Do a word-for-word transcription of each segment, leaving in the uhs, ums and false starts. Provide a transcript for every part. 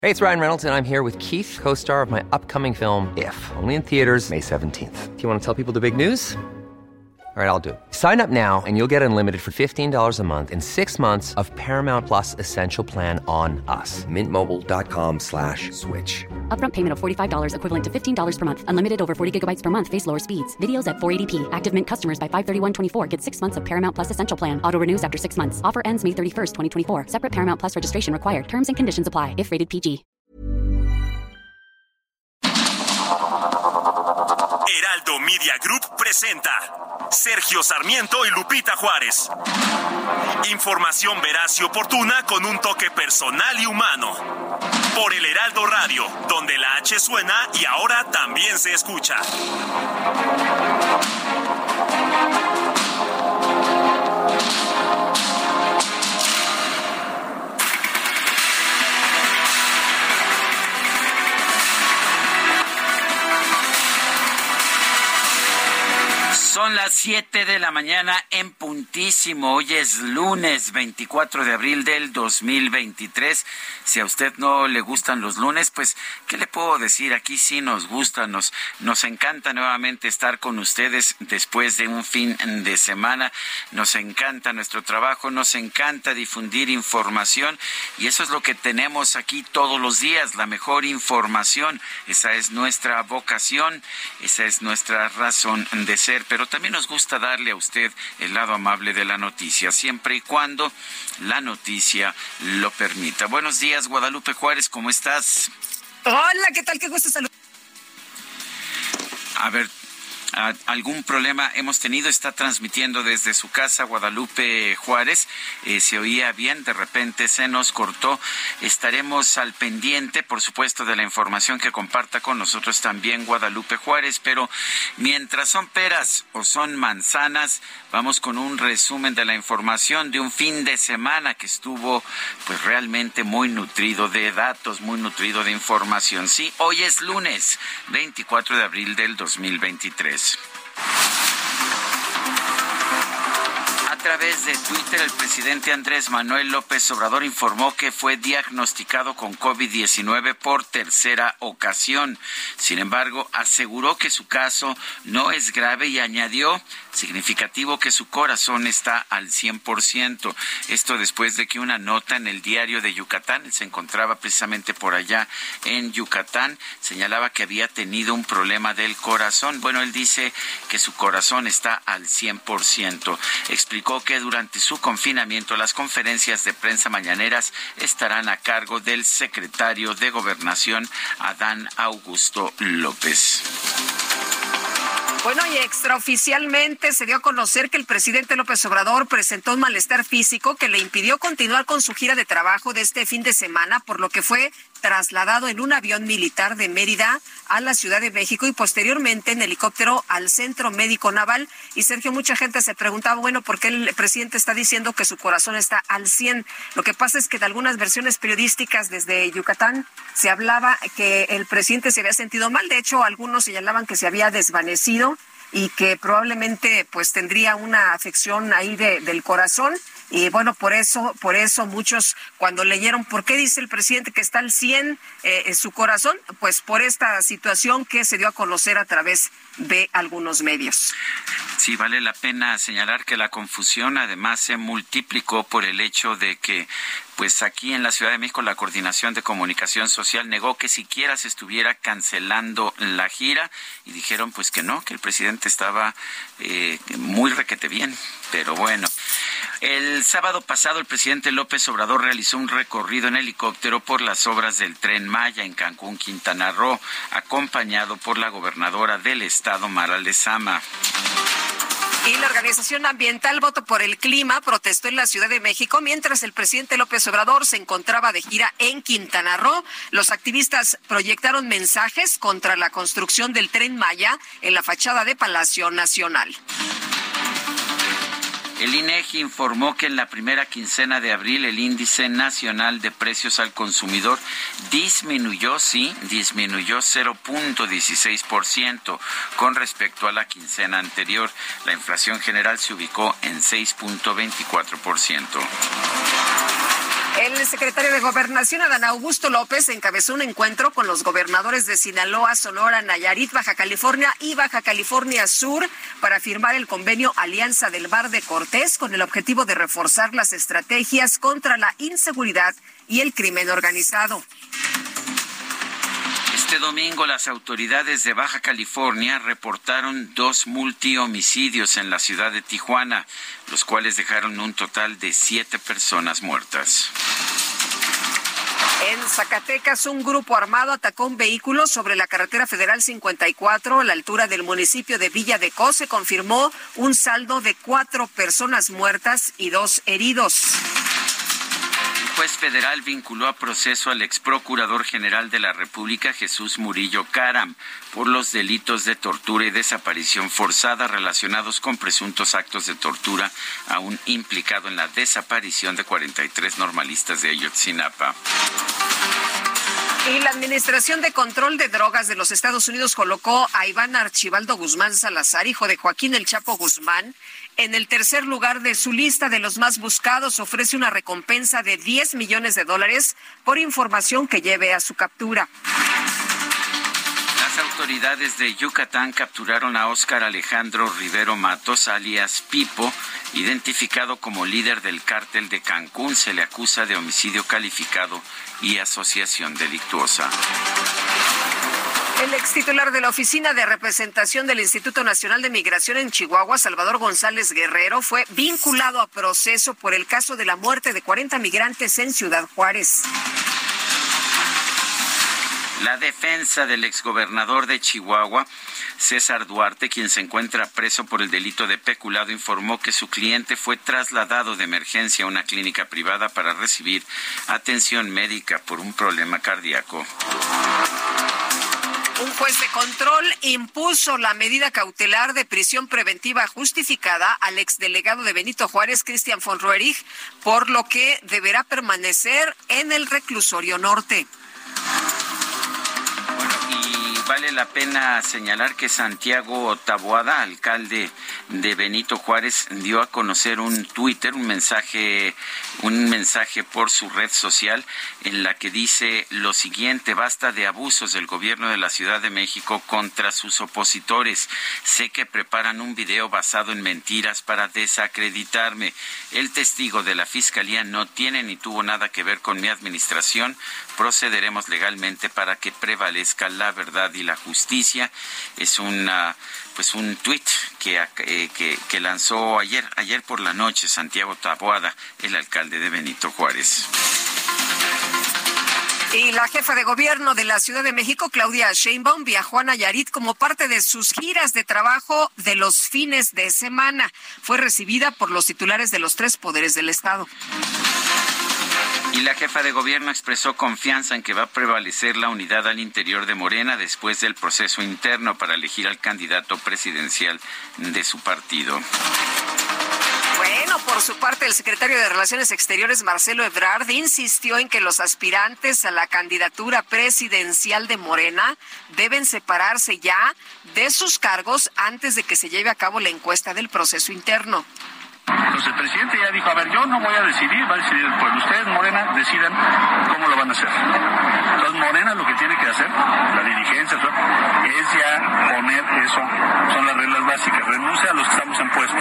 Hey, it's Ryan Reynolds, and I'm here with Keith, co-star of my upcoming film, If, only in theaters May seventeenth. Do you want to tell people the big news? All right, I'll do it. Sign up now and you'll get unlimited for fifteen dollars a month and six months of Paramount Plus Essential Plan on us. Mint Mobile dot com slash switch. Upfront payment of forty-five dollars equivalent to fifteen dollars per month. Unlimited over forty gigabytes per month. Face lower speeds. Videos at four eighty p. Active Mint customers by five thirty-one twenty-four get six months of Paramount Plus Essential Plan. Auto renews after six months. Offer ends May thirty-first, twenty twenty-four. Separate Paramount Plus registration required. Terms and conditions apply if rated P G. Heraldo Media Group presenta Sergio Sarmiento y Lupita Juárez. Información veraz y oportuna con un toque personal y humano. Por el Heraldo Radio, donde la H suena y ahora también se escucha. Son las siete de la mañana en puntísimo. Hoy es lunes veinticuatro de abril del dos mil veintitrés. Si a usted no le gustan los lunes, pues, ¿qué le puedo decir? Aquí sí nos gusta, nos, nos encanta nuevamente estar con ustedes después de un fin de semana. Nos encanta nuestro trabajo, nos encanta difundir información y eso es lo que tenemos aquí todos los días, la mejor información. Esa es nuestra vocación, esa es nuestra razón de ser, pero también nos gusta darle a usted el lado amable de la noticia, siempre y cuando la noticia lo permita. Buenos días, Guadalupe Juárez, ¿cómo estás? Hola, ¿qué tal? Qué gusto saludar. A ver, ¿algún problema hemos tenido? Está transmitiendo desde su casa Guadalupe Juárez. Eh, se oía bien, de repente se nos cortó. Estaremos al pendiente, por supuesto, de la información que comparta con nosotros también Guadalupe Juárez, pero mientras son peras o son manzanas, vamos con un resumen de la información de un fin de semana que estuvo pues realmente muy nutrido de datos, muy nutrido de información. Sí, hoy es lunes veinticuatro de abril del dos mil veintitrés. A través de Twitter, el presidente Andrés Manuel López Obrador informó que fue diagnosticado con COVID diecinueve por tercera ocasión. Sin embargo, aseguró que su caso no es grave y añadió significativo que su corazón está al cien por ciento. Esto después de que una nota en el Diario de Yucatán, él se encontraba precisamente por allá en Yucatán, señalaba que había tenido un problema del corazón. Bueno, él dice que su corazón está al cien por ciento. Explicó que durante su confinamiento las conferencias de prensa mañaneras estarán a cargo del secretario de Gobernación, Adán Augusto López. Bueno, y extraoficialmente se dio a conocer que el presidente López Obrador presentó un malestar físico que le impidió continuar con su gira de trabajo de este fin de semana, por lo que fue trasladado en un avión militar de Mérida a la Ciudad de México y posteriormente en helicóptero al Centro Médico Naval. Y Sergio, mucha gente se preguntaba, bueno, ¿por qué el presidente está diciendo que su corazón está al cien? Lo que pasa es que de algunas versiones periodísticas desde Yucatán se hablaba que el presidente se había sentido mal. De hecho, algunos señalaban que se había desvanecido y que probablemente pues tendría una afección ahí de, del corazón. Y bueno, por eso, por eso muchos cuando leyeron por qué dice el presidente que está al cien eh, en su corazón, pues por esta situación que se dio a conocer a través de algunos medios. Sí, vale la pena señalar que la confusión además se multiplicó por el hecho de que pues aquí en la Ciudad de México la Coordinación de Comunicación Social negó que siquiera se estuviera cancelando la gira y dijeron pues que no, que el presidente estaba eh, muy requete bien, pero bueno. El sábado pasado el presidente López Obrador realizó un recorrido en helicóptero por las obras del Tren Maya en Cancún, Quintana Roo, acompañado por la gobernadora del estado, Mara Lezama. Y la organización ambiental Voto por el Clima protestó en la Ciudad de México mientras el presidente López Obrador se encontraba de gira en Quintana Roo. Los activistas proyectaron mensajes contra la construcción del Tren Maya en la fachada de Palacio Nacional. El INEGI informó que en la primera quincena de abril el índice nacional de precios al consumidor disminuyó, sí, disminuyó cero punto dieciséis por ciento con respecto a la quincena anterior. La inflación general se ubicó en seis punto veinticuatro por ciento. El secretario de Gobernación, Adán Augusto López, encabezó un encuentro con los gobernadores de Sinaloa, Sonora, Nayarit, Baja California y Baja California Sur para firmar el convenio Alianza del Mar de Cortés con el objetivo de reforzar las estrategias contra la inseguridad y el crimen organizado. Este domingo las autoridades de Baja California reportaron dos multihomicidios en la ciudad de Tijuana, los cuales dejaron un total de siete personas muertas. En Zacatecas, un grupo armado atacó un vehículo sobre la carretera federal cincuenta y cuatro a la altura del municipio de Villa de Cos. Se confirmó un saldo de cuatro personas muertas y dos heridos. El juez federal vinculó a proceso al ex procurador general de la República, Jesús Murillo Caram, por los delitos de tortura y desaparición forzada relacionados con presuntos actos de tortura, aún implicado en la desaparición de cuarenta y tres normalistas de Ayotzinapa. Y la Administración de Control de Drogas de los Estados Unidos colocó a Iván Archibaldo Guzmán Salazar, hijo de Joaquín El Chapo Guzmán, en el tercer lugar de su lista de los más buscados. Ofrece una recompensa de diez millones de dólares por información que lleve a su captura. Las autoridades de Yucatán capturaron a Óscar Alejandro Rivero Matos, alias Pipo, identificado como líder del cártel de Cancún. Se le acusa de homicidio calificado y asociación delictuosa. El extitular de la Oficina de Representación del Instituto Nacional de Migración en Chihuahua, Salvador González Guerrero, fue vinculado a proceso por el caso de la muerte de cuarenta migrantes en Ciudad Juárez. La defensa del exgobernador de Chihuahua, César Duarte, quien se encuentra preso por el delito de peculado, informó que su cliente fue trasladado de emergencia a una clínica privada para recibir atención médica por un problema cardíaco. Un juez de control impuso la medida cautelar de prisión preventiva justificada al exdelegado de Benito Juárez, Cristian von Roerich, por lo que deberá permanecer en el reclusorio norte. Vale la pena señalar que Santiago Taboada, alcalde de Benito Juárez, dio a conocer un Twitter, un mensaje, un mensaje por su red social en la que dice lo siguiente: basta de abusos del gobierno de la Ciudad de México contra sus opositores. Sé que preparan un video basado en mentiras para desacreditarme. El testigo de la Fiscalía no tiene ni tuvo nada que ver con mi administración. Procederemos legalmente para que prevalezca la verdad y la justicia. Es una pues un tuit que, eh, que que lanzó ayer ayer por la noche Santiago Taboada, el alcalde de Benito Juárez. Y la jefa de gobierno de la Ciudad de México, Claudia Sheinbaum, viajó a Nayarit como parte de sus giras de trabajo de los fines de semana. Fue recibida por los titulares de los tres poderes del Estado. Y la jefa de gobierno expresó confianza en que va a prevalecer la unidad al interior de Morena después del proceso interno para elegir al candidato presidencial de su partido. Bueno, por su parte, el secretario de Relaciones Exteriores, Marcelo Ebrard, insistió en que los aspirantes a la candidatura presidencial de Morena deben separarse ya de sus cargos antes de que se lleve a cabo la encuesta del proceso interno. Entonces el presidente ya dijo, a ver, yo no voy a decidir, va a decidir el pueblo. Ustedes, Morena, decidan cómo lo van a hacer. Entonces Morena lo que tiene que hacer, la dirigencia, es ya poner eso, son las reglas básicas, renuncia a los que estamos en puestos.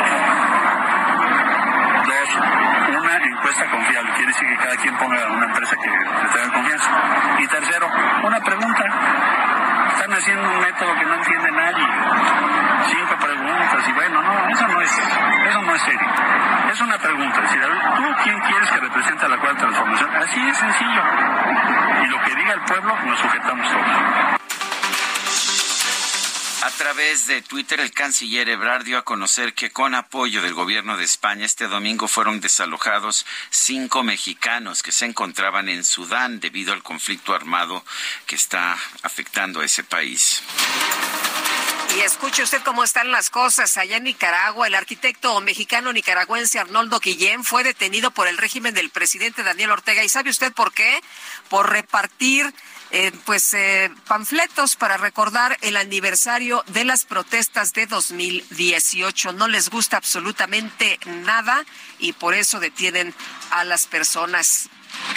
Dos, una encuesta confiable, quiere decir que cada quien ponga una empresa que le tenga confianza. Y tercero, una pregunta. Están haciendo un método que no entiende nadie. Cinco preguntas y bueno, no, eso no es, eso no es serio. Es una pregunta, es decir, a ver, ¿tú quién quieres que represente a la cuarta transformación? Así de sencillo. Y lo que diga el pueblo, nos sujetamos todos. A través de Twitter, el canciller Ebrard dio a conocer que con apoyo del gobierno de España, este domingo fueron desalojados cinco mexicanos que se encontraban en Sudán debido al conflicto armado que está afectando a ese país. Y escuche usted cómo están las cosas allá en Nicaragua. El arquitecto mexicano nicaragüense Arnoldo Guillén fue detenido por el régimen del presidente Daniel Ortega. ¿Y sabe usted por qué? Por repartir Eh, pues eh, panfletos para recordar el aniversario de las protestas de dos mil dieciocho. No les gusta absolutamente nada y por eso detienen a las personas.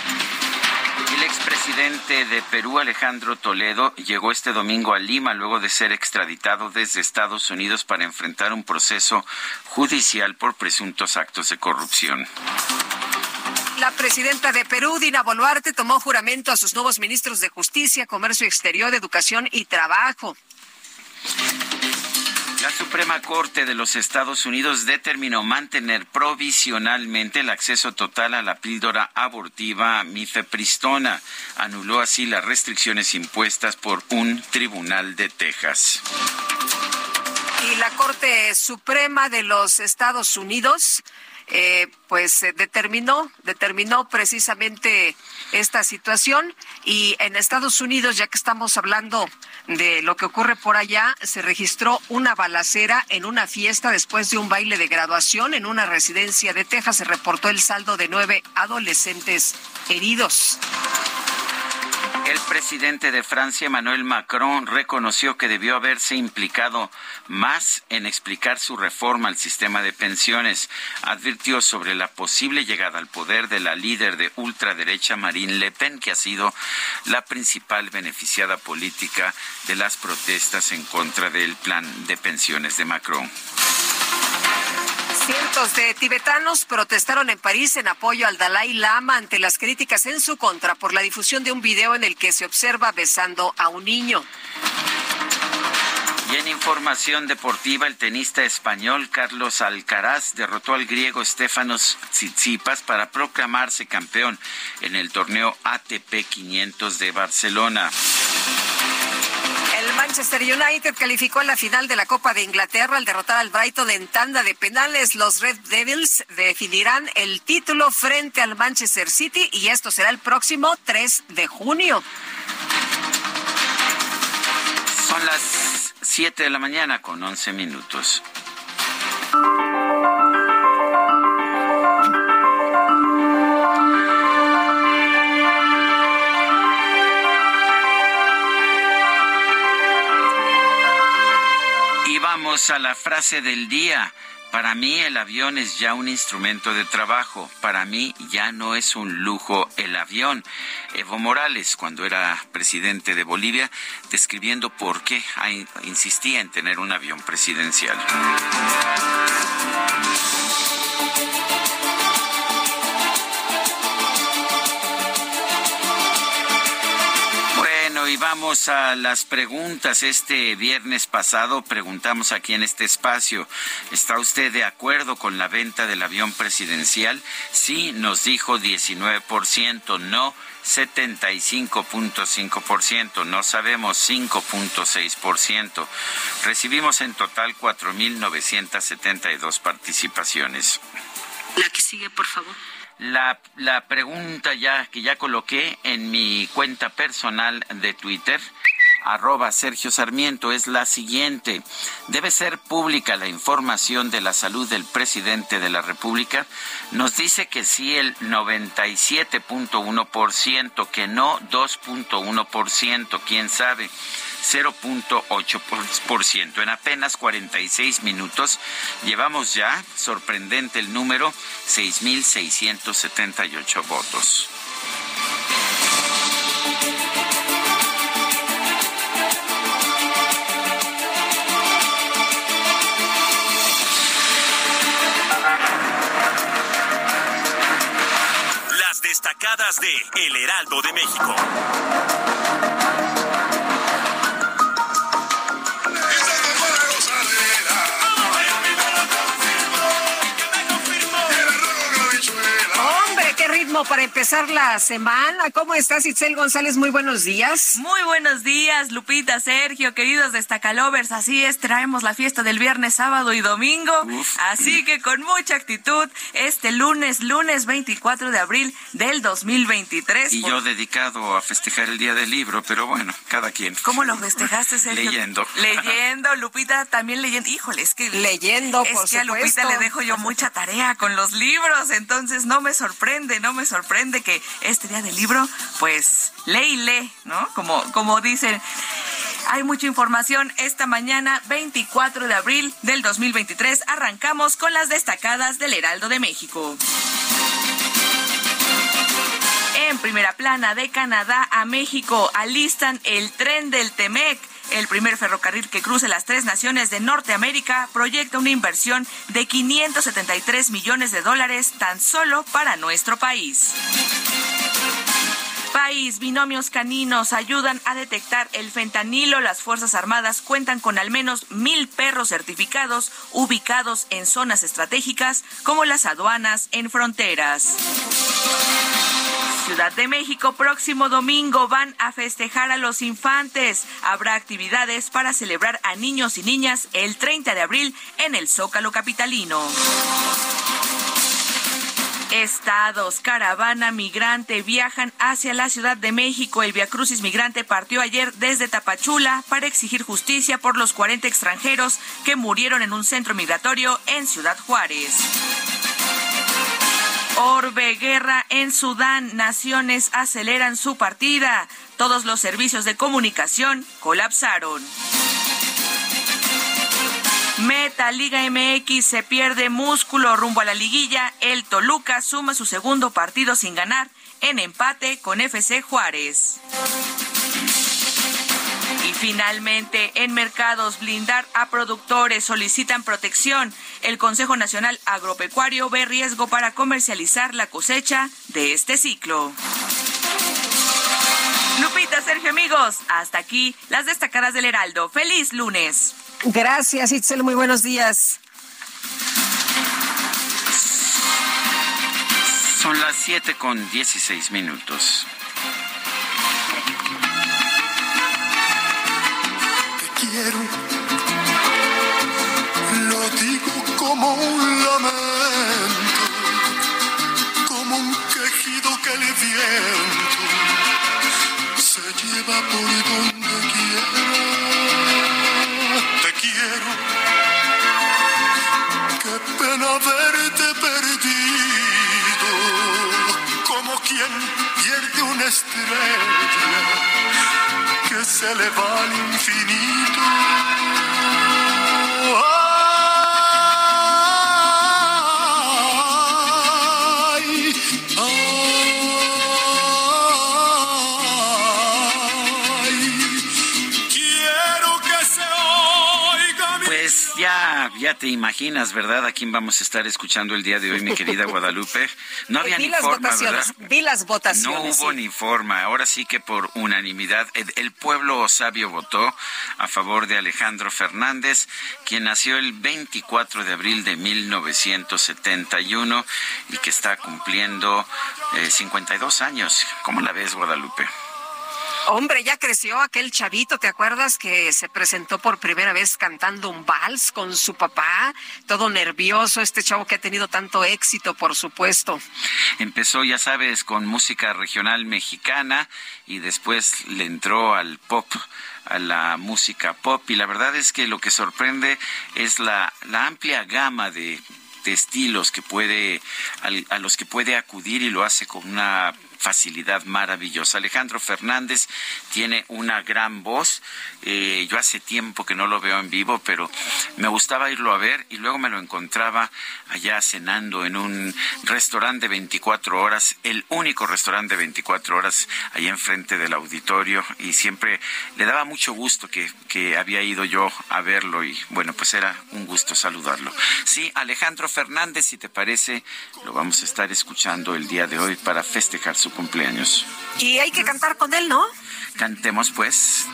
expresidente de Perú, Alejandro Toledo, llegó este domingo a Lima luego de ser extraditado desde Estados Unidos para enfrentar un proceso judicial por presuntos actos de corrupción. La presidenta de Perú, Dina Boluarte, tomó juramento a sus nuevos ministros de Justicia, Comercio Exterior, Educación y Trabajo. La Suprema Corte de los Estados Unidos determinó mantener provisionalmente el acceso total a la píldora abortiva mifepristona. Anuló así las restricciones impuestas por un tribunal de Texas. Y la Corte Suprema de los Estados Unidos Eh, pues eh, determinó, determinó precisamente esta situación, y en Estados Unidos, ya que estamos hablando de lo que ocurre por allá, se registró una balacera en una fiesta después de un baile de graduación en una residencia de Texas. Se reportó el saldo de nueve adolescentes heridos. El presidente de Francia, Emmanuel Macron, reconoció que debió haberse implicado más en explicar su reforma al sistema de pensiones. Advirtió sobre la posible llegada al poder de la líder de ultraderecha Marine Le Pen, que ha sido la principal beneficiada política de las protestas en contra del plan de pensiones de Macron. Cientos de tibetanos protestaron en París en apoyo al Dalai Lama ante las críticas en su contra por la difusión de un video en el que se observa besando a un niño. Y en información deportiva, el tenista español Carlos Alcaraz derrotó al griego Stefanos Tsitsipas para proclamarse campeón en el torneo A T P quinientos de Barcelona. El Manchester United calificó en la final de la Copa de Inglaterra al derrotar al Brighton en tanda de penales. Los Red Devils definirán el título frente al Manchester City, y esto será el próximo tres de junio. Son las siete de la mañana con once minutos. Y vamos a la frase del día. Para mí el avión es ya un instrumento de trabajo. Para mí ya no es un lujo el avión. Evo Morales, cuando era presidente de Bolivia, describiendo por qué insistía en tener un avión presidencial. Y vamos a las preguntas. Este viernes pasado preguntamos aquí en este espacio: ¿está usted de acuerdo con la venta del avión presidencial? Sí, nos dijo diecinueve por ciento, no setenta y cinco punto cinco por ciento, no sabemos cinco punto seis por ciento. Recibimos en total cuatro mil novecientas setenta y dos participaciones. La que sigue, por favor. La, la pregunta ya que ya coloqué en mi cuenta personal de Twitter, arroba Sergio Sarmiento, es la siguiente: ¿debe ser pública la información de la salud del presidente de la República? Nos dice que sí el noventa y siete punto uno por ciento, que no dos punto uno por ciento, quién sabe, cero punto ocho por ciento. En apenas cuarenta y seis minutos llevamos ya, sorprendente el número, seis mil seiscientos setenta y ocho votos. Las destacadas de El Heraldo de México. Para empezar la semana. ¿Cómo estás, Itzel González? Muy buenos días. Muy buenos días, Lupita, Sergio, queridos destacalovers. Así es, traemos la fiesta del viernes, sábado y domingo. Uf. Así que con mucha actitud, este lunes, lunes veinticuatro de abril del dos mil veintitrés. Y por... yo dedicado a festejar el Día del Libro, pero bueno, cada quien. ¿Cómo lo festejaste, Sergio? Leyendo. Leyendo, Lupita también leyendo. Híjole, es que... Leyendo, es por que supuesto. A Lupita le dejo yo mucha tarea con los libros, entonces no me sorprende, no me sorprende que este día del libro, pues, lee y lee, ¿no? Como, como dicen. Hay mucha información esta mañana, veinticuatro de abril del dos mil veintitrés. Arrancamos con las destacadas del Heraldo de México. En En primera plana, de Canadá a México, alistan el tren del Temec. El primer ferrocarril que cruce las tres naciones de Norteamérica proyecta una inversión de quinientos setenta y tres millones de dólares tan solo para nuestro país. País, binomios caninos ayudan a detectar el fentanilo. Las Fuerzas Armadas cuentan con al menos mil perros certificados ubicados en zonas estratégicas como las aduanas en fronteras. Ciudad de México, próximo domingo van a festejar a los infantes. Habrá actividades para celebrar a niños y niñas el treinta de abril en el Zócalo capitalino. Estados, caravana migrante viajan hacia la Ciudad de México. El Viacrucis migrante partió ayer desde Tapachula para exigir justicia por los cuarenta extranjeros que murieron en un centro migratorio en Ciudad Juárez. Orbe, guerra en Sudán. Naciones aceleran su partida. Todos los servicios de comunicación colapsaron. Meta, Liga M X, se pierde músculo rumbo a la liguilla. El Toluca suma su segundo partido sin ganar en empate con F C Juárez. Y finalmente, en mercados, blindar a productores, solicitan protección. El Consejo Nacional Agropecuario ve riesgo para comercializar la cosecha de este ciclo. Lupita, Sergio, amigos, hasta aquí las destacadas del Heraldo. ¡Feliz lunes! Gracias, Itzel, muy buenos días. Son las siete con dieciséis minutos. Te quiero, lo digo como un lamento, como un quejido que el viento se lleva por donde quiera. Te quiero, qué pena verte perdido, como quien pierde una estrella que se le va al infinito. Ay, ay, quiero que se oiga mi... Pues ya, ya te imaginas, ¿verdad? ¿A quién vamos a estar escuchando el día de hoy, mi querida Guadalupe? No había vi ni las forma, votaciones, ¿verdad? Vi las votaciones. No hubo sí. ni forma. Ahora sí que por unanimidad el, el pueblo sabio votó a favor de Alejandro Fernández, quien nació el veinticuatro de abril de mil novecientos setenta y uno y que está cumpliendo eh, cincuenta y dos años. ¿Cómo la ves, Guadalupe? Hombre, ya creció aquel chavito, ¿te acuerdas que se presentó por primera vez cantando un vals con su papá? Todo nervioso, este chavo que ha tenido tanto éxito, por supuesto. Empezó, ya sabes, con música regional mexicana y después le entró al pop, a la música pop, y la verdad es que lo que sorprende es la, la amplia gama de, de estilos que puede, a, a los que puede acudir, y lo hace con una facilidad maravillosa. Alejandro Fernández tiene una gran voz. Eh, yo hace tiempo que no lo veo en vivo, pero me gustaba irlo a ver, y luego me lo encontraba allá cenando en un restaurante de veinticuatro horas, el único restaurante de veinticuatro horas allá enfrente del auditorio, y siempre le daba mucho gusto que, que había ido yo a verlo, y bueno, pues era un gusto saludarlo. Sí, Alejandro Fernández, si te parece, lo vamos a estar escuchando el día de hoy para festejar su cumpleaños. Y hay que cantar con él, ¿no? Cantemos, pues.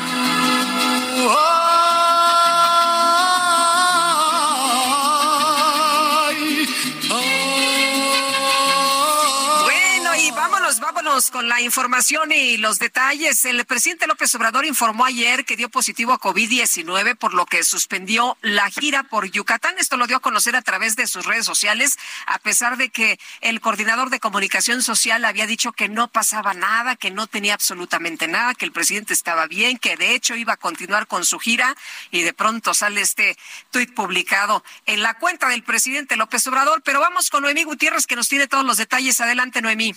Bueno, y vámonos, vámonos con la información y los detalles. El presidente López Obrador informó ayer que dio positivo a COVID diecinueve, por lo que suspendió la gira por Yucatán. Esto lo dio a conocer a través de sus redes sociales, a pesar de que el coordinador de comunicación social había dicho que no pasaba nada, que no tenía absolutamente nada, que el presidente estaba bien, que de hecho iba a continuar con su gira, y de pronto sale este tuit publicado en la cuenta del presidente López Obrador. Pero vamos con Noemí Gutiérrez, que nos tiene todos los detalles. Adelante, Noemí.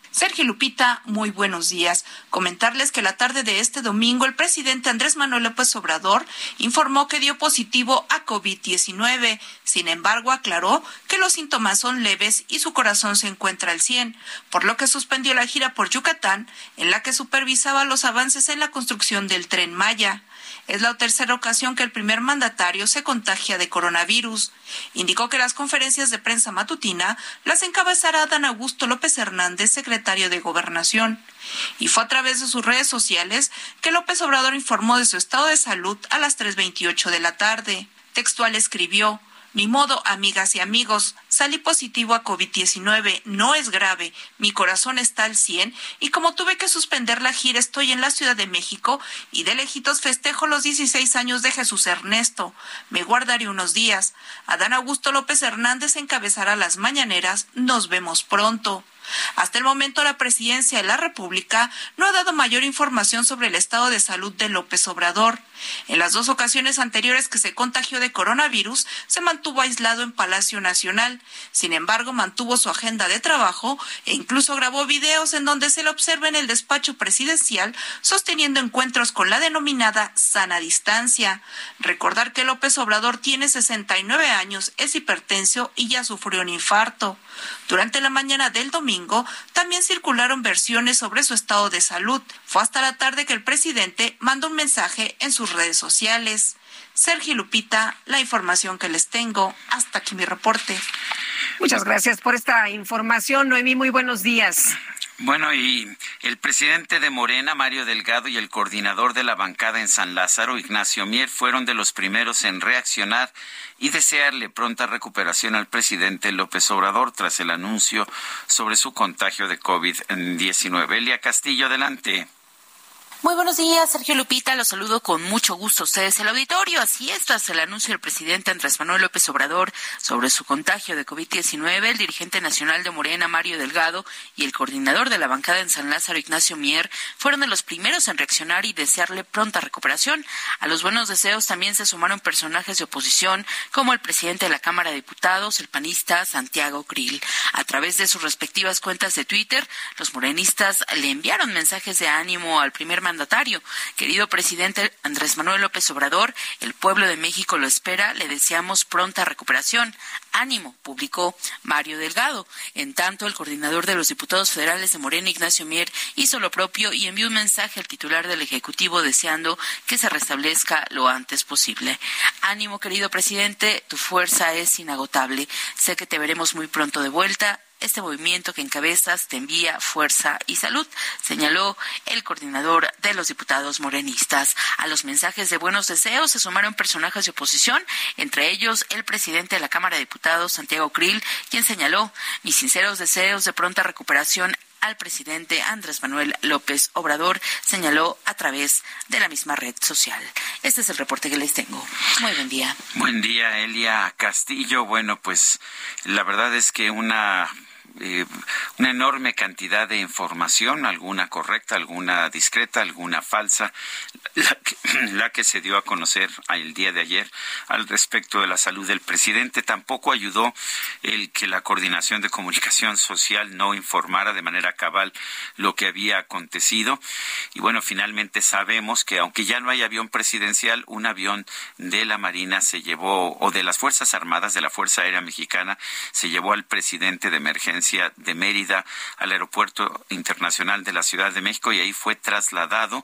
Sergio Lupita, muy buenos días. Comentarles que la tarde de este domingo el presidente Andrés Manuel López Obrador informó que dio positivo a COVID diecinueve. Sin embargo, aclaró que los síntomas son leves y su corazón se encuentra al cien, por lo que suspendió la gira por Yucatán, en la que supervisaba los avances en la construcción del Tren Maya. Es la tercera ocasión que el primer mandatario se contagia de coronavirus. Indicó que las conferencias de prensa matutina las encabezará Adán Augusto López Hernández, secretario de Gobernación. Y fue a través de sus redes sociales que López Obrador informó de su estado de salud a las tres veintiocho de la tarde. Textual escribió: Ni modo, amigas y amigos, salí positivo a COVID diecinueve, no es grave, mi corazón está al cien y como tuve que suspender la gira estoy en la Ciudad de México y de lejitos festejo los dieciséis años de Jesús Ernesto. Me guardaré unos días. Adán Augusto López Hernández encabezará las mañaneras, nos vemos pronto. Hasta el momento, la Presidencia de la República no ha dado mayor información sobre el estado de salud de López Obrador. En las dos ocasiones anteriores que se contagió de coronavirus, se mantuvo aislado en Palacio Nacional. Sin embargo, mantuvo su agenda de trabajo e incluso grabó videos en donde se le observa en el despacho presidencial sosteniendo encuentros con la denominada sana distancia. Recordar que López Obrador tiene sesenta y nueve años, es hipertenso y ya sufrió un infarto. Durante la mañana del domingo, también circularon versiones sobre su estado de salud. Fue hasta la tarde que el presidente mandó un mensaje en sus redes sociales. Sergio Lupita, la información que les tengo. Hasta aquí mi reporte. Muchas gracias por esta información, Noemí. Muy buenos días. Bueno, y el presidente de Morena, Mario Delgado, y el coordinador de la bancada en San Lázaro, Ignacio Mier, fueron de los primeros en reaccionar y desearle pronta recuperación al presidente López Obrador tras el anuncio sobre su contagio de COVID diecinueve. Elia Castillo, adelante. Muy buenos días, Sergio Lupita, los saludo con mucho gusto a ustedes el auditorio. Así es, tras el anuncio del presidente Andrés Manuel López Obrador sobre su contagio de COVID diecinueve, el dirigente nacional de Morena, Mario Delgado, y el coordinador de la bancada en San Lázaro, Ignacio Mier, fueron de los primeros en reaccionar y desearle pronta recuperación. A los buenos deseos también se sumaron personajes de oposición, como el presidente de la Cámara de Diputados, el panista Santiago Krill. A través de sus respectivas cuentas de Twitter, los morenistas le enviaron mensajes de ánimo al primer mandatario. Querido presidente Andrés Manuel López Obrador, el pueblo de México lo espera, le deseamos pronta recuperación. Ánimo, publicó Mario Delgado. En tanto, el coordinador de los diputados federales de Morena, Ignacio Mier, hizo lo propio y envió un mensaje al titular del Ejecutivo deseando que se restablezca lo antes posible. Ánimo, querido presidente, tu fuerza es inagotable. Sé que te veremos muy pronto de vuelta. Este movimiento que encabezas te envía fuerza y salud, señaló el coordinador de los diputados morenistas. A los mensajes de buenos deseos se sumaron personajes de oposición, entre ellos el presidente de la Cámara de Diputados, Santiago Krill, quien señaló: mis sinceros deseos de pronta recuperación al presidente Andrés Manuel López Obrador, señaló a través de la misma red social. Este es el reporte que les tengo. Muy buen día. Buen día, Elia Castillo. Bueno, pues la verdad es que una... Eh, una enorme cantidad de información, alguna correcta, alguna discreta, alguna falsa, la que, la que se dio a conocer el día de ayer al respecto de la salud del presidente. Tampoco ayudó el que la Coordinación de Comunicación Social no informara de manera cabal lo que había acontecido. Y bueno, finalmente sabemos que aunque ya no hay avión presidencial, un avión de la Marina se llevó, o de las Fuerzas Armadas, de la Fuerza Aérea Mexicana, se llevó al presidente de emergencia de Mérida al Aeropuerto Internacional de la Ciudad de México y ahí fue trasladado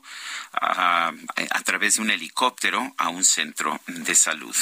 a, a través de un helicóptero a un centro de salud.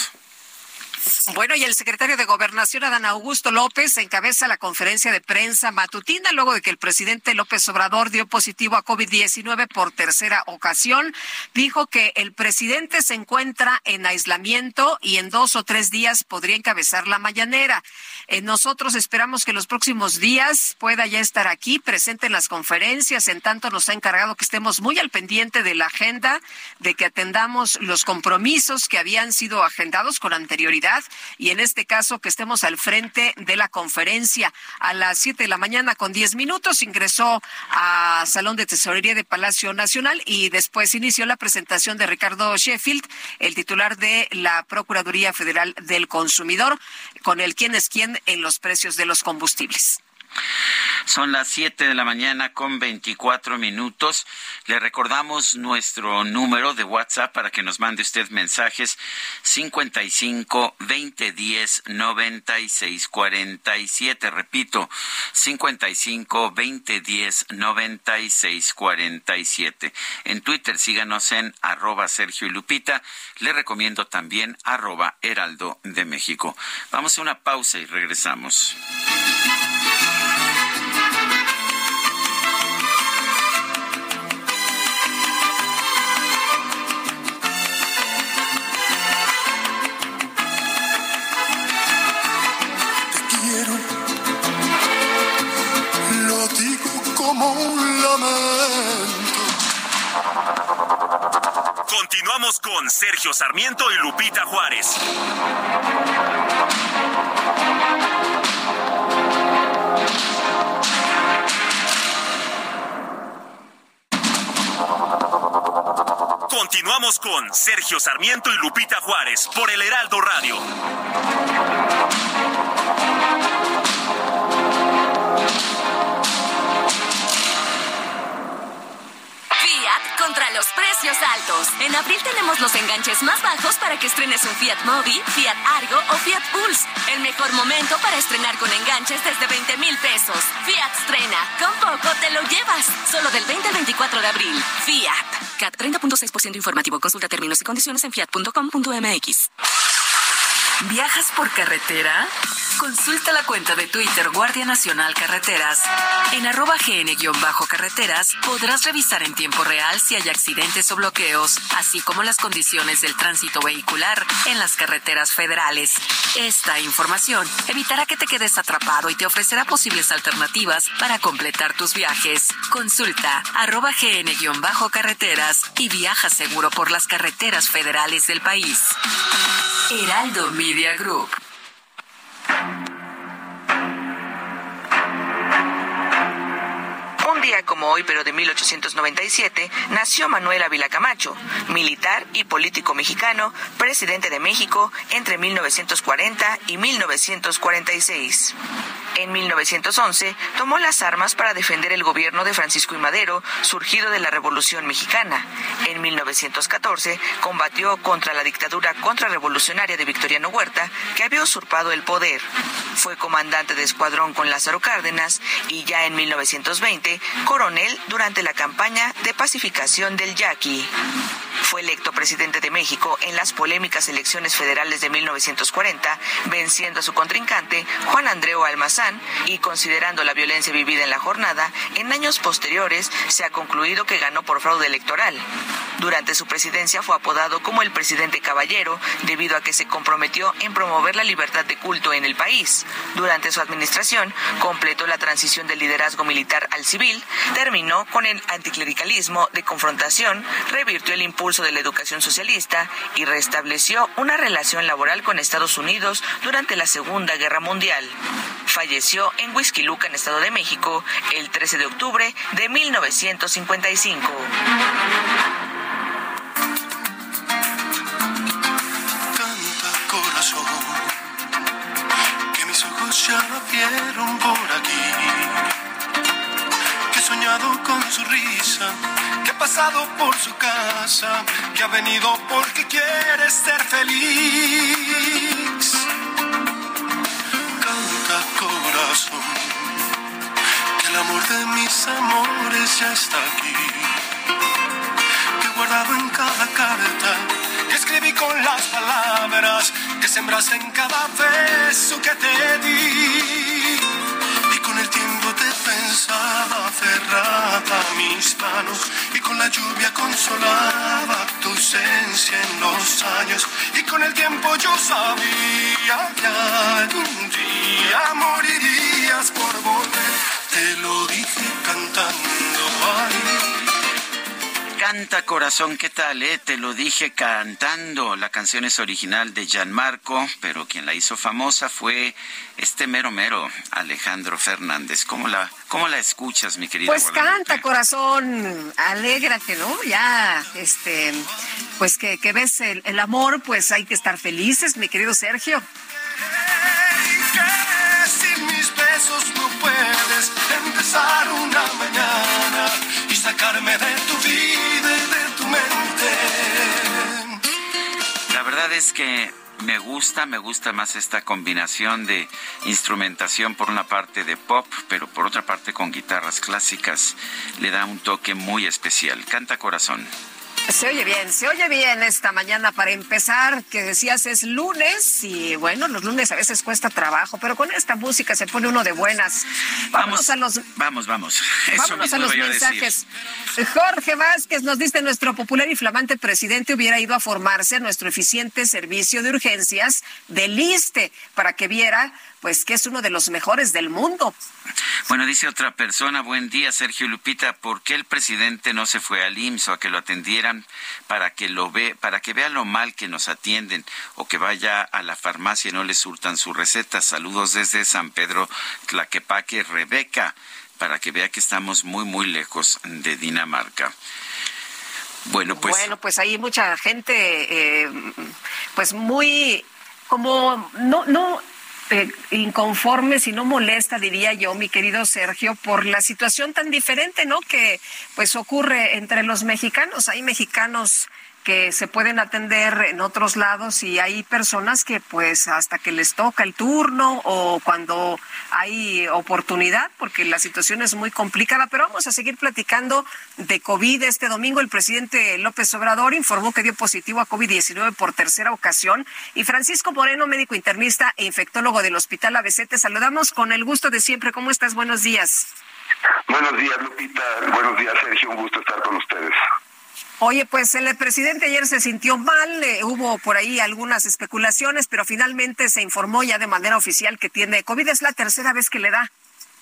Bueno, y el secretario de Gobernación, Adán Augusto López, encabeza la conferencia de prensa matutina luego de que el presidente López Obrador dio positivo a COVID diecinueve por tercera ocasión. Dijo que el presidente se encuentra en aislamiento y en dos o tres días podría encabezar la mañanera. Eh, nosotros esperamos que en los próximos días pueda ya estar aquí, presente en las conferencias. En tanto, nos ha encargado que estemos muy al pendiente de la agenda, de que atendamos los compromisos que habían sido agendados con anterioridad y en este caso que estemos al frente de la conferencia. A las siete de la mañana con diez minutos ingresó a Salón de Tesorería de Palacio Nacional y después inició la presentación de Ricardo Sheffield, el titular de la Procuraduría Federal del Consumidor, con el quién es quién en los precios de los combustibles. Son las siete de la mañana con veinticuatro minutos. Le recordamos nuestro número de WhatsApp para que nos mande usted mensajes: cincuenta y cinco, veinte diez, noventa y seis cuarenta y siete. Repito, cincuenta y cinco, veinte diez, noventa y seis cuarenta y siete. En Twitter síganos en arroba Sergio y Lupita. Le recomiendo también arroba Heraldo de México. Vamos a una pausa y regresamos. Como un lamento. Continuamos con Sergio Sarmiento y Lupita Juárez. Continuamos con Sergio Sarmiento y Lupita Juárez por el Heraldo Radio. Contra los precios altos. En abril tenemos los enganches más bajos para que estrenes un Fiat Mobi, Fiat Argo o Fiat Pulse. El mejor momento para estrenar con enganches desde veinte mil pesos. Fiat estrena. Con poco te lo llevas. Solo del veinte al veinticuatro de abril. Fiat. C A T treinta punto seis por ciento informativo. Consulta términos y condiciones en fiat punto com punto m x. ¿Viajas por carretera? Consulta la cuenta de Twitter Guardia Nacional Carreteras. En arroba gn-carreteras podrás revisar en tiempo real si hay accidentes o bloqueos, así como las condiciones del tránsito vehicular en las carreteras federales. Esta información evitará que te quedes atrapado y te ofrecerá posibles alternativas para completar tus viajes. Consulta arroba gn-carreteras y viaja seguro por las carreteras federales del país. Heraldo Media Group. Un día como hoy, pero de mil ochocientos noventa y siete, nació Manuel Ávila Camacho, militar y político mexicano, presidente de México entre mil novecientos cuarenta y mil novecientos cuarenta y seis. En mil novecientos once, tomó las armas para defender el gobierno de Francisco I. Madero, surgido de la Revolución Mexicana. En mil novecientos catorce, combatió contra la dictadura contrarrevolucionaria de Victoriano Huerta, que había usurpado el poder. Fue comandante de escuadrón con Lázaro Cárdenas y ya en mil novecientos veinte, coronel durante la campaña de pacificación del Yaqui. Fue electo presidente de México en las polémicas elecciones federales de mil novecientos cuarenta, venciendo a su contrincante, Juan Andreu Almazán, y considerando la violencia vivida en la jornada, en años posteriores se ha concluido que ganó por fraude electoral. Durante su presidencia fue apodado como el presidente caballero, debido a que se comprometió en promover la libertad de culto en el país. Durante su administración, completó la transición del liderazgo militar al civil, terminó con el anticlericalismo de confrontación, revirtió el impulso de la educación socialista y restableció una relación laboral con Estados Unidos durante la Segunda Guerra Mundial. Falleció en Huixquiluca, en Estado de México, el trece de octubre de mil novecientos cincuenta y cinco. Canta, corazón, que mis ojos ya la vieron por aquí, que he soñado con su risa, que ha pasado por su casa, que ha venido porque quiere ser feliz. Canta, corazón, que el amor de mis amores ya está aquí, que he guardado en cada carta, que escribí con las palabras, que sembraste en cada beso que te di. Y con el tiempo te pensaba aferrada a mis manos, y con la lluvia consolaba tu ausencia en los años. Y con el tiempo yo sabía que algún día morirías por volver. Te lo dije cantando ahí. Canta, corazón, ¿qué tal, eh? Te lo dije cantando. La canción es original de Gianmarco, pero quien la hizo famosa fue este mero mero, Alejandro Fernández. ¿Cómo la, cómo la escuchas, mi querida Pues Guadalupe? canta, corazón, alégrate, ¿no? Ya, este, pues que, que ves el, el amor, pues hay que estar felices, mi querido Sergio. Que sin mis besos no puedo puedes empezar una mañana y sacarme de tu vida y de tu mente. La verdad es que me gusta, me gusta más esta combinación de instrumentación, por una parte de pop, pero por otra parte con guitarras clásicas. Le da un toque muy especial. Canta Corazón. Se oye bien, se oye bien esta mañana para empezar, que decías es lunes y bueno, los lunes a veces cuesta trabajo, pero con esta música se pone uno de buenas. Vámonos vamos a los Vamos, vamos. Eso vámonos a los mensajes. Decir. Jorge Vázquez nos dice: nuestro popular y flamante presidente hubiera ido a formarse a nuestro eficiente servicio de urgencias del ISSSTE para que viera pues que es uno de los mejores del mundo. Bueno, dice otra persona: buen día, Sergio y Lupita, ¿por qué el presidente no se fue al I M S S o a que lo atendieran para que lo ve, para que vea lo mal que nos atienden, o que vaya a la farmacia y no le surtan su receta? Saludos desde San Pedro Tlaquepaque, Rebeca, para que vea que estamos muy, muy lejos de Dinamarca. Bueno, pues... Bueno, pues hay mucha gente, eh, pues muy, como, no, no... Eh, inconforme, si no molesta, diría yo, mi querido Sergio, por la situación tan diferente, ¿no?, que pues ocurre entre los mexicanos. Hay mexicanos que se pueden atender en otros lados y hay personas que pues hasta que les toca el turno o cuando hay oportunidad, porque la situación es muy complicada. Pero vamos a seguir platicando de COVID. Este domingo el presidente López Obrador informó que dio positivo a COVID diecinueve por tercera ocasión. Y Francisco Moreno, médico internista e infectólogo del Hospital A B C, te saludamos con el gusto de siempre. ¿Cómo estás? Buenos días. Buenos días, Lupita. Buenos días, Sergio. Un gusto estar con ustedes. Oye, pues el presidente ayer se sintió mal, eh, hubo por ahí algunas especulaciones, pero finalmente se informó ya de manera oficial que tiene COVID. Es la tercera vez que le da.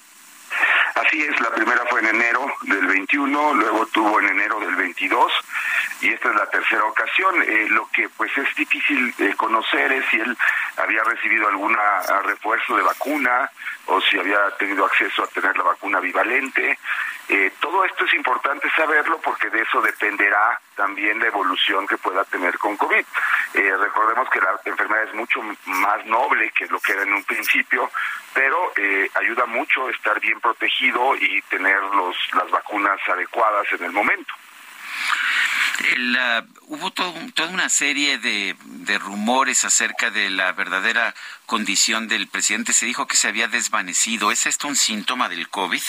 Así es, la primera fue en enero del veintiuno, luego tuvo en enero del veintidós y esta es la tercera ocasión. Eh, lo que pues es difícil eh, conocer es si él había recibido algún refuerzo de vacuna o si había tenido acceso a tener la vacuna bivalente. Eh, todo esto es importante saberlo porque de eso dependerá también la evolución que pueda tener con COVID. Eh, recordemos que la enfermedad es mucho más noble que lo que era en un principio, pero eh, ayuda mucho estar bien protegido y tener los, las vacunas adecuadas en el momento. El, uh, hubo todo, toda una serie de, de rumores acerca de la verdadera condición del presidente. Se dijo que se había desvanecido. ¿Es esto un síntoma del COVID?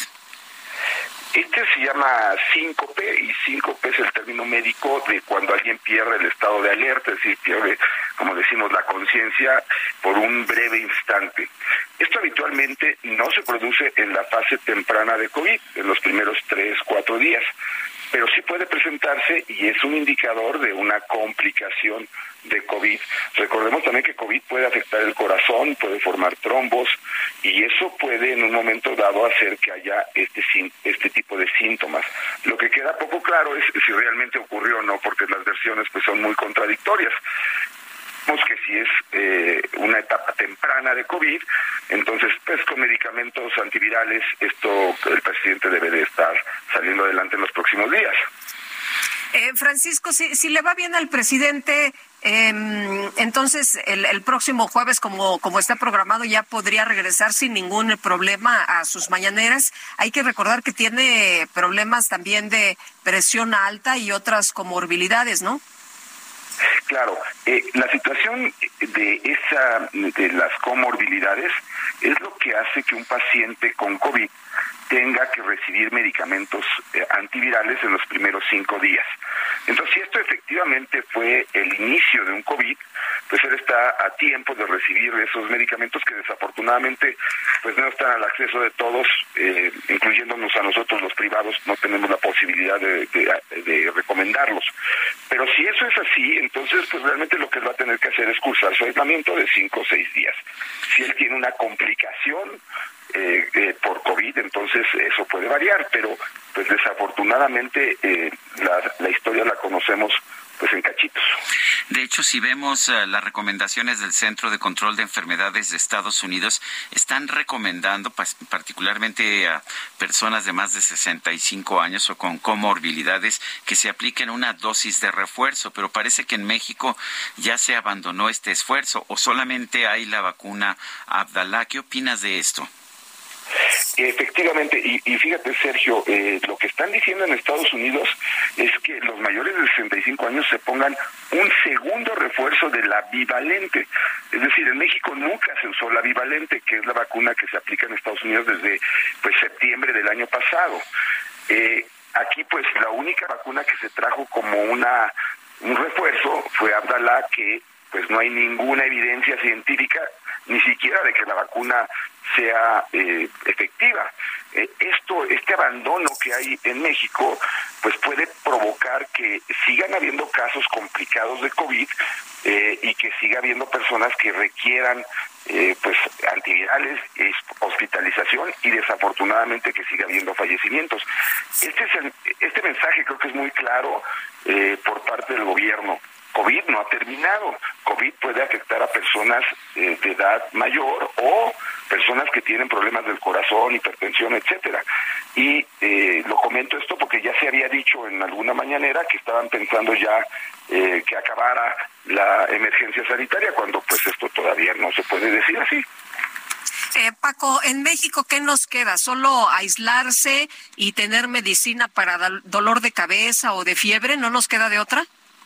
Este se llama síncope, y síncope es el término médico de cuando alguien pierde el estado de alerta, es decir, pierde, como decimos, la conciencia por un breve instante. Esto habitualmente no se produce en la fase temprana de COVID, en los primeros tres, cuatro días, pero sí puede presentarse y es un indicador de una complicación de COVID. Recordemos también que COVID puede afectar el corazón, puede formar trombos y eso puede en un momento dado hacer que haya este este tipo de síntomas. Lo que queda poco claro es si realmente ocurrió o no, porque las versiones pues son muy contradictorias. Vemos que si es eh, una etapa temprana de COVID, entonces pues con medicamentos antivirales esto el paciente debe de estar saliendo adelante en los próximos días. Eh, Francisco, si, si le va bien al presidente, eh, entonces el, el próximo jueves, como, como está programado, ya podría regresar sin ningún problema a sus mañaneras. Hay que recordar que tiene problemas también de presión alta y otras comorbilidades, ¿no? Claro, eh, la situación de esa de las comorbilidades es lo que hace que un paciente con COVID tenga que recibir medicamentos eh, antivirales en los primeros cinco días. Entonces, si esto efectivamente fue el inicio de un COVID, pues él está a tiempo de recibir esos medicamentos que desafortunadamente pues no están al acceso de todos, eh, incluyéndonos a nosotros los privados, no tenemos la posibilidad de, de, de recomendarlos. Pero si eso es así, entonces pues realmente lo que él va a tener que hacer es cursar su aislamiento de cinco o seis días. Si él tiene una complicación eh, eh, por COVID, entonces eso puede variar, pero pues desafortunadamente eh, la, la historia la conocemos pues en cachitos. De hecho, si vemos uh, las recomendaciones del Centro de Control de Enfermedades de Estados Unidos, están recomendando pas- particularmente a personas de más de sesenta y cinco años o con comorbilidades que se apliquen una dosis de refuerzo, pero parece que en México ya se abandonó este esfuerzo o solamente hay la vacuna Abdala. ¿Qué opinas de esto? Efectivamente, y, y fíjate, Sergio, eh, lo que están diciendo en Estados Unidos es que los mayores de sesenta y cinco años se pongan un segundo refuerzo de la bivalente. Es decir, en México nunca se usó la bivalente, que es la vacuna que se aplica en Estados Unidos desde pues septiembre del año pasado. Eh, aquí, pues, la única vacuna que se trajo como una un refuerzo fue Abdala, que pues no hay ninguna evidencia científica, ni siquiera de que la vacuna sea eh, efectiva. Eh, esto, este abandono que hay en México, pues puede provocar que sigan habiendo casos complicados de COVID eh, y que siga habiendo personas que requieran eh, pues antivirales, eh, hospitalización y desafortunadamente que siga habiendo fallecimientos. Este es el, este mensaje creo que es muy claro eh, por parte del gobierno. COVID no ha terminado. COVID puede afectar a personas eh, de edad mayor o personas que tienen problemas del corazón, hipertensión, etcétera. Y eh, lo comento esto porque ya se había dicho en alguna mañanera que estaban pensando ya eh, que acabara la emergencia sanitaria, cuando pues esto todavía no se puede decir así. Eh, Paco, en México, ¿qué nos queda? ¿Solo aislarse y tener medicina para dolor de cabeza o de fiebre? ¿No nos queda de otra?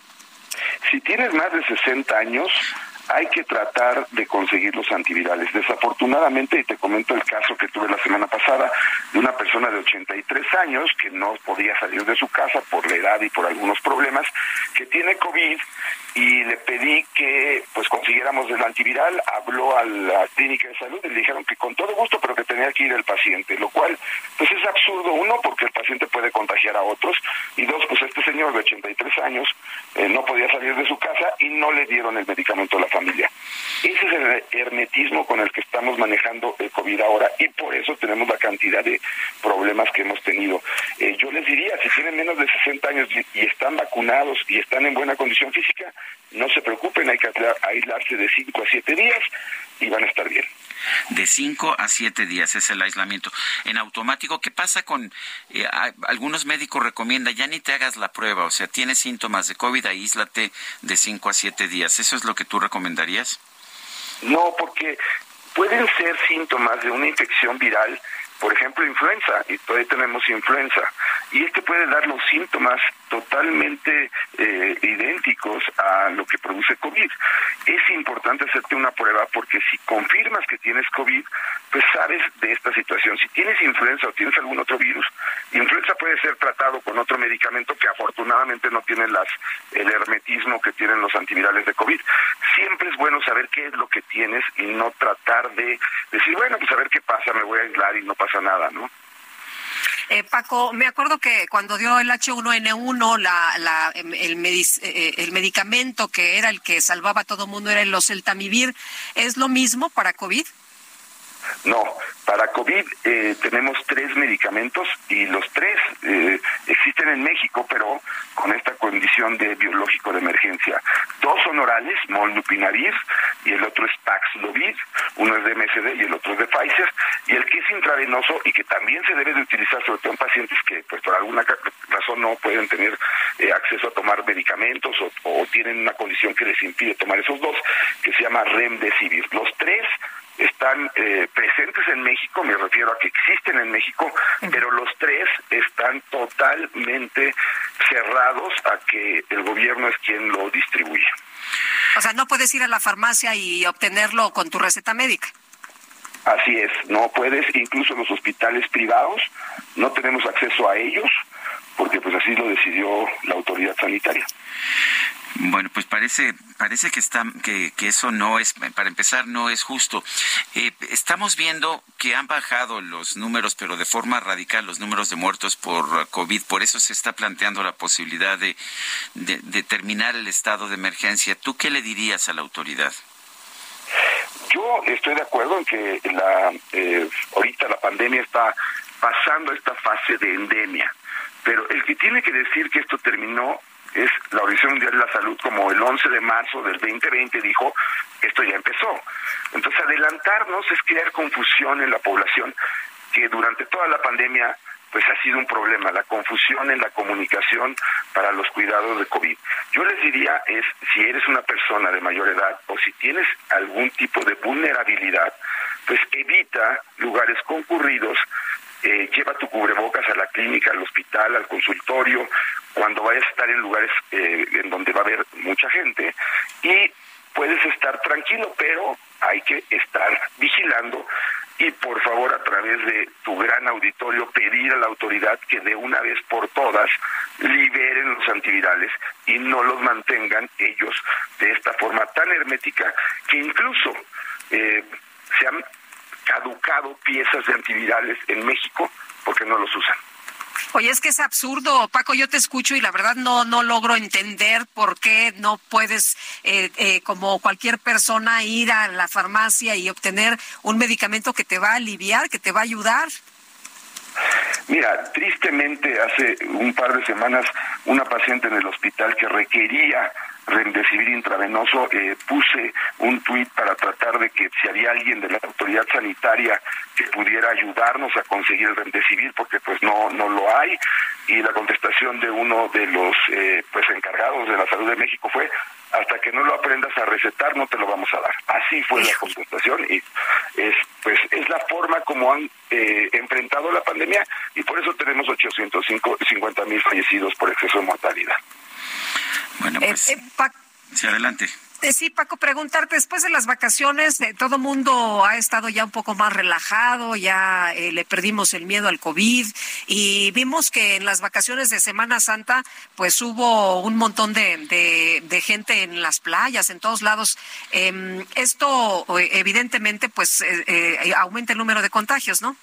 Si tienes más de sesenta años, hay que tratar de conseguir los antivirales. Desafortunadamente, y te comento el caso que tuve la semana pasada, de una persona de ochenta y tres años que no podía salir de su casa por la edad y por algunos problemas, que tiene COVID, y le pedí que pues consiguiéramos el antiviral. Habló a la clínica de salud y le dijeron que con todo gusto, pero que tenía que ir el paciente, lo cual pues es absurdo. Uno, porque el paciente puede contagiar a otros, y dos, pues este señor de ochenta y tres años eh, no podía salir de su casa y no le dieron el medicamento a la familia. Ese es el hermetismo con el que estamos manejando el COVID ahora, y por eso tenemos la cantidad de problemas que hemos tenido. Eh, yo les diría, si tienen menos de sesenta años y, y están vacunados y están en buena condición física, no se preocupen, hay que aislarse de cinco a siete días y van a estar bien. De cinco a siete días es el aislamiento. En automático, ¿qué pasa con... Eh, algunos médicos recomiendan, ya ni te hagas la prueba, o sea, tienes síntomas de COVID, aíslate de cinco a siete días. ¿Eso es lo que tú recomendarías? No, porque pueden ser síntomas de una infección viral, por ejemplo, influenza, y todavía tenemos influenza, y este puede dar los síntomas totalmente eh, idénticos a lo que produce COVID. Es importante hacerte una prueba porque si confirmas que tienes COVID, pues sabes de esta situación. Si tienes influenza o tienes algún otro virus, influenza puede ser tratado con otro medicamento que afortunadamente no tiene las el hermetismo que tienen los antivirales de COVID. Siempre es bueno saber qué es lo que tienes y no tratar de decir, bueno, pues a ver qué pasa, me voy a aislar y no pasa nada, ¿no? Eh, Paco, me acuerdo que cuando dio el hache uno ene uno, la, la, el, medic, eh, el medicamento que era el que salvaba a todo mundo era el oseltamivir. ¿Es lo mismo para COVID? No, para COVID eh, tenemos tres medicamentos y los tres eh, existen en México, pero con esta condición de biológico de emergencia. Dos son orales, molnupiravir, y el otro es Paxlovid, uno es de eme ese de y el otro es de Pfizer, y el que es intravenoso y que también se debe de utilizar sobre todo en pacientes que pues por alguna razón no pueden tener eh, acceso a tomar medicamentos o, o tienen una condición que les impide tomar esos dos, que se llama Remdesivir. Los tres están eh, presentes en México, me refiero a que existen en México, pero los tres están totalmente cerrados a que el gobierno es quien lo distribuye. O sea, no puedes ir a la farmacia y obtenerlo con tu receta médica. Así es, no puedes, incluso los hospitales privados no tenemos acceso a ellos, porque pues así lo decidió la autoridad sanitaria. Bueno, pues parece parece que está que, que eso no es, para empezar, no es justo. Eh, estamos viendo que han bajado los números, pero de forma radical, los números de muertos por COVID. Por eso se está planteando la posibilidad de, de, de terminar el estado de emergencia. ¿Tú qué le dirías a la autoridad? Yo estoy de acuerdo en que la eh, ahorita la pandemia está pasando esta fase de endemia, pero el que tiene que decir que esto terminó es la Organización Mundial de la Salud, como el once de marzo del veinte veinte dijo, esto ya empezó. Entonces, adelantarnos es crear confusión en la población, que durante toda la pandemia pues ha sido un problema, la confusión en la comunicación para los cuidados de COVID. Yo les diría es, si eres una persona de mayor edad o si tienes algún tipo de vulnerabilidad, pues evita lugares concurridos, eh, lleva tu cubrebocas a la clínica, al hospital, al consultorio, cuando vayas a estar en lugares eh, en donde va a haber mucha gente, y puedes estar tranquilo, pero hay que estar vigilando y por favor a través de tu gran auditorio pedir a la autoridad que de una vez por todas liberen los antivirales y no los mantengan ellos de esta forma tan hermética que incluso eh, se han caducado piezas de antivirales en México porque no los usan. Oye, es que es absurdo, Paco, yo te escucho y la verdad no no logro entender por qué no puedes, eh, eh, como cualquier persona, ir a la farmacia y obtener un medicamento que te va a aliviar, que te va a ayudar. Mira, tristemente hace un par de semanas una paciente en el hospital que requería Remdesivir intravenoso, eh, puse un tuit para tratar de que si había alguien de la autoridad sanitaria que pudiera ayudarnos a conseguir el Remdesivir, porque pues no no lo hay, y la contestación de uno de los eh, pues encargados de la salud de México fue: hasta que no lo aprendas a recetar no te lo vamos a dar. Así fue la contestación y es pues es la forma como han eh, enfrentado la pandemia y por eso tenemos ochocientos cincuenta mil fallecidos por exceso de mortalidad. Bueno, pues, eh, eh, Pac- sí, adelante. Eh, sí, Paco, preguntarte, después de las vacaciones, eh, todo mundo ha estado ya un poco más relajado, ya eh, le perdimos el miedo al COVID y vimos que en las vacaciones de Semana Santa, pues hubo un montón de, de, de gente en las playas, en todos lados. Eh, esto, evidentemente, pues eh, eh, aumenta el número de contagios, ¿no?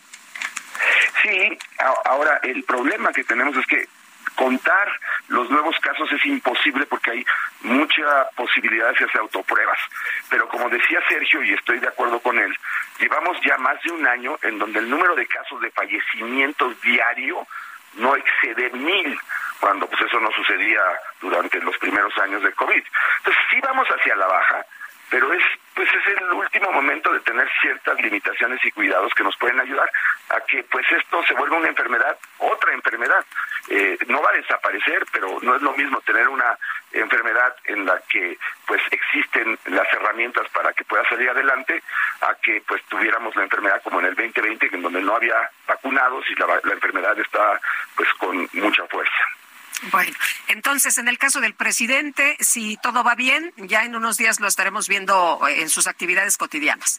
Sí, a- ahora el problema que tenemos es que contar los nuevos casos es imposible porque hay mucha posibilidad de hacerse autopruebas. Pero como decía Sergio, y estoy de acuerdo con él, llevamos ya más de un año en donde el número de casos de fallecimientos diario no excede mil, cuando pues eso no sucedía durante los primeros años de COVID. Entonces sí vamos hacia la baja, pero es pues es el último momento de tener ciertas limitaciones y cuidados que nos pueden ayudar a que pues esto se vuelva una enfermedad, otra enfermedad. Eh, no va a desaparecer, pero no es lo mismo tener una enfermedad en la que pues existen las herramientas para que pueda salir adelante, a que pues tuviéramos la enfermedad como en el veinte veinte, en donde no había vacunados y la, la enfermedad está pues con mucha fuerza. Bueno, entonces, en el caso del presidente, si todo va bien, ya en unos días lo estaremos viendo en sus actividades cotidianas.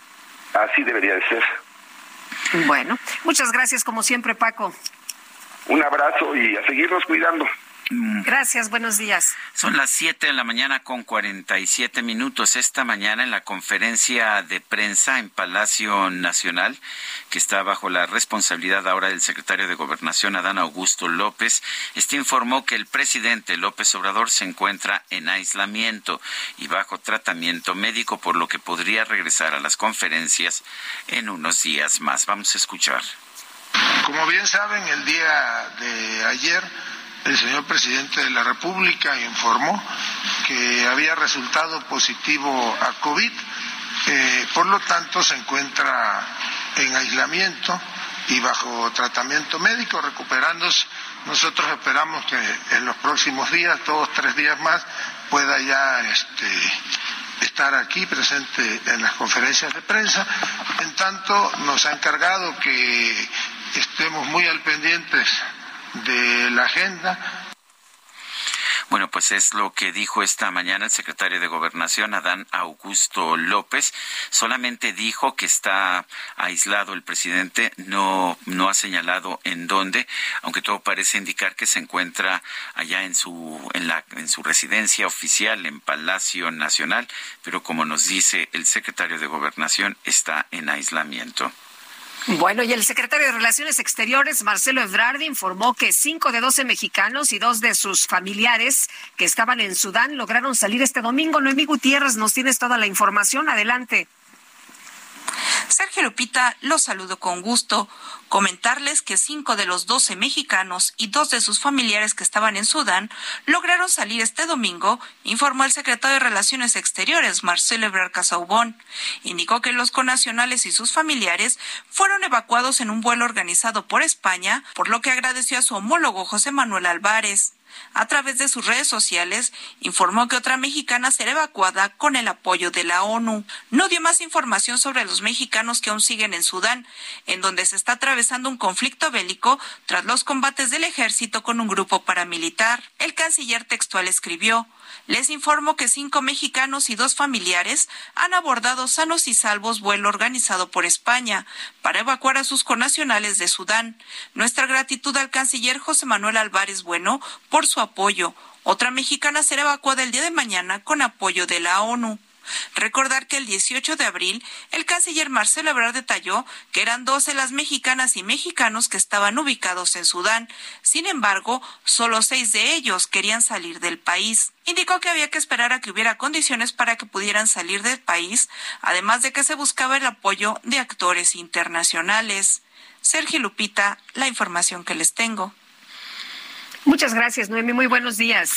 Así debería de ser. Bueno, muchas gracias como siempre, Paco. Un abrazo y a seguirnos cuidando. Gracias, buenos días. Son las siete de la mañana con cuarenta y siete minutos. Esta mañana en la conferencia de prensa en Palacio Nacional, que está bajo la responsabilidad ahora del secretario de Gobernación, Adán Augusto López, este informó que el presidente López Obrador se encuentra en aislamiento y bajo tratamiento médico, por lo que podría regresar a las conferencias en unos días más. Vamos a escuchar. Como bien saben, el día de ayer el señor presidente de la República informó que había resultado positivo a COVID, eh, por lo tanto se encuentra en aislamiento y bajo tratamiento médico, recuperándose. Nosotros esperamos que en los próximos días, dos, tres días más, pueda ya este, estar aquí presente en las conferencias de prensa. En tanto, nos ha encargado que estemos muy al pendientes de la agenda. Bueno, pues es lo que dijo esta mañana el secretario de Gobernación, Adán Augusto López. Solamente dijo que está aislado el presidente, no no ha señalado en dónde, aunque todo parece indicar que se encuentra allá en su en la en su residencia oficial en Palacio Nacional, pero como nos dice el secretario de Gobernación, está en aislamiento. Bueno, y el secretario de Relaciones Exteriores, Marcelo Ebrard, informó que cinco de doce mexicanos y dos de sus familiares que estaban en Sudán lograron salir este domingo. Noemí Gutiérrez, nos tienes toda la información. Adelante. Sergio Lupita, los saludo con gusto. Comentarles que cinco de los doce mexicanos y dos de sus familiares que estaban en Sudán lograron salir este domingo, informó el secretario de Relaciones Exteriores, Marcelo Ebrard Casaubon. Indicó que los connacionales y sus familiares fueron evacuados en un vuelo organizado por España, por lo que agradeció a su homólogo José Manuel Álvarez. A través de sus redes sociales, informó que otra mexicana será evacuada con el apoyo de la ONU. No dio más información sobre los mexicanos que aún siguen en Sudán, en donde se está atravesando un conflicto bélico tras los combates del ejército con un grupo paramilitar. El canciller textual escribió: les informo que cinco mexicanos y dos familiares han abordado sanos y salvos vuelo organizado por España para evacuar a sus connacionales de Sudán. Nuestra gratitud al canciller José Manuel Álvarez Bueno por su apoyo. Otra mexicana será evacuada el día de mañana con apoyo de la ONU. Recordar que el dieciocho de abril, el canciller Marcelo Ebrard detalló que eran doce las mexicanas y mexicanos que estaban ubicados en Sudán. Sin embargo, solo seis de ellos querían salir del país. Indicó que había que esperar a que hubiera condiciones para que pudieran salir del país, además de que se buscaba el apoyo de actores internacionales. Sergio Lupita, la información que les tengo. Muchas gracias, Noemi. Muy buenos días.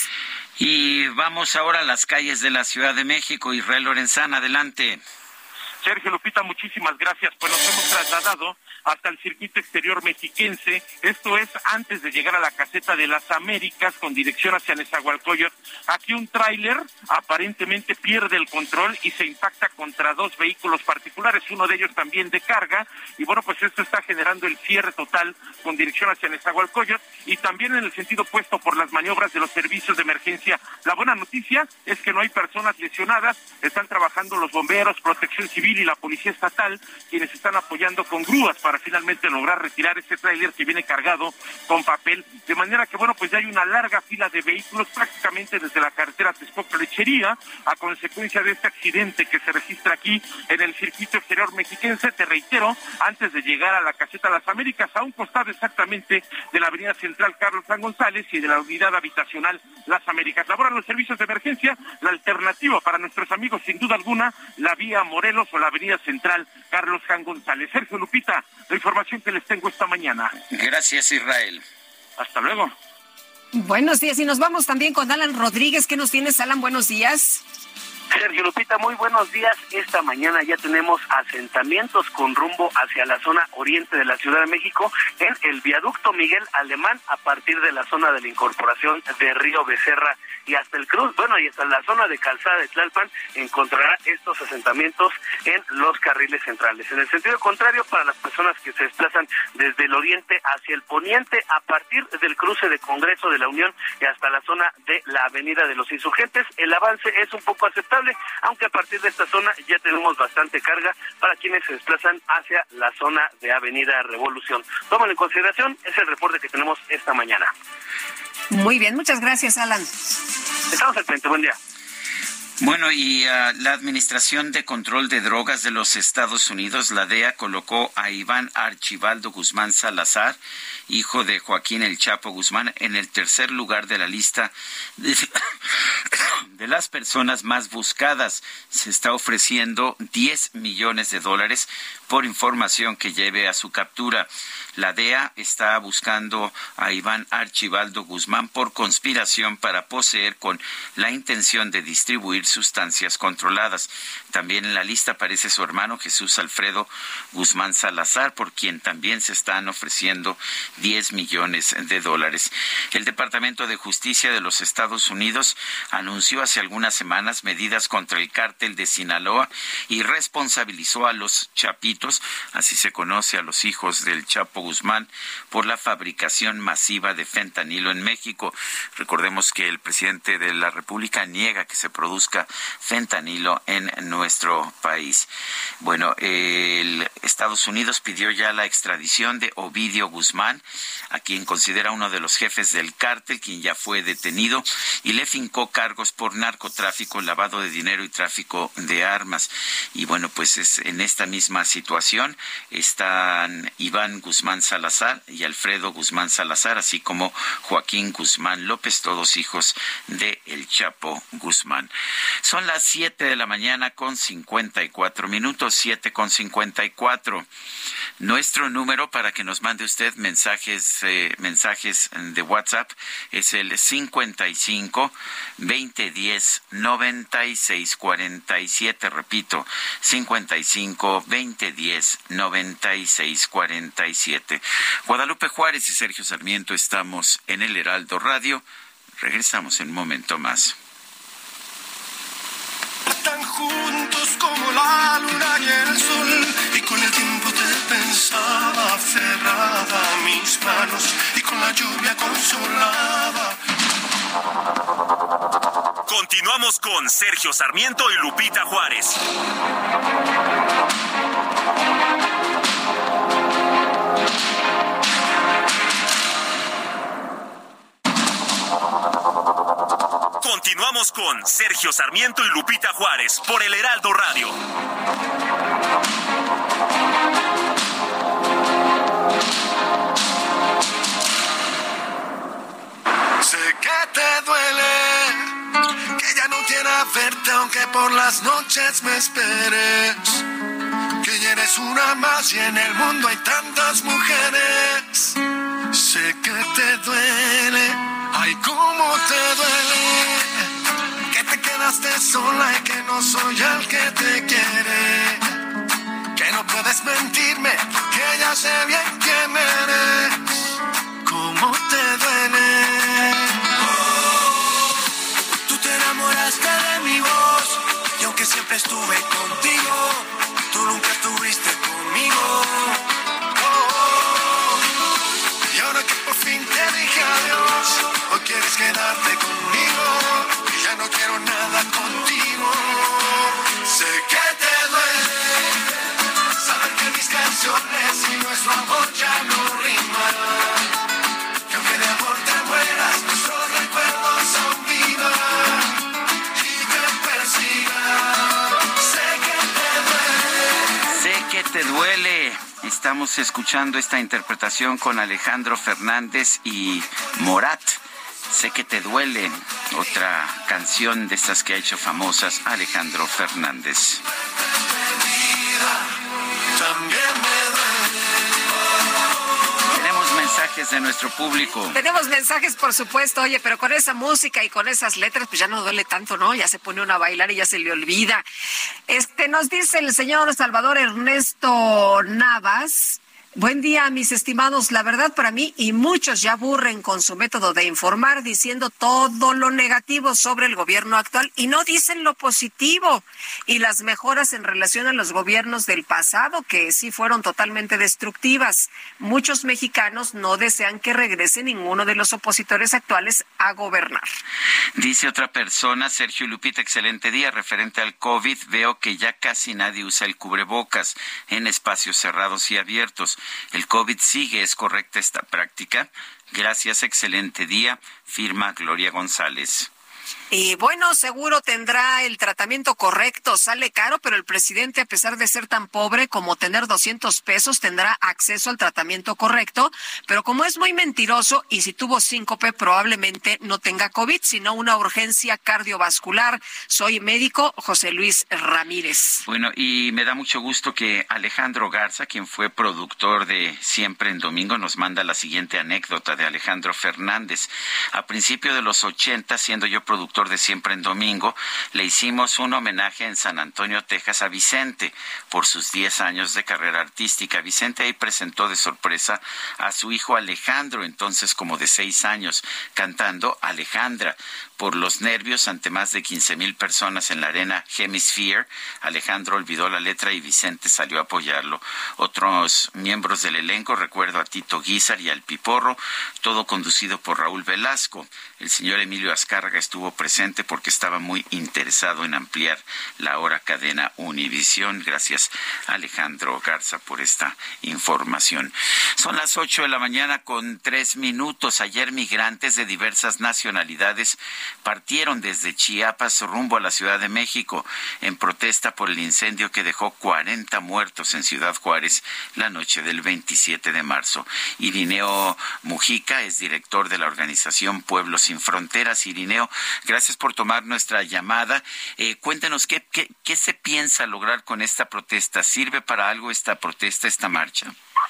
Y vamos ahora a las calles de la Ciudad de México. Israel Lorenzana, adelante. Sergio, Lupita, muchísimas gracias. Pues nos hemos trasladado hasta el circuito exterior mexiquense, esto es antes de llegar a la caseta de las Américas con dirección hacia Nezahualcóyotl. Aquí un tráiler aparentemente pierde el control y se impacta contra dos vehículos particulares, uno de ellos también de carga, y bueno, pues esto está generando el cierre total con dirección hacia Nezahualcóyotl y también en el sentido opuesto por las maniobras de los servicios de emergencia. La buena noticia es que no hay personas lesionadas, están trabajando los bomberos, Protección Civil y la Policía Estatal, quienes están apoyando con grúas para finalmente lograr retirar este tráiler que viene cargado con papel, de manera que bueno, pues ya hay una larga fila de vehículos prácticamente desde la carretera Texcoco-Lechería a consecuencia de este accidente que se registra aquí en el circuito exterior mexiquense, te reitero, antes de llegar a la caseta Las Américas, a un costado exactamente de la avenida central Carlos San González y de la unidad habitacional Las Américas. Laboran los servicios de emergencia, la alternativa para nuestros amigos, sin duda alguna, la vía Morelos o la avenida central Carlos San González. Sergio, Lupita, la información que les tengo esta mañana. Gracias, Israel. Hasta luego. Buenos días, y nos vamos también con Alan Rodríguez. ¿Qué nos tienes, Alan? Buenos días. Sergio, Lupita, muy buenos días. Esta mañana ya tenemos asentamientos con rumbo hacia la zona oriente de la Ciudad de México en el viaducto Miguel Alemán, a partir de la zona de la incorporación de Río Becerra y hasta el Cruz, bueno, y hasta la zona de Calzada de Tlalpan encontrará estos asentamientos en los carriles centrales. En el sentido contrario, para las personas que se desplazan desde el oriente hacia el poniente, a partir del cruce de Congreso de la Unión y hasta la zona de la Avenida de los Insurgentes, el avance es un poco aceptable, aunque a partir de esta zona ya tenemos bastante carga para quienes se desplazan hacia la zona de Avenida Revolución. Tómalo en consideración, es el reporte que tenemos esta mañana. Muy bien, muchas gracias, Alan. Estamos al frente, buen día. Bueno, y uh, la Administración de Control de Drogas de los Estados Unidos, la D E A, colocó a Iván Archibaldo Guzmán Salazar, hijo de Joaquín El Chapo Guzmán, en el tercer lugar de la lista de, de las personas más buscadas. Se está ofreciendo diez millones de dólares por información que lleve a su captura. La D E A está buscando a Iván Archibaldo Guzmán por conspiración para poseer con la intención de distribuir sustancias controladas. También en la lista aparece su hermano Jesús Alfredo Guzmán Salazar, por quien también se están ofreciendo diez millones de dólares. El Departamento de Justicia de los Estados Unidos anunció hace algunas semanas medidas contra el cártel de Sinaloa y responsabilizó a los Chapitos, así se conoce a los hijos del Chapo Guzmán, por la fabricación masiva de fentanilo en México. Recordemos que el presidente de la República niega que se produzca fentanilo en nuestro país. Bueno, el Estados Unidos pidió ya la extradición de Ovidio Guzmán, a quien considera uno de los jefes del cártel, quien ya fue detenido, y le fincó cargos por narcotráfico, lavado de dinero y tráfico de armas. Y bueno, pues es en esta misma situación están Iván Guzmán Salazar y Alfredo Guzmán Salazar, así como Joaquín Guzmán López, todos hijos de El Chapo Guzmán. Son las siete de la mañana con cincuenta y cuatro minutos, siete con cincuenta y cuatro. Nuestro número para que nos mande usted mensajes, eh, mensajes de WhatsApp es el cincuenta y cinco, veinte diez, noventa y seis cuarenta y siete. Repito, cincuenta y cinco, veinte diez, noventa y seis cuarenta y siete. Guadalupe Juárez y Sergio Sarmiento estamos en el Heraldo Radio. Regresamos en un momento más. Tan juntos como la luna y el sol, y con el tiempo te pensaba aferrada a mis manos, y con la lluvia consolaba. Continuamos con Sergio Sarmiento y Lupita Juárez. Continuamos con Sergio Sarmiento y Lupita Juárez por el Heraldo Radio. Sé que te duele, que ya no quiera verte aunque por las noches me esperes, que ya eres una más y en el mundo hay tantas mujeres. Sé que te duele, ay cómo te duele, que te quedaste sola y que no soy el que te quiere, que no puedes mentirme, que ya sé bien quién eres. ¿Cómo te duele? Oh, tú te enamoraste de mi voz, y aunque siempre estuve contigo, tú nunca estuviste conmigo. Oh, y ahora que por fin te dije adiós, hoy quieres quedarte conmigo, y ya no quiero nada contigo. Sé que te duele saber que mis canciones y nuestro amor ya no riman. De amor te mueras, nuestros recuerdos aún vivan y te persigan. Sé que te duele. Sé que te duele. Estamos escuchando esta interpretación con Alejandro Fernández y Morat. Sé que te duele. Otra canción de estas que ha hecho famosas Alejandro Fernández. También me duele. Mensajes de nuestro público. Tenemos mensajes, por supuesto. Oye, pero con esa música y con esas letras, pues ya no duele tanto, ¿no? Ya se pone uno a bailar y ya se le olvida. Este, nos dice el señor Salvador Ernesto Navas. Buen día, mis estimados. La verdad, para mí, y muchos ya aburren con su método de informar, diciendo todo lo negativo sobre el gobierno actual y no dicen lo positivo y las mejoras en relación a los gobiernos del pasado, que sí fueron totalmente destructivas. Muchos mexicanos no desean que regrese ninguno de los opositores actuales a gobernar. Dice otra persona, Sergio Lupita, excelente día. Referente al COVID, veo que ya casi nadie usa el cubrebocas en espacios cerrados y abiertos. El COVID sigue, ¿es correcta esta práctica? Gracias, excelente día. Firma Gloria González. Y bueno, seguro tendrá el tratamiento correcto, sale caro, pero el presidente, a pesar de ser tan pobre como tener doscientos pesos, tendrá acceso al tratamiento correcto, pero como es muy mentiroso y si tuvo síncope, probablemente no tenga COVID, sino una urgencia cardiovascular. Soy médico José Luis Ramírez. Bueno, y me da mucho gusto que Alejandro Garza, quien fue productor de Siempre en Domingo, nos manda la siguiente anécdota de Alejandro Fernández. A principios de los ochenta, siendo yo productor de Siempre en Domingo, le hicimos un homenaje en San Antonio, Texas, a Vicente por sus diez años de carrera artística. Vicente ahí presentó de sorpresa a su hijo Alejandro, entonces como de seis años, cantando Alejandra. Por los nervios ante más de quince mil personas en la arena Hemisphere, Alejandro olvidó la letra y Vicente salió a apoyarlo. Otros miembros del elenco, recuerdo a Tito Guízar y al Piporro, todo conducido por Raúl Velasco. El señor Emilio Azcárraga estuvo presente porque estaba muy interesado en ampliar la hora cadena Univisión. Gracias, Alejandro Garza, por esta información. Son las ocho de la mañana con tres minutos. Ayer migrantes de diversas nacionalidades partieron desde Chiapas rumbo a la Ciudad de México en protesta por el incendio que dejó cuarenta muertos en Ciudad Juárez la noche del veintisiete de marzo. Irineo Mujica es director de la organización Pueblos Sin Fronteras. Irineo, gracias por tomar nuestra llamada. Eh, cuéntenos, ¿qué, qué, ¿qué se piensa lograr con esta protesta? ¿Sirve para algo esta protesta, esta marcha?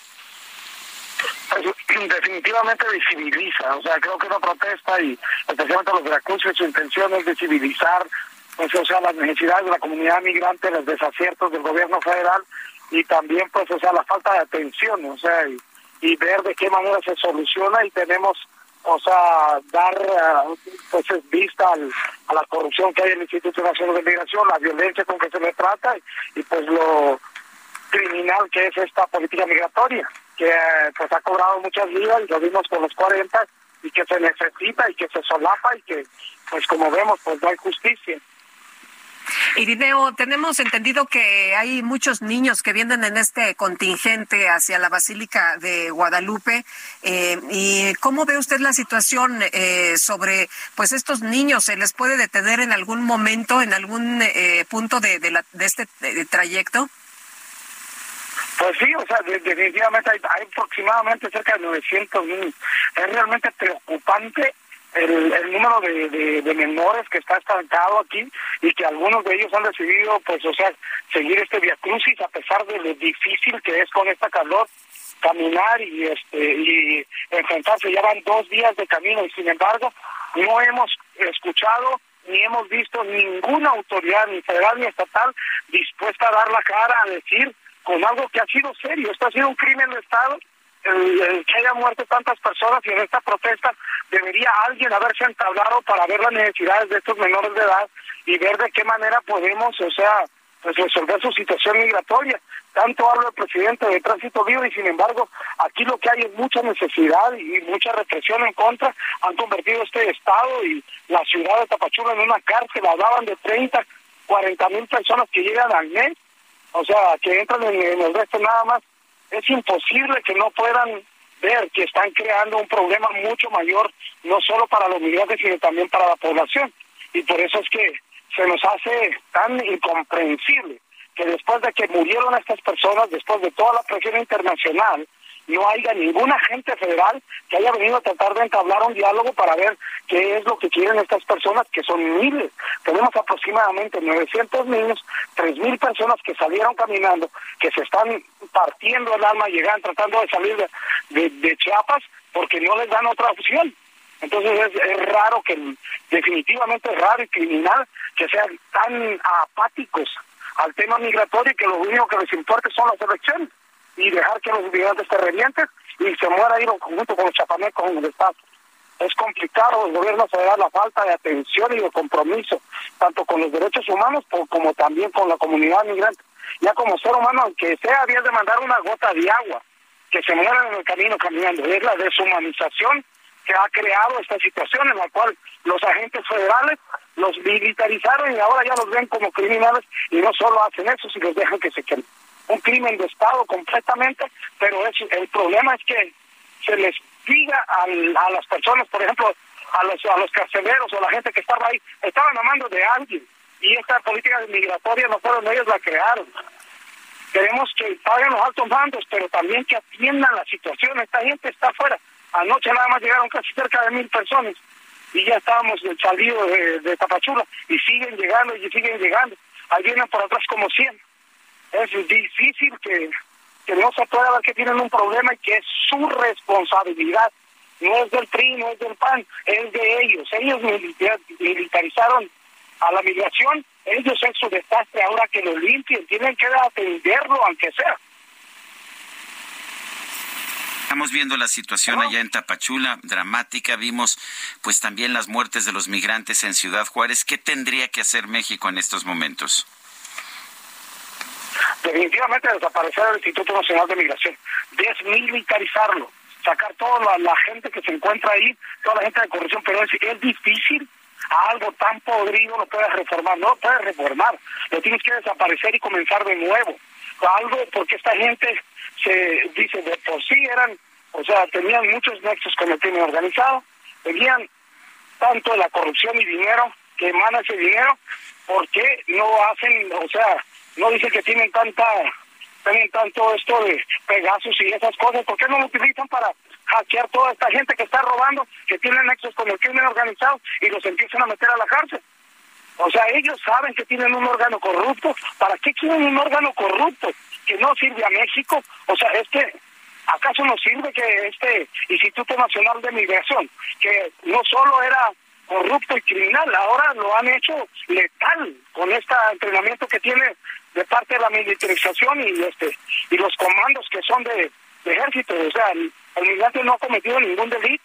Pues, definitivamente visibiliza, o sea, creo que una protesta y especialmente los veracruces, su intención es visibilizar, pues, o sea, las necesidades de la comunidad migrante, los desaciertos del gobierno federal y también, pues, o sea, la falta de atención, o sea, y, y ver de qué manera se soluciona y tenemos o sea, dar uh, pues, vista al, a la corrupción que hay en el Instituto Nacional de Migración, la violencia con que se le trata y pues lo criminal que es esta política migratoria, que pues ha cobrado muchas vidas, y lo vimos con los cuarenta, y que se necesita y que se solapa y que pues como vemos pues no hay justicia. Irineo, tenemos entendido que hay muchos niños que vienen en este contingente hacia la Basílica de Guadalupe. Eh, ¿Y cómo ve usted la situación eh, sobre pues estos niños? ¿Se les puede detener en algún momento, en algún eh, punto de, de, la, de este de trayecto? Pues sí, o sea, de, definitivamente hay, hay aproximadamente cerca de novecientos niños. Es realmente preocupante el, el número de, de, de menores que está estancado aquí y que algunos de ellos han decidido, pues, o sea, seguir este viacrucis a pesar de lo difícil que es con esta calor caminar y este y enfrentarse. Ya van dos días de camino y sin embargo no hemos escuchado ni hemos visto ninguna autoridad, ni federal ni estatal, dispuesta a dar la cara a decir con algo que ha sido serio. Esto ha sido un crimen de Estado, el, el que haya muerto tantas personas, y en esta protesta debería alguien haberse entablado para ver las necesidades de estos menores de edad y ver de qué manera podemos, o sea, pues resolver su situación migratoria. Tanto habla el presidente de Tránsito Libre y sin embargo aquí lo que hay es mucha necesidad y mucha represión en contra. Han convertido este estado y la ciudad de Tapachula en una cárcel. Hablaban de treinta, cuarenta mil personas que llegan al mes, o sea, que entran en, en el resto nada más. Es imposible que no puedan ver que están creando un problema mucho mayor, no solo para los migrantes, sino también para la población. Y por eso es que se nos hace tan incomprensible que después de que murieron estas personas, después de toda la presión internacional, no haya ningún agente federal que haya venido a tratar de entablar un diálogo para ver qué es lo que quieren estas personas, que son miles. Tenemos aproximadamente novecientos niños, tres mil personas que salieron caminando, que se están partiendo el alma, llegan tratando de salir de, de, de Chiapas porque no les dan otra opción. Entonces es, es raro, que definitivamente es raro y criminal que sean tan apáticos al tema migratorio y que lo único que les importa son las elecciones y dejar que los migrantes se revienten y se muera ahí junto con los chapanecos en el Estado. Es complicado, el gobierno federal, la falta de atención y de compromiso, tanto con los derechos humanos como también con la comunidad migrante. Ya como ser humano, aunque sea, había de mandar una gota de agua, que se mueran en el camino caminando. Es la deshumanización que ha creado esta situación en la cual los agentes federales los militarizaron y ahora ya los ven como criminales y no solo hacen eso, sino los dejan que se queden. Un crimen de Estado completamente, pero es, el problema es que se les diga al, a las personas, por ejemplo, a los a los carceleros o a la gente que estaba ahí, estaban amando de alguien, y esta política migratoria no fueron ellos la crearon. Queremos que paguen los altos mandos, pero también que atiendan la situación. Esta gente está afuera. Anoche nada más llegaron casi cerca de mil personas y ya estábamos salidos de, de Tapachula y siguen llegando y siguen llegando. Ahí vienen por atrás como cien. Es difícil que, que no se pueda ver que tienen un problema y que es su responsabilidad. No es del P R I, no es del P A N, es de ellos. Ellos militarizaron a la migración, ellos en su desastre, ahora que lo limpien, tienen que atenderlo aunque sea. Estamos viendo la situación allá en Tapachula, dramática. Vimos pues también las muertes de los migrantes en Ciudad Juárez. ¿Qué tendría que hacer México en estos momentos? Definitivamente desaparecer el Instituto Nacional de Migración, desmilitarizarlo, sacar toda la, la gente que se encuentra ahí, toda la gente de corrupción, pero es, es difícil. A algo tan podrido lo puedes reformar, no lo puedes reformar, lo tienes que desaparecer y comenzar de nuevo. Algo porque esta gente se dice de por sí eran, o sea, tenían muchos nexos con el crimen organizado, tenían tanto de la corrupción y dinero que emana ese dinero, ¿por qué no hacen, o sea, no dicen que tienen tanta, tienen tanto esto de Pegasus y esas cosas? ¿Por qué no lo utilizan para hackear toda esta gente que está robando, que tiene nexos con el crimen organizado y los empiezan a meter a la cárcel? O sea, ellos saben que tienen un órgano corrupto. ¿Para qué quieren un órgano corrupto que no sirve a México? O sea, es que, ¿acaso no sirve que este Instituto Nacional de Migración, que no solo era corrupto y criminal, ahora lo han hecho letal con este entrenamiento que tiene de parte de la militarización y este y los comandos que son de, de ejército? O sea, el, el migrante no ha cometido ningún delito.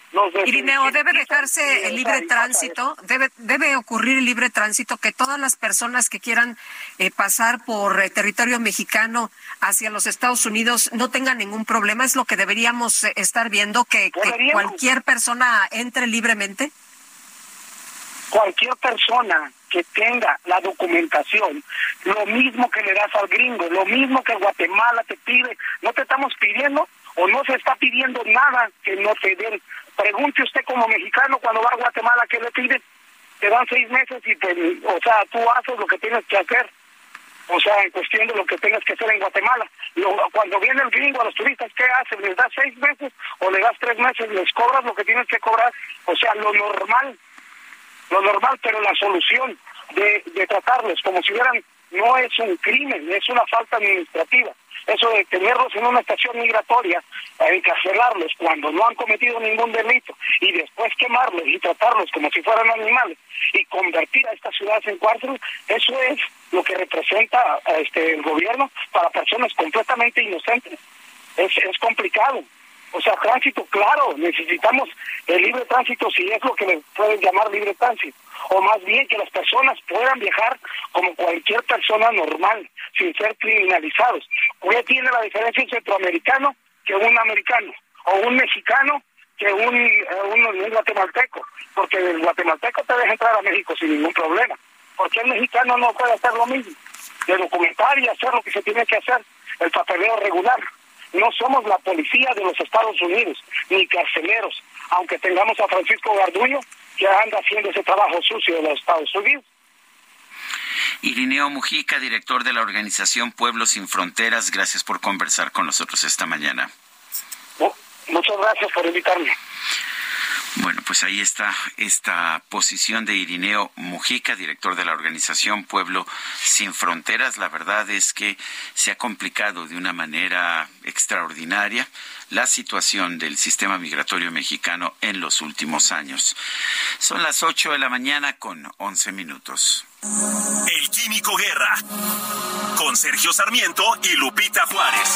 Nos Irineo, debe dejarse el libre tránsito, debe debe ocurrir el libre tránsito, que todas las personas que quieran eh, pasar por eh, territorio mexicano hacia los Estados Unidos no tengan ningún problema. Es lo que deberíamos eh, estar viendo, que, que cualquier persona entre libremente. Cualquier persona que tenga la documentación, lo mismo que le das al gringo, lo mismo que Guatemala te pide, no te estamos pidiendo o no se está pidiendo nada que no te den. Pregunte usted como mexicano cuando va a Guatemala, ¿qué le piden? Te dan seis meses y te, o sea, tú haces lo que tienes que hacer. O sea, en cuestión de lo que tengas que hacer en Guatemala. Lo, cuando viene el gringo a los turistas, ¿qué haces? ¿Les das seis meses o le das tres meses? ¿Les cobras lo que tienes que cobrar? O sea, lo normal, lo normal, pero la solución de, de tratarlos como si hubieran, no es un crimen, es una falta administrativa. Eso de tenerlos en una estación migratoria, encarcelarlos cuando no han cometido ningún delito y después quemarlos y tratarlos como si fueran animales y convertir a estas ciudades en cárceles, eso es lo que representa este el gobierno para personas completamente inocentes. Es, es complicado. O sea, tránsito, claro, necesitamos el libre tránsito si es lo que le pueden llamar libre tránsito. O más bien que las personas puedan viajar como cualquier persona normal, sin ser criminalizados. ¿Qué tiene la diferencia un centroamericano que un americano? O un mexicano que un, un, un guatemalteco. Porque el guatemalteco te deja entrar a México sin ningún problema. ¿Por qué el mexicano no puede hacer lo mismo? De documentar y hacer lo que se tiene que hacer, el papeleo regular. No somos la policía de los Estados Unidos, ni carceleros, aunque tengamos a Francisco Garduño, que anda haciendo ese trabajo sucio de los Estados Unidos. Irineo Mujica, director de la organización Pueblos Sin Fronteras, gracias por conversar con nosotros esta mañana. Oh, muchas gracias por invitarme. Bueno, pues ahí está esta posición de Irineo Mujica, director de la organización Pueblo Sin Fronteras. La verdad es que se ha complicado de una manera extraordinaria la situación del sistema migratorio mexicano en los últimos años. Son las ocho de la mañana con once minutos. El Químico Guerra, con Sergio Sarmiento y Lupita Juárez.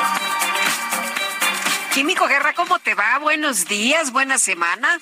Químico Guerra, ¿cómo te va? Buenos días, buena semana.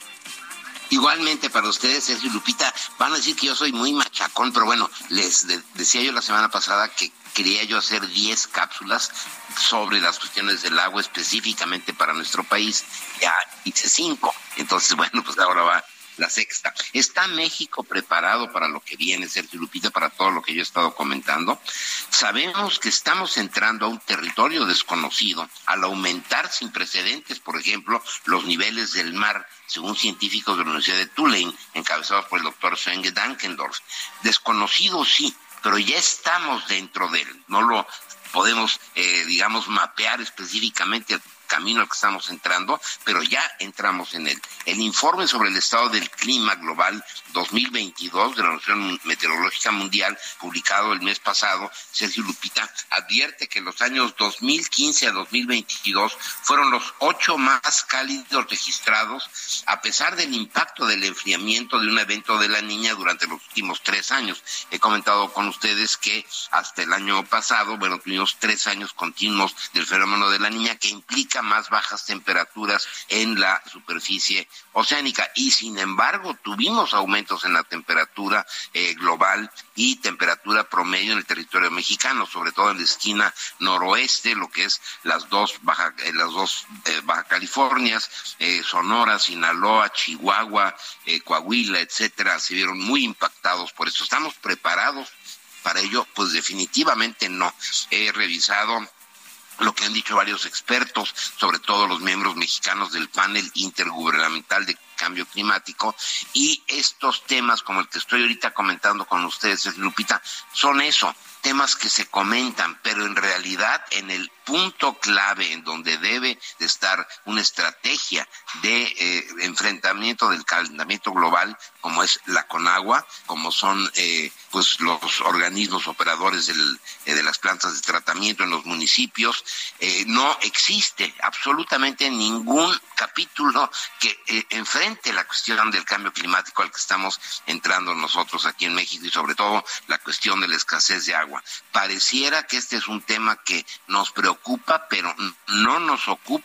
Igualmente para ustedes, Sergio y Lupita, van a decir que yo soy muy machacón, pero bueno, les de- decía yo la semana pasada que quería yo hacer diez cápsulas sobre las cuestiones del agua específicamente para nuestro país. Ya hice cinco, entonces bueno, pues ahora va la sexta. ¿Está México preparado para lo que viene, Sergio Lupita, para todo lo que yo he estado comentando? Sabemos que estamos entrando a un territorio desconocido al aumentar sin precedentes, por ejemplo, los niveles del mar, según científicos de la Universidad de Tulane, encabezados por el doctor Sven Dankendorf. Desconocido sí, pero ya estamos dentro de él. No lo podemos, eh, digamos, mapear específicamente el camino al que estamos entrando, pero ya entramos en él. El informe sobre el estado del clima global dos mil veintidós de la Organización Meteorológica Mundial, publicado el mes pasado, Sergio Lupita, advierte que los años dos mil quince a dos mil veintidós fueron los ocho más cálidos registrados, a pesar del impacto del enfriamiento de un evento de la Niña durante los últimos tres años. He comentado con ustedes que hasta el año pasado, bueno, tuvimos tres años continuos del fenómeno de la Niña, que implica más bajas temperaturas en la superficie oceánica, y sin embargo tuvimos aumentos en la temperatura eh, global y temperatura promedio en el territorio mexicano, sobre todo en la esquina noroeste, lo que es las dos Baja, eh, las dos eh, Baja Californias, eh, Sonora, Sinaloa, Chihuahua, eh, Coahuila, etcétera, se vieron muy impactados por eso. ¿Estamos preparados para ello? Pues definitivamente no. He revisado lo que han dicho varios expertos, sobre todo los miembros mexicanos del panel intergubernamental de cambio climático, y estos temas como el que estoy ahorita comentando con ustedes, Lupita, son eso, temas que se comentan, pero en realidad en el punto clave en donde debe de estar una estrategia de eh, enfrentamiento del calentamiento global, como es la Conagua, como son eh, pues los organismos operadores del, eh, de las plantas de tratamiento en los municipios, eh, no existe absolutamente ningún capítulo que eh, enfrente la cuestión del cambio climático al que estamos entrando nosotros aquí en México, y sobre todo la cuestión de la escasez de agua. Pareciera que este es un tema que nos preocupa, pero no nos ocupa.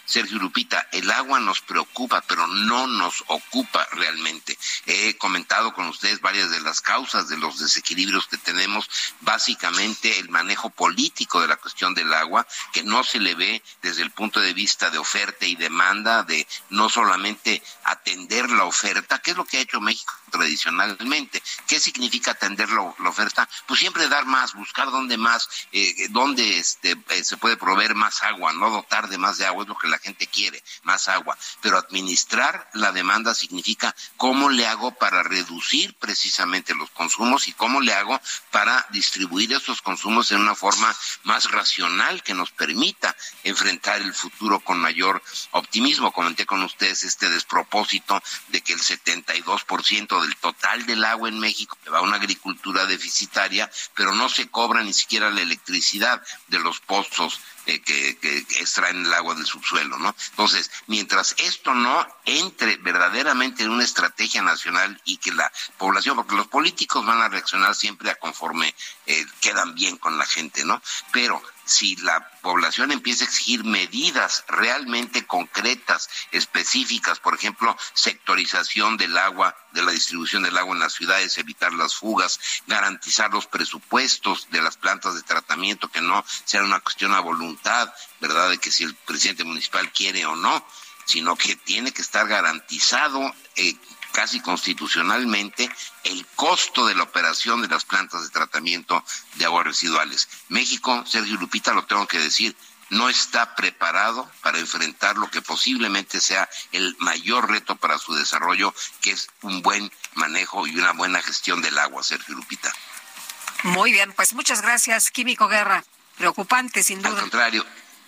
Sergio Lupita, el agua nos preocupa, pero no nos ocupa realmente. He comentado con ustedes varias de las causas de los desequilibrios que tenemos, básicamente el manejo político de la cuestión del agua, que no se le ve desde el punto de vista de oferta y demanda, de no solamente atender la oferta, que es lo que ha hecho México tradicionalmente. ¿Qué significa atender la, la oferta? Pues siempre dar más, buscar dónde más, eh, dónde este, eh, se puede proveer más agua, no dotar de más de agua, es lo que la gente quiere, más agua. Pero administrar la demanda significa cómo le hago para reducir precisamente los consumos y cómo le hago para distribuir esos consumos en una forma más racional que nos permita enfrentar el futuro con mayor optimismo. Comenté con ustedes este despropósito de que el setenta y dos por ciento del total del agua en México va a una agricultura deficitaria, pero no se cobra ni siquiera la electricidad de los pozos eh, que, que, que extraen el agua del subsuelo, ¿no? Entonces, mientras esto no entre verdaderamente en una estrategia nacional y que la población, porque los políticos van a reaccionar siempre a conforme eh, quedan bien con la gente, ¿no? Pero si la población empieza a exigir medidas realmente concretas, específicas, por ejemplo, sectorización del agua, de la distribución del agua en las ciudades, evitar las fugas, garantizar los presupuestos de las plantas de tratamiento, que no sea una cuestión a voluntad, ¿verdad?, de que si el presidente municipal quiere o no, sino que tiene que estar garantizado eh, casi constitucionalmente el costo de la operación de las plantas de tratamiento de aguas residuales. México, Sergio Lupita, lo tengo que decir, no está preparado para enfrentar lo que posiblemente sea el mayor reto para su desarrollo, que es un buen manejo y una buena gestión del agua, Sergio Lupita. Muy bien, pues muchas gracias, Químico Guerra. Preocupante, sin duda. Al contrario,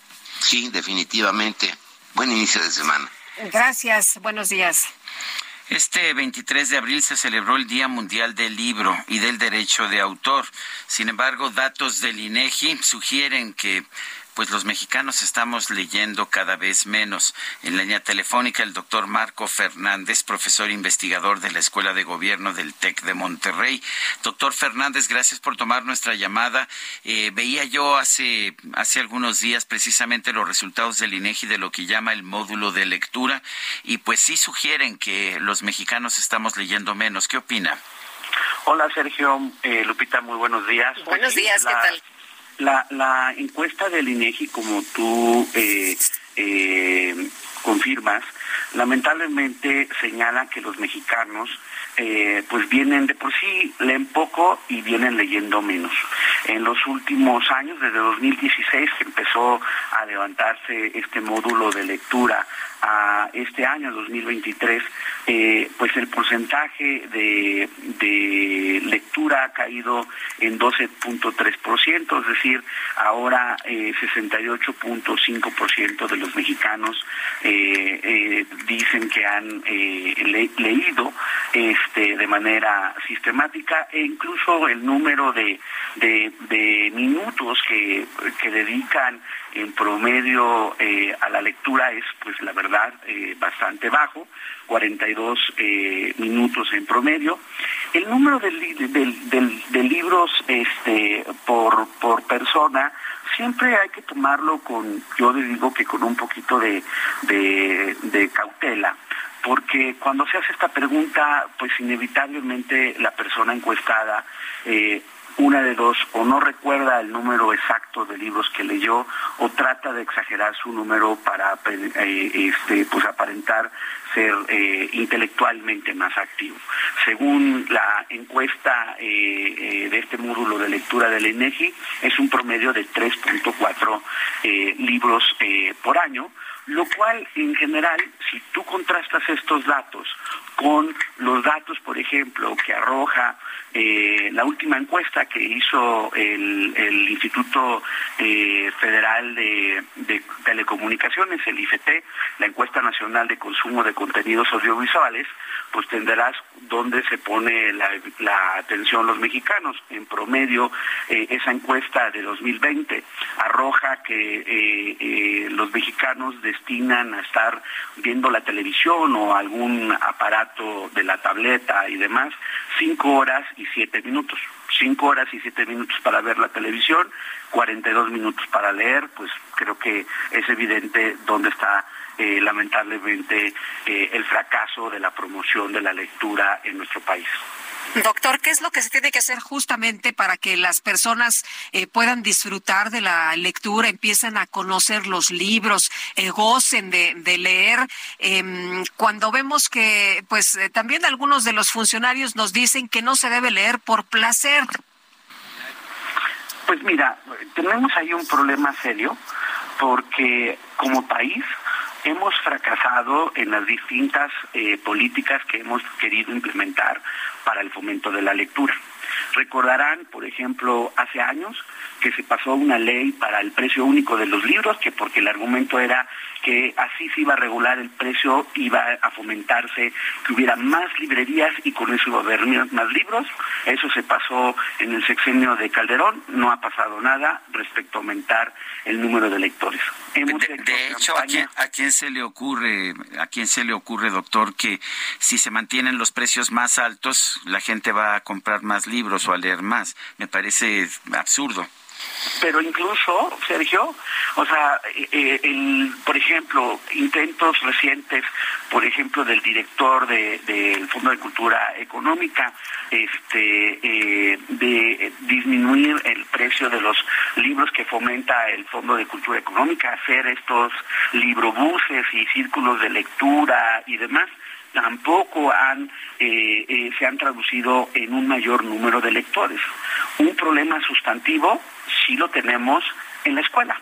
sí, definitivamente. Buen inicio de semana. Gracias, buenos días. Este veintitrés de abril se celebró el Día Mundial del Libro y del Derecho de Autor. Sin embargo, datos del INEGI sugieren que pues los mexicanos estamos leyendo cada vez menos. En la línea telefónica, el doctor Marco Fernández, profesor investigador de la Escuela de Gobierno del TEC de Monterrey. Doctor Fernández, gracias por tomar nuestra llamada. Eh, veía yo hace, hace algunos días precisamente los resultados del INEGI de lo que llama el módulo de lectura, y pues sí sugieren que los mexicanos estamos leyendo menos. ¿Qué opina? Hola, Sergio. Eh, Lupita, muy buenos días. Buenos pues, días, la... ¿qué tal? La, la encuesta del INEGI, como tú eh, eh, confirmas, lamentablemente señala que los mexicanos eh, pues vienen de por sí, leen poco y vienen leyendo menos. En los últimos años, desde dos mil dieciséis, que empezó a levantarse este módulo de lectura, a este año, dos mil veintitrés, eh, pues el porcentaje de, de lectura ha caído en doce punto tres por ciento, es decir, ahora eh, sesenta y ocho punto cinco por ciento de los mexicanos eh, eh, dicen que han eh, le, leído este, de manera sistemática, e incluso el número de, de, de minutos que, que dedican en promedio eh, a la lectura es, pues la verdad, eh, bastante bajo, cuarenta y dos eh, minutos en promedio. El número de, de, de, de libros este, por, por persona siempre hay que tomarlo con, yo les digo que con un poquito de, de, de cautela, porque cuando se hace esta pregunta, pues inevitablemente la persona encuestada eh, una de dos, o no recuerda el número exacto de libros que leyó, o trata de exagerar su número para eh, este, pues aparentar ser eh, intelectualmente más activo. Según la encuesta eh, eh, de este módulo de lectura del INEGI, es un promedio de tres punto cuatro eh, libros eh, por año, lo cual en general, si tú contrastas estos datos con los datos, por ejemplo, que arroja eh, la última encuesta que hizo el, el Instituto eh, Federal de, de Telecomunicaciones, el I F T, la Encuesta Nacional de Consumo de Contenidos Audiovisuales, pues tendrás dónde se pone la, la atención los mexicanos. En promedio, eh, esa encuesta de dos mil veinte arroja que eh, eh, los mexicanos de destinan a estar viendo la televisión o algún aparato de la tableta y demás, cinco horas y siete minutos. Cinco horas y siete minutos para ver la televisión, cuarenta y dos minutos para leer, pues creo que es evidente dónde está eh, lamentablemente eh, el fracaso de la promoción de la lectura en nuestro país. Doctor, ¿qué es lo que se tiene que hacer justamente para que las personas eh, puedan disfrutar de la lectura, empiecen a conocer los libros, eh, gocen de, de leer? Eh, cuando vemos que, pues, eh, también algunos de los funcionarios nos dicen que no se debe leer por placer. Pues mira, tenemos ahí un problema serio porque como país hemos fracasado en las distintas eh, políticas que hemos querido implementar para el fomento de la lectura. Recordarán, por ejemplo, hace años que se pasó una ley para el precio único de los libros, que porque el argumento era que así se iba a regular el precio, iba a fomentarse que hubiera más librerías y con eso iba a haber más libros. Eso se pasó en el sexenio de Calderón, no ha pasado nada respecto a aumentar el número de lectores. Hemos de, de hecho, ¿a quién, ¿a quién se le ocurre, a quién se le ocurre, doctor, que si se mantienen los precios más altos, la gente va a comprar más libros o a leer más? Me parece absurdo. Pero incluso, Sergio, o sea, eh, el, por ejemplo, intentos recientes, por ejemplo, del director del de, Fondo de Cultura Económica, este, eh, de disminuir el precio de los libros que fomenta el Fondo de Cultura Económica, hacer estos librobuses y círculos de lectura y demás, tampoco han eh, eh, se han traducido en un mayor número de lectores. Un problema sustantivo sí lo tenemos en la escuela.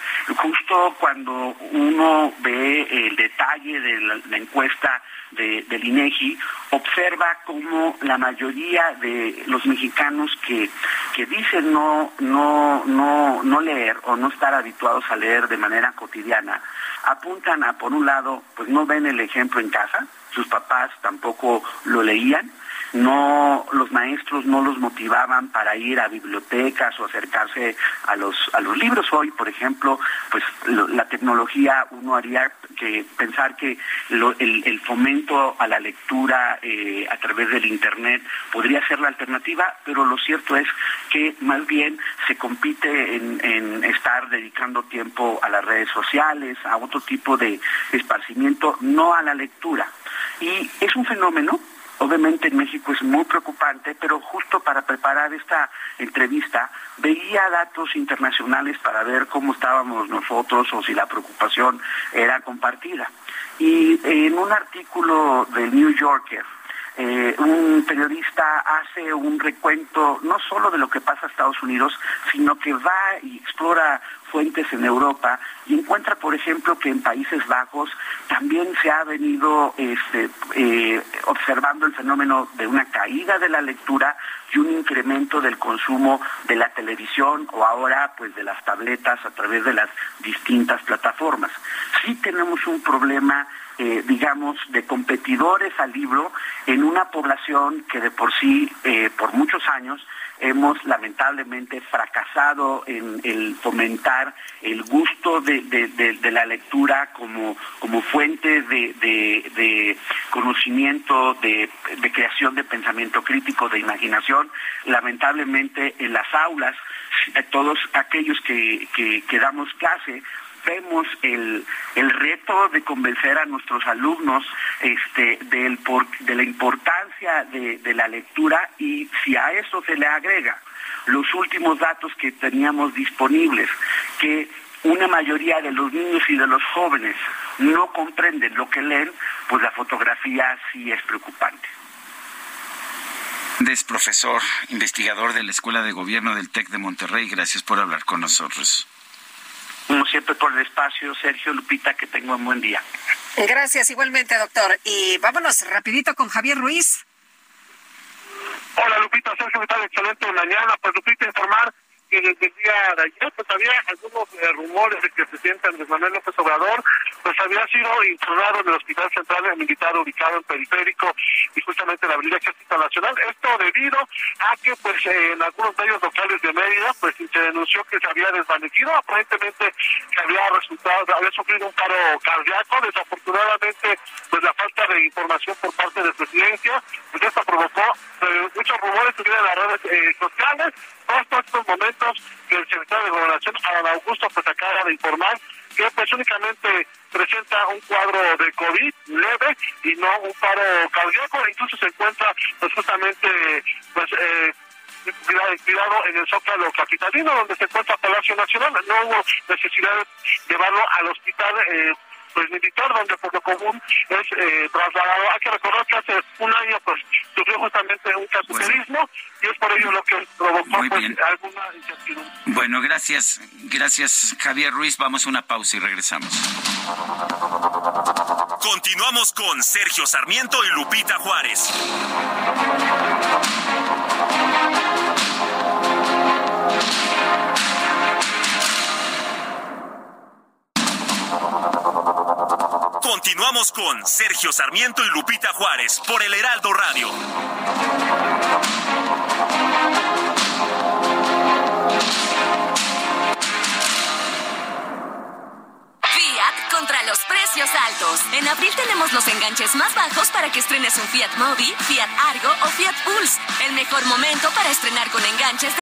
Justo cuando uno ve el detalle de la, la encuesta de, del INEGI, observa cómo la mayoría de los mexicanos que, que dicen no, no, no, no leer o no estar habituados a leer de manera cotidiana, apuntan a, por un lado, pues no ven el ejemplo en casa, sus papás tampoco lo leían, no, los maestros no los motivaban para ir a bibliotecas o acercarse a los a los libros. Hoy, por ejemplo, pues lo, la tecnología, uno haría que pensar que lo, el, el fomento a la lectura eh, a través del internet podría ser la alternativa, pero lo cierto es que más bien se compite en, en estar dedicando tiempo a las redes sociales, a otro tipo de esparcimiento, no a la lectura. Y es un fenómeno, obviamente en México es muy preocupante, pero justo para preparar esta entrevista veía datos internacionales para ver cómo estábamos nosotros o si la preocupación era compartida. Y en un artículo del New Yorker, eh, un periodista hace un recuento no solo de lo que pasa en Estados Unidos, sino que va y explora fuentes en Europa y encuentra, por ejemplo, que en Países Bajos también se ha venido este, eh, observando el fenómeno de una caída de la lectura y un incremento del consumo de la televisión o ahora pues de las tabletas a través de las distintas plataformas. Sí tenemos un problema, eh, digamos, de competidores al libro en una población que de por sí, eh, por muchos años, hemos lamentablemente fracasado en el fomentar el gusto de, de, de, de la lectura como, como fuente de, de, de conocimiento, de, de creación de pensamiento crítico, de imaginación. Lamentablemente en las aulas, todos aquellos que, que, que damos clase, vemos el, el reto de convencer a nuestros alumnos este, del por, de la importancia de, de la lectura, y si a eso se le agrega los últimos datos que teníamos disponibles, que una mayoría de los niños y de los jóvenes no comprenden lo que leen, pues la fotografía sí es preocupante. Es profesor, investigador de la Escuela de Gobierno del TEC de Monterrey. Gracias por hablar con nosotros. Como siempre, por el espacio, Sergio, Lupita, que tengan un buen día. Gracias, igualmente, doctor. Y vámonos rapidito con Javier Ruiz. Hola, Lupita, Sergio, ¿qué tal? Excelente mañana. Pues, Lupita, informar que desde el día de ayer pues había algunos eh, rumores de que el presidente Andrés Manuel López Obrador pues había sido internado en el Hospital Central Militar ubicado en Periférico y justamente en la Avenida Ejército Nacional. Esto debido a que pues eh, en algunos medios locales de Mérida pues se denunció que se había desvanecido, aparentemente que había resultado, había sufrido un paro cardíaco. Desafortunadamente pues la falta de información por parte de Presidencia, pues esto provocó eh, muchos rumores que vienen en las redes eh, sociales. Todos estos momentos que el secretario de Gobernación, Adán Augusto, pues acaba de informar que pues únicamente presenta un cuadro de COVID leve y no un paro cardíaco, incluso se encuentra pues justamente pues eh, cuidado en el Zócalo capitalino, donde se encuentra Palacio Nacional. No hubo necesidad de llevarlo al hospital eh, pues militar, donde por lo común es eh, trasladado. Hay que recordar que hace un año pues sufrió justamente un cateterismo bueno. y es por ello lo que provocó pues, alguna incertidumbre. Bueno, gracias, gracias Javier Ruiz. Vamos a una pausa y regresamos. Continuamos con Sergio Sarmiento y Lupita Juárez. Continuamos con Sergio Sarmiento y Lupita Juárez por el Heraldo Radio. Fiat contra los precios altos. En abril tenemos los enganches más bajos para que estrenes un Fiat Mobi, Fiat Argo o Fiat Pulse. El mejor momento para estrenar con enganches.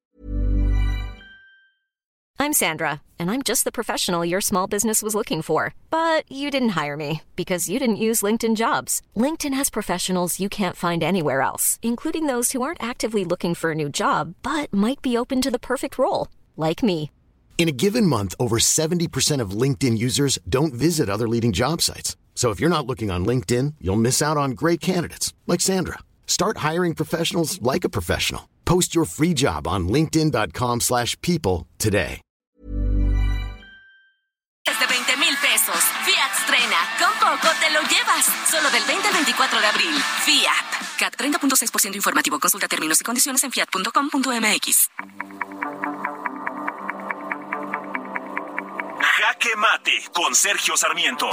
I'm Sandra, and I'm just the professional your small business was looking for. But you didn't hire me because you didn't use LinkedIn Jobs. LinkedIn has professionals you can't find anywhere else, including those who aren't actively looking for a new job, but might be open to the perfect role, like me. In a given month, over seventy percent of LinkedIn users don't visit other leading job sites. So if you're not looking on LinkedIn, you'll miss out on great candidates like Sandra. Start hiring professionals like a professional. Post your free job on linkedin dot com slash people today. Desde veinte mil pesos. Fiat estrena. Con poco te lo llevas. Solo del veinte al veinticuatro de abril. Fiat. C A T treinta punto seis por ciento informativo. Consulta términos y condiciones en fiat punto com punto m x. Jaque Mate con Sergio Sarmiento.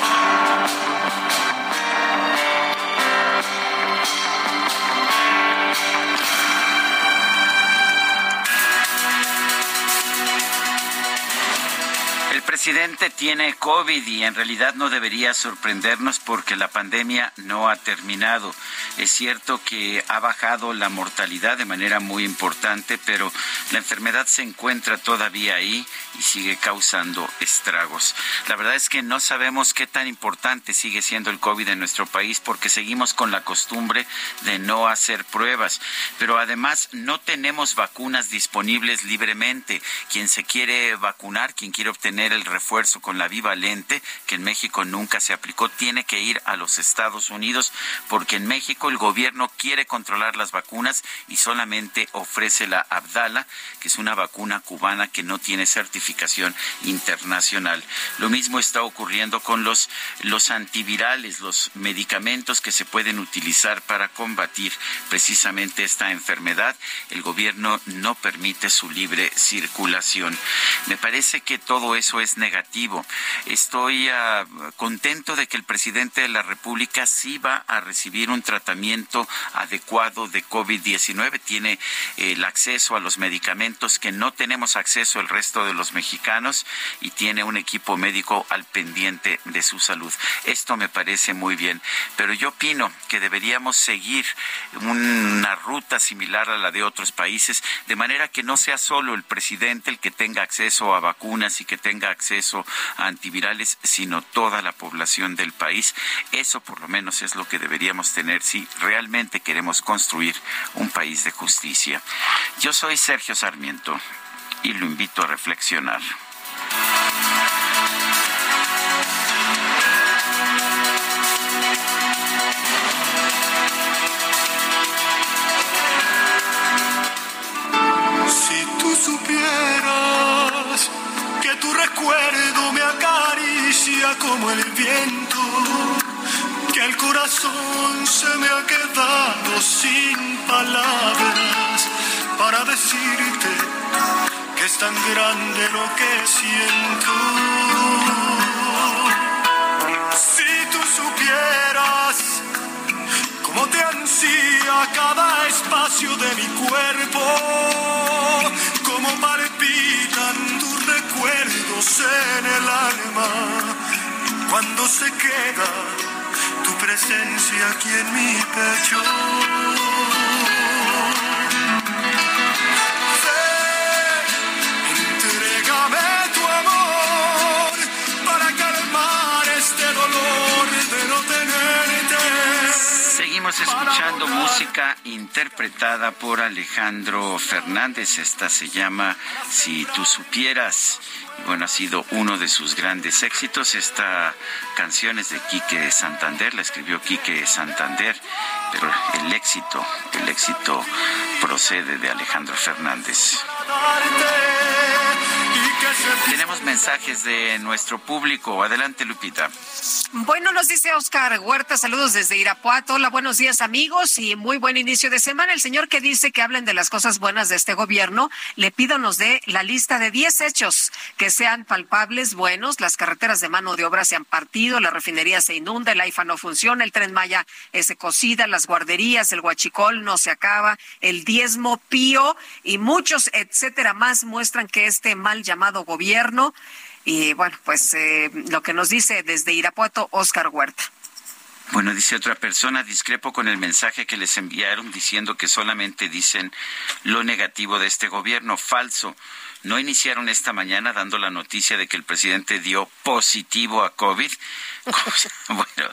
El presidente tiene COVID y en realidad no debería sorprendernos porque la pandemia no ha terminado. Es cierto que ha bajado la mortalidad de manera muy importante, pero la enfermedad se encuentra todavía ahí y sigue causando estragos. La verdad es que no sabemos qué tan importante sigue siendo el COVID en nuestro país porque seguimos con la costumbre de no hacer pruebas, pero además no tenemos vacunas disponibles libremente. Quien se quiere vacunar, quien quiere obtener el refuerzo con la bivalente, que en México nunca se aplicó, tiene que ir a los Estados Unidos porque en México el gobierno quiere controlar las vacunas y solamente ofrece la Abdala, que es una vacuna cubana que no tiene certificación internacional. Lo mismo está ocurriendo con los, los antivirales, los medicamentos que se pueden utilizar para combatir precisamente esta enfermedad. El gobierno no permite su libre circulación. Me parece que todo eso es negativo. Estoy uh, contento de que el presidente de la República sí va a recibir un tratamiento adecuado de COVID diecinueve. Tiene eh, el acceso a los medicamentos que no tenemos acceso el resto de los mexicanos y tiene un equipo médico al pendiente de su salud. Esto me parece muy bien, pero yo opino que deberíamos seguir una ruta similar a la de otros países, de manera que no sea solo el presidente el que tenga acceso a vacunas y que tenga acceso a antivirales, sino toda la población del país. Eso por lo menos es lo que deberíamos tener si realmente queremos construir un país de justicia. Yo soy Sergio Sarmiento y lo invito a reflexionar. Si tú supieras que tu recuerdo me acaricia como el viento, que el corazón se me ha quedado sin palabras para decirte que es tan grande lo que siento. Si tú supieras cómo te ansía cada espacio de mi cuerpo, cómo palpitan tus recuerdos en el alma, cuando se queda tu presencia aquí en mi pecho. Entrégame tu amor para calmar este dolor de no tenerte. Seguimos escuchando música interpretada por Alejandro Fernández. Esta se llama Si tú supieras. Bueno, ha sido uno de sus grandes éxitos. Esta canción es de Quique Santander, la escribió Quique Santander, pero el éxito, el éxito procede de Alejandro Fernández. Tenemos mensajes de nuestro público. Adelante, Lupita. Bueno, nos dice Oscar Huerta, saludos desde Irapuato. Hola, buenos días, amigos, y muy buen inicio de semana. El señor que dice que hablen de las cosas buenas de este gobierno, le pido nos dé la lista de diez hechos que sean palpables, buenos. Las carreteras de mano de obra se han partido, la refinería se inunda, el AIFA no funciona, el Tren Maya es cocida, las guarderías, el huachicol no se acaba, el diezmo pío y muchos etcétera más muestran que este mal llamado gobierno. Y bueno, pues eh, lo que nos dice desde Irapuato, Oscar Huerta. Bueno, dice otra persona, discrepo con el mensaje que les enviaron diciendo que solamente dicen lo negativo de este gobierno. Falso. ¿No iniciaron esta mañana dando la noticia de que el presidente dio positivo a COVID? Bueno,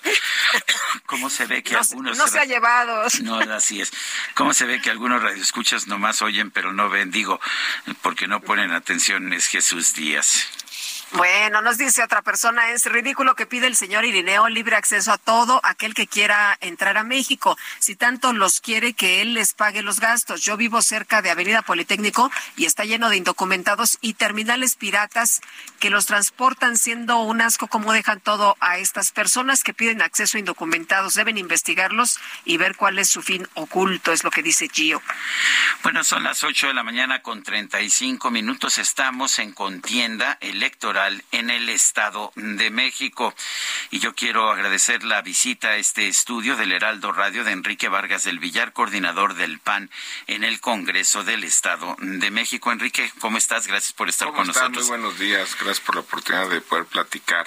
¿cómo se ve que no, algunos... No se ha llevado. No, así es. ¿Cómo se ve que algunos radioescuchas nomás oyen pero no ven? Digo, porque no ponen atención, es Jesús Díaz. Bueno, nos dice otra persona, es ridículo que pide el señor Irineo libre acceso a todo aquel que quiera entrar a México. Si tanto los quiere, que él les pague los gastos. Yo vivo cerca de Avenida Politécnico y está lleno de indocumentados y terminales piratas que los transportan, siendo un asco cómo dejan todo a estas personas que piden acceso a indocumentados. Deben investigarlos y ver cuál es su fin oculto, es lo que dice Gio. Bueno, son las ocho de la mañana con treinta y cinco minutos. Estamos en contienda electoral en el Estado de México. Y yo quiero agradecer la visita a este estudio del Heraldo Radio de Enrique Vargas del Villar, coordinador del P A N en el Congreso del Estado de México. Enrique, ¿cómo estás? Gracias por estar con están? nosotros. Muy buenos días. Gracias por la oportunidad de poder platicar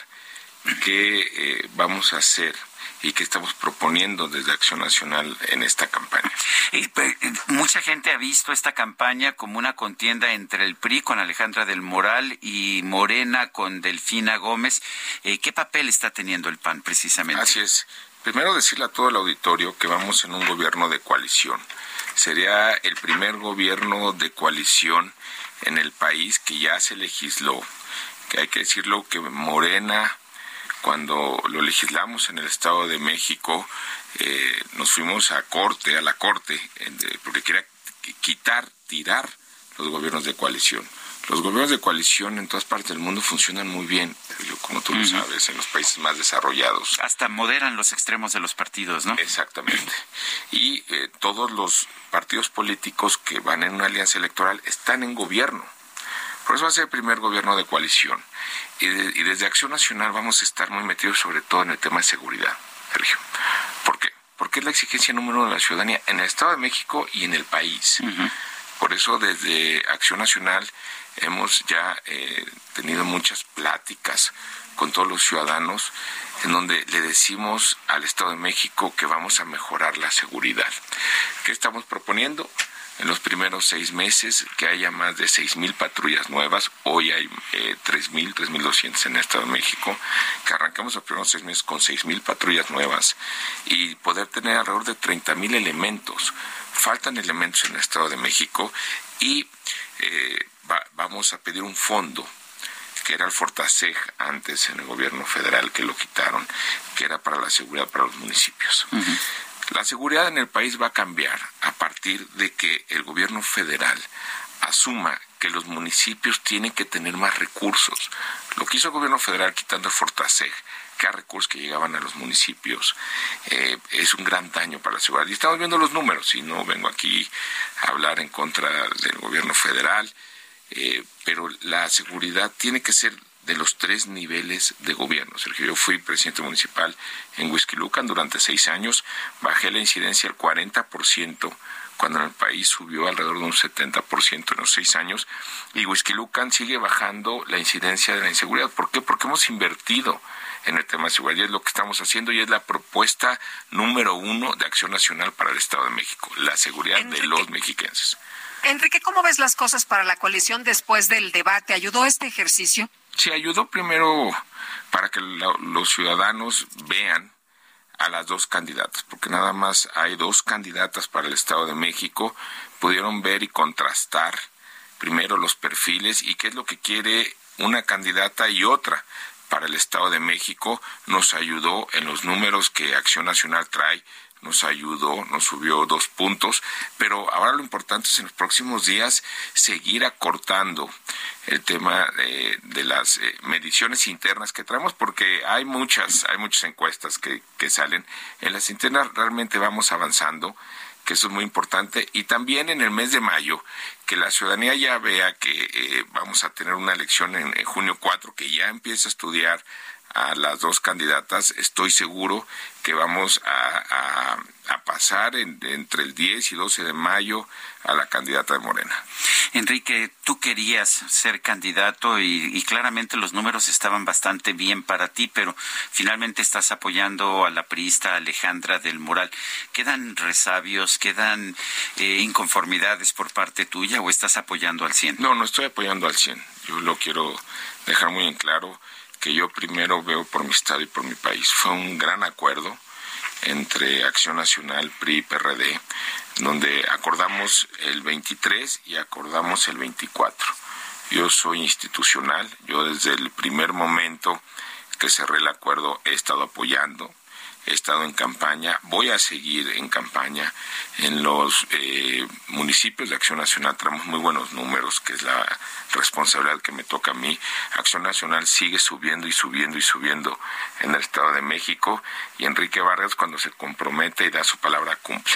qué eh, vamos a hacer y qué estamos proponiendo desde Acción Nacional en esta campaña. Y, pues, mucha gente ha visto esta campaña como una contienda entre el P R I con Alejandra del Moral y Morena con Delfina Gómez. Eh, ¿Qué papel está teniendo el P A N precisamente? Así es. Primero decirle a todo el auditorio que vamos en un gobierno de coalición. Sería el primer gobierno de coalición en el país que ya se legisló. Que hay que decirlo que Morena, cuando lo legislamos en el Estado de México, eh, nos fuimos a corte, a la corte, eh, porque quería quitar, tirar los gobiernos de coalición. Los gobiernos de coalición en todas partes del mundo funcionan muy bien, como tú uh-huh. lo sabes, en los países más desarrollados. Hasta moderan los extremos de los partidos, ¿no? Exactamente. Y eh, todos los partidos políticos que van en una alianza electoral están en gobierno. Por eso va a ser el primer gobierno de coalición. Y, de, y desde Acción Nacional vamos a estar muy metidos sobre todo en el tema de seguridad, Sergio. ¿Por qué? Porque es la exigencia número uno de la ciudadanía en el Estado de México y en el país. Uh-huh. Por eso desde Acción Nacional hemos ya eh, tenido muchas pláticas con todos los ciudadanos en donde le decimos al Estado de México que vamos a mejorar la seguridad. ¿Qué estamos proponiendo? En los primeros seis meses que haya más de seis mil patrullas nuevas. Hoy hay eh, tres mil, tres mil doscientos en el Estado de México. Que arranquemos los primeros seis meses con seis mil patrullas nuevas y poder tener alrededor de treinta mil elementos. Faltan elementos en el Estado de México y eh, va, vamos a pedir un fondo que era el Fortaseg antes en el gobierno federal, que lo quitaron, que era para la seguridad para los municipios. Uh-huh. La seguridad en el país va a cambiar a partir de que el gobierno federal asuma que los municipios tienen que tener más recursos. Lo que hizo el gobierno federal quitando el Fortaseg, que a recursos que llegaban a los municipios, eh, es un gran daño para la seguridad. Y estamos viendo los números, y no vengo aquí a hablar en contra del gobierno federal. eh, pero la seguridad tiene que ser de los tres niveles de gobierno. Sergio, yo fui presidente municipal en Huixquilucan durante seis años, bajé la incidencia al cuarenta por ciento, cuando en el país subió alrededor de un setenta por ciento en los seis años, y Huixquilucan sigue bajando la incidencia de la inseguridad. ¿Por qué? Porque hemos invertido en el tema de seguridad, y es lo que estamos haciendo, y es la propuesta número uno de Acción Nacional para el Estado de México, la seguridad Enrique, de los mexiquenses. Enrique, ¿cómo ves las cosas para la coalición después del debate? ¿Ayudó este ejercicio? Sí, ayudó primero para que la, los ciudadanos vean a las dos candidatas, porque nada más hay dos candidatas para el Estado de México. Pudieron ver y contrastar primero los perfiles y qué es lo que quiere una candidata y otra para el Estado de México. Nos ayudó en los números que Acción Nacional trae, nos ayudó, nos subió dos puntos, pero ahora lo importante es en los próximos días seguir acortando el tema de, de las eh, mediciones internas que traemos, porque hay muchas, hay muchas encuestas que, que salen. En las internas realmente vamos avanzando, que eso es muy importante, y también en el mes de mayo, que la ciudadanía ya vea que eh, vamos a tener una elección en, en junio cuatro, que ya empiece a estudiar a las dos candidatas. Estoy seguro que vamos a, a, a pasar en, entre el diez y doce de mayo a la candidata de Morena. Enrique, tú querías ser candidato y, y claramente los números estaban bastante bien para ti, pero finalmente estás apoyando a la priista Alejandra del Moral. ¿Quedan resabios, quedan eh, inconformidades por parte tuya o estás apoyando al cien? No, no estoy apoyando al cien. Yo lo quiero dejar muy en claro, que yo primero veo por mi estado y por mi país. Fue un gran acuerdo entre Acción Nacional, P R I y P R D, donde acordamos el veintitrés y acordamos el veinticuatro. Yo soy institucional, yo desde el primer momento que cerré el acuerdo he estado apoyando, he estado en campaña, voy a seguir en campaña. En los eh, municipios de Acción Nacional tenemos muy buenos números, que es la responsabilidad que me toca a mí. Acción Nacional sigue subiendo y subiendo y subiendo en el Estado de México, y Enrique Vargas, cuando se compromete y da su palabra, cumple.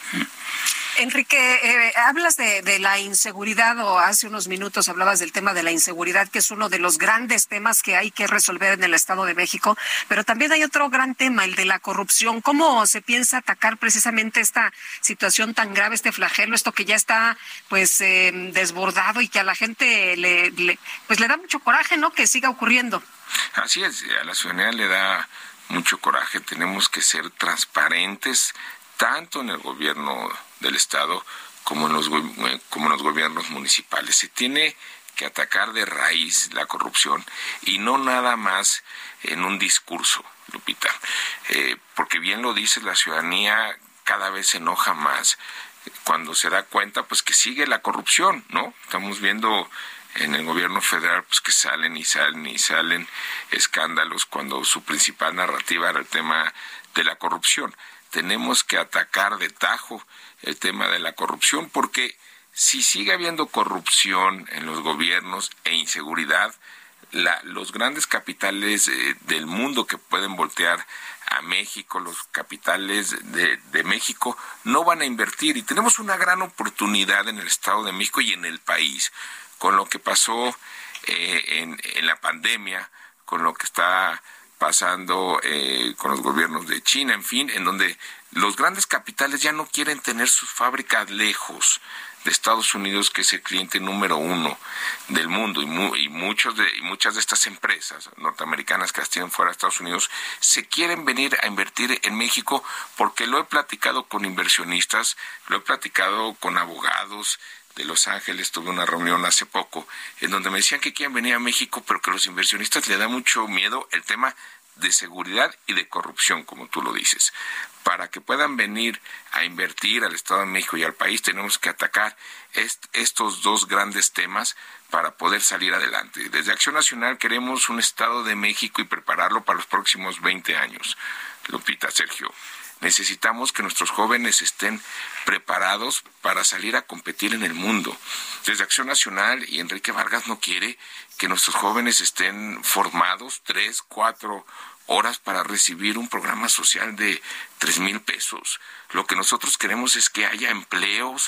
Enrique, eh, hablas de, de la inseguridad, o hace unos minutos hablabas del tema de la inseguridad, que es uno de los grandes temas que hay que resolver en el Estado de México, pero también hay otro gran tema, el de la corrupción. ¿Cómo se piensa atacar precisamente esta situación tan grave, este flagelo, esto que ya está pues eh, desbordado y que a la gente le, le pues le da mucho coraje, ¿no?, que siga ocurriendo? Así es, a la ciudadanía le da mucho coraje. Tenemos que ser transparentes tanto en el gobierno del Estado como en los como en los gobiernos municipales. Se tiene que atacar de raíz la corrupción, y no nada más en un discurso, Lupita, eh, porque bien lo dice, la ciudadanía cada vez se enoja más cuando se da cuenta pues que sigue la corrupción, ¿no? Estamos viendo en el gobierno federal pues que salen y salen y salen escándalos cuando su principal narrativa era el tema de la corrupción. Tenemos que atacar de tajo el tema de la corrupción, porque si sigue habiendo corrupción en los gobiernos e inseguridad, la, los grandes capitales eh, del mundo que pueden voltear a México, los capitales de, de México, no van a invertir. Y tenemos una gran oportunidad en el Estado de México y en el país, con lo que pasó eh, en, en la pandemia, con lo que está pasando eh, con los gobiernos de China, en fin, en donde los grandes capitales ya no quieren tener sus fábricas lejos de Estados Unidos, que es el cliente número uno del mundo, y, mu y, muchos de, y muchas de estas empresas norteamericanas que las tienen fuera de Estados Unidos se quieren venir a invertir en México, porque lo he platicado con inversionistas, lo he platicado con abogados de Los Ángeles. Tuve una reunión hace poco en donde me decían que quieren venir a México, pero que a los inversionistas les da mucho miedo el tema de seguridad y de corrupción, como tú lo dices. Para que puedan venir a invertir al Estado de México y al país, tenemos que atacar est estos dos grandes temas para poder salir adelante. Desde Acción Nacional queremos un Estado de México y prepararlo para los próximos veinte años. Lupita, Sergio, necesitamos que nuestros jóvenes estén preparados para salir a competir en el mundo. Desde Acción Nacional, y Enrique Vargas no quiere que nuestros jóvenes estén formados tres, cuatro horas para recibir un programa social de tres mil pesos. Lo que nosotros queremos es que haya empleos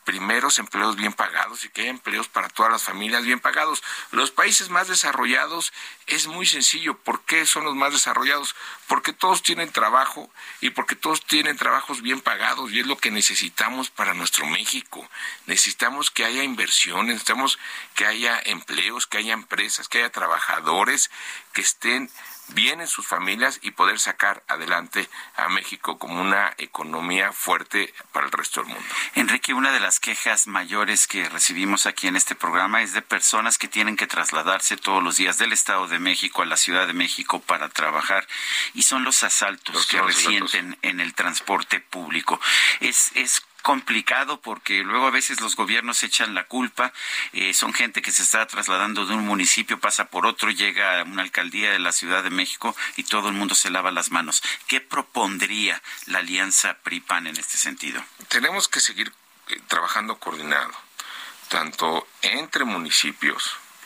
primeros empleos bien pagados y que haya empleos para todas las familias bien pagados. Los países más desarrollados es muy sencillo. ¿Por qué son los más desarrollados? Porque todos tienen trabajo y porque todos tienen trabajos bien pagados, y es lo que necesitamos para nuestro México. Necesitamos que haya inversión, necesitamos que haya empleos, que haya empresas, que haya trabajadores que estén bien en sus familias y poder sacar adelante a México como una economía fuerte para el resto del mundo. Enrique, una de las quejas mayores que recibimos aquí en este programa es de personas que tienen que trasladarse todos los días del Estado de México a la Ciudad de México para trabajar, y son los asaltos los que resienten en el transporte público. Es, es complicado porque luego a veces los gobiernos echan la culpa, eh, son gente que se está trasladando de un municipio, pasa por otro, llega a una alcaldía de la Ciudad de México y todo el mundo se lava las manos. ¿Qué propondría la alianza P R I-P A N en este sentido? Tenemos que seguir eh, trabajando coordinado, tanto entre municipios,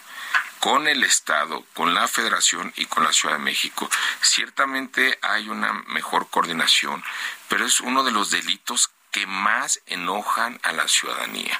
con el Estado, con la Federación y con la Ciudad de México. Ciertamente hay una mejor coordinación, pero es uno de los delitos que más enojan a la ciudadanía.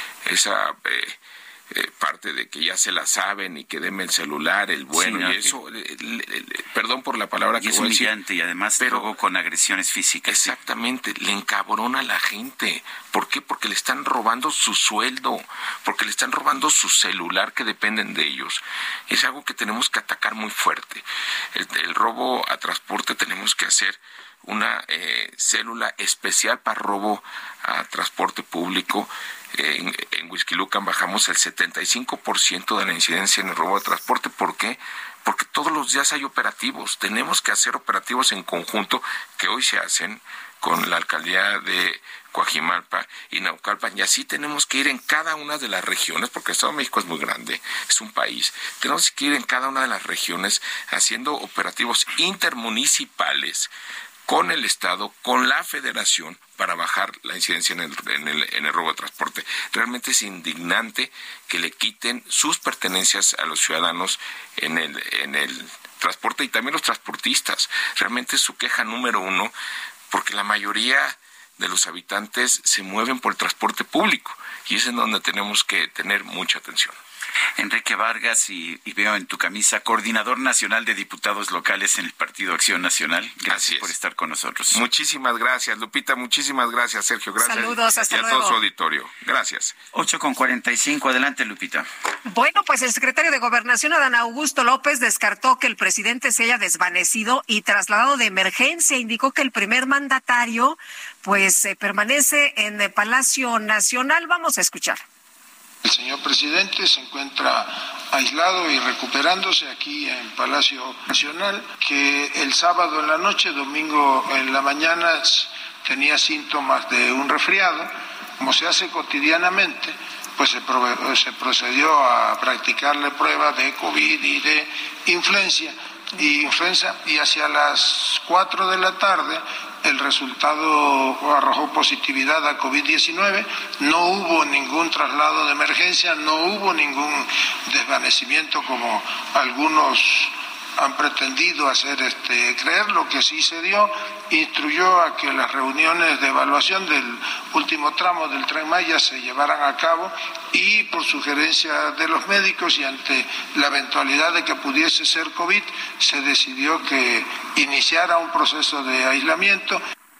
Esa eh, eh, parte de que ya se la saben y que deme el celular, el bueno, sí, no, y eso, eh, le, le, perdón por la palabra que es voy a decir. Humillante, y además pero, luego con agresiones físicas. Exactamente, sí. Le encabrona a la gente. ¿Por qué? Porque le están robando su sueldo, porque le están robando su celular que dependen de ellos. Es algo que tenemos que atacar muy fuerte. El, el robo a transporte tenemos que hacer una eh, célula especial para robo a transporte público. En, en Huixquilucan bajamos el setenta y cinco por ciento de la incidencia en el robo de transporte. ¿Por qué? Porque todos los días hay operativos. Tenemos que hacer operativos en conjunto, que hoy se hacen con la alcaldía de Coajimalpa y Naucalpan, y así tenemos que ir en cada una de las regiones, porque el Estado de México es muy grande, es un país. Tenemos que ir en cada una de las regiones haciendo operativos intermunicipales con el Estado, con la Federación, para bajar la incidencia en el, en el, en el robo de transporte. Realmente es indignante que le quiten sus pertenencias a los ciudadanos en el, en el transporte, y también los transportistas. Realmente es su queja número uno, porque la mayoría de los habitantes se mueven por el transporte público, y es en donde tenemos que tener mucha atención. Enrique Vargas, y, y veo en tu camisa, coordinador nacional de diputados locales en el Partido Acción Nacional. Gracias por estar con nosotros. Muchísimas gracias, Lupita. Muchísimas gracias, Sergio. Gracias. Saludos, hasta y a luego. todo su auditorio. Gracias. ocho con cuarenta y cinco. Adelante, Lupita. Bueno, pues el secretario de Gobernación, Adán Augusto López, descartó que el presidente se haya desvanecido y trasladado de emergencia. Indicó que el primer mandatario pues eh, permanece en el Palacio Nacional. Vamos a escuchar. El señor presidente se encuentra aislado y recuperándose aquí en Palacio Nacional, que el sábado en la noche, domingo en la mañana tenía síntomas de un resfriado. Como se hace cotidianamente, pues se, pro- se procedió a practicarle pruebas de COVID y de influencia, y influenza, y hacia las cuatro de la tarde el resultado arrojó positividad a COVID diecinueve, no hubo ningún traslado de emergencia, no hubo ningún desvanecimiento como algunos han pretendido hacer este creer. Lo que sí se dio, instruyó a que las reuniones de evaluación del último tramo del Tren Maya se llevaran a cabo, y por sugerencia de los médicos y ante la eventualidad de que pudiese ser COVID, se decidió que iniciara un proceso de aislamiento.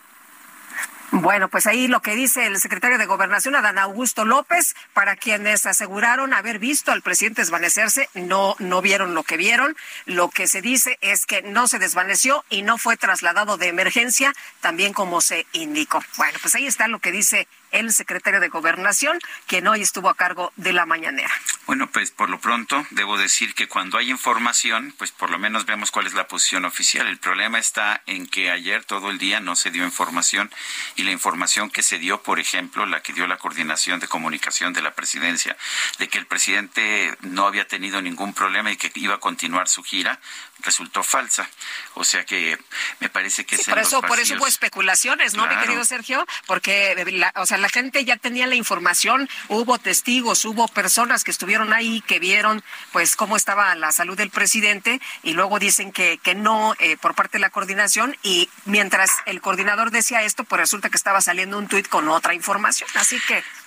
Bueno, pues ahí lo que dice el secretario de Gobernación, Adán Augusto López. Para quienes aseguraron haber visto al presidente desvanecerse, no, no vieron lo que vieron. Lo que se dice es que no se desvaneció y no fue trasladado de emergencia, también como se indicó. Bueno, pues ahí está lo que dice el secretario de Gobernación, quien hoy estuvo a cargo de la mañanera. Bueno, pues por lo pronto debo decir que cuando hay información, pues por lo menos vemos cuál es la posición oficial. El problema está en que ayer todo el día no se dio información, y la información que se dio, por ejemplo, la que dio la Coordinación de Comunicación de la Presidencia, de que el presidente no había tenido ningún problema y que iba a continuar su gira, resultó falsa. O sea que me parece que sí, es por en eso, los por eso hubo especulaciones, ¿no, claro, mi querido Sergio? Porque la, o sea, la gente ya tenía la información, hubo testigos, hubo personas que estuvieron ahí, que vieron pues cómo estaba la salud del presidente, y luego dicen que, que no eh, por parte de la coordinación, y mientras el coordinador decía esto, pues resulta que estaba saliendo un tuit con otra información. Así que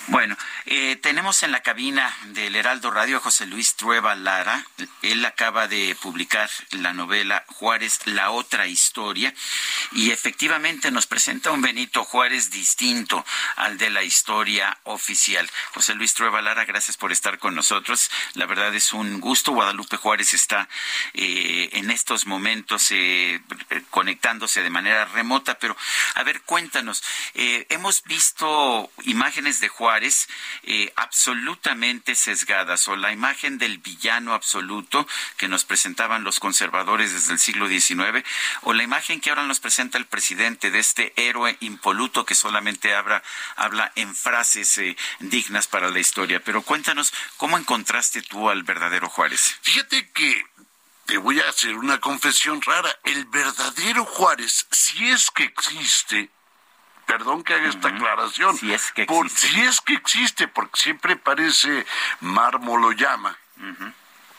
Bueno, eh, tenemos en la cabina del Heraldo Radio a José Luis Trueba Lara. Él acaba de publicar la novela Juárez, la otra historia, y efectivamente nos presenta un Benito Juárez distinto al de la historia oficial. José Luis Trueba Lara, gracias por estar con nosotros. La verdad es un gusto. Guadalupe Juárez está eh, en estos momentos eh, conectándose de manera remota, pero a ver, cuéntanos. Eh, hemos visto imágenes de Juárez Eh, absolutamente sesgadas, o la imagen del villano absoluto que nos presentaban los conservadores desde el siglo diecinueve, o la imagen que ahora nos presenta el presidente de este héroe impoluto que solamente habla, habla en frases eh, dignas para la historia. Pero cuéntanos, ¿cómo encontraste tú al verdadero Juárez? Fíjate que te voy a hacer una confesión rara. El verdadero Juárez, si es que existe, perdón que haga esta aclaración, si es que existe, por, si es que existe porque siempre parece mármol o llama, uh-huh.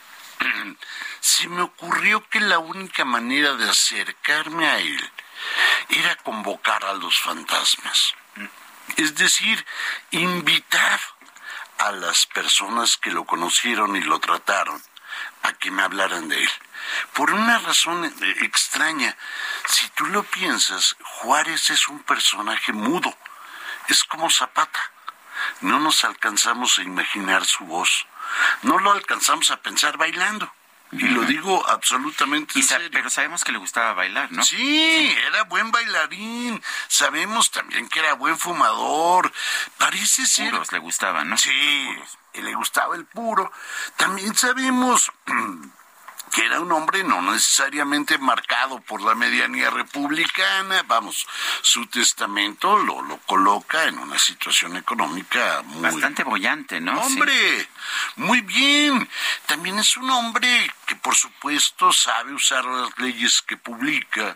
Se me ocurrió que la única manera de acercarme a él era convocar a los fantasmas, uh-huh. Es decir, invitar a las personas que lo conocieron y lo trataron a que me hablaran de él. Por una razón extraña, si tú lo piensas, Juárez es un personaje mudo, es como Zapata. No nos alcanzamos a imaginar su voz, no lo alcanzamos a pensar bailando. Y lo digo absolutamente en serio. Pero sabemos que le gustaba bailar, ¿no? Sí, sí, era buen bailarín. Sabemos también que era buen fumador. Parece ser... Puros le gustaban, ¿no? Sí, le gustaba el puro. También sabemos que era un hombre no necesariamente marcado por la medianía republicana. Vamos, su testamento lo, lo coloca en una situación económica muy... bastante boyante, ¿no? Hombre, sí. Muy bien. También es un hombre que, por supuesto, sabe usar las leyes que publica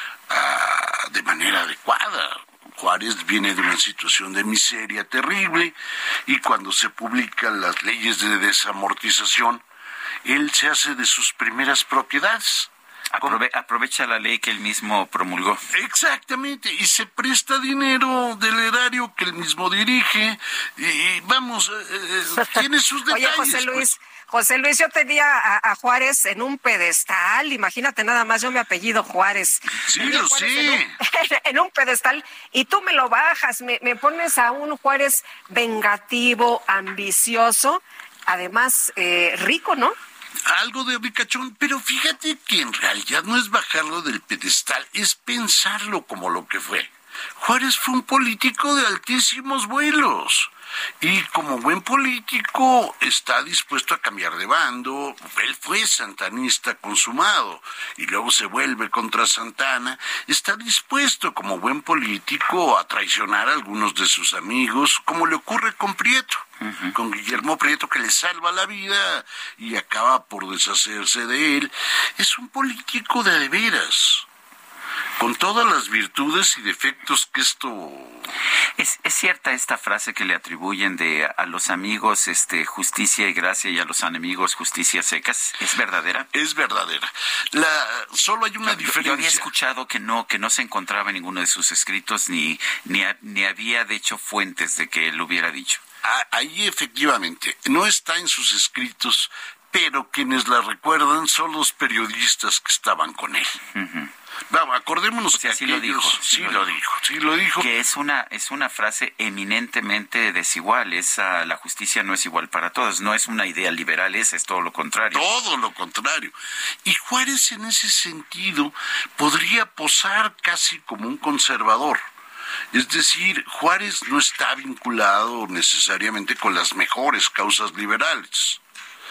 uh, de manera adecuada. Juárez viene de una situación de miseria terrible y cuando se publican las leyes de desamortización, él se hace de sus primeras propiedades. Aprove- aprovecha la ley que él mismo promulgó. Exactamente, y se presta dinero del erario que él mismo dirige, y, y vamos, eh, tiene sus detalles. Oye, José Luis, pues. José Luis, yo tenía a, a Juárez en un pedestal, imagínate nada más, yo mi apellido Juárez. Sí, lo sé. En un, en un pedestal, y tú me lo bajas, me, me pones a un Juárez vengativo, ambicioso, además eh, rico, ¿no? Algo de ricachón, pero fíjate que en realidad no es bajarlo del pedestal, es pensarlo como lo que fue. Juárez fue un político de altísimos vuelos y como buen político está dispuesto a cambiar de bando. Él fue santanista consumado y luego se vuelve contra Santana. Está dispuesto como buen político a traicionar a algunos de sus amigos, como le ocurre con Prieto. Uh-huh. Con Guillermo Prieto, que le salva la vida y acaba por deshacerse de él. Es un político de de veras, con todas las virtudes y defectos que esto... ¿Es, es cierta esta frase que le atribuyen de a los amigos este justicia y gracia y a los enemigos justicia secas? ¿Es verdadera? Es verdadera. La, solo hay una yo, diferencia. Yo había escuchado que no, que no se encontraba en ninguno de sus escritos, ni, ni, ni había de hecho fuentes de que él lo hubiera dicho. Ahí efectivamente, no está en sus escritos, pero quienes la recuerdan son los periodistas que estaban con él. Uh-huh. Vamos, acordémonos o sea, que sí aquellos, lo dijo, sí, sí lo, lo dijo. dijo, sí lo dijo. Que es una es una frase eminentemente desigual. Esa, la justicia no es igual para todos, no es una idea liberal, esa es todo lo contrario. Todo lo contrario. Y Juárez en ese sentido podría posar casi como un conservador. Es decir, Juárez no está vinculado necesariamente con las mejores causas liberales.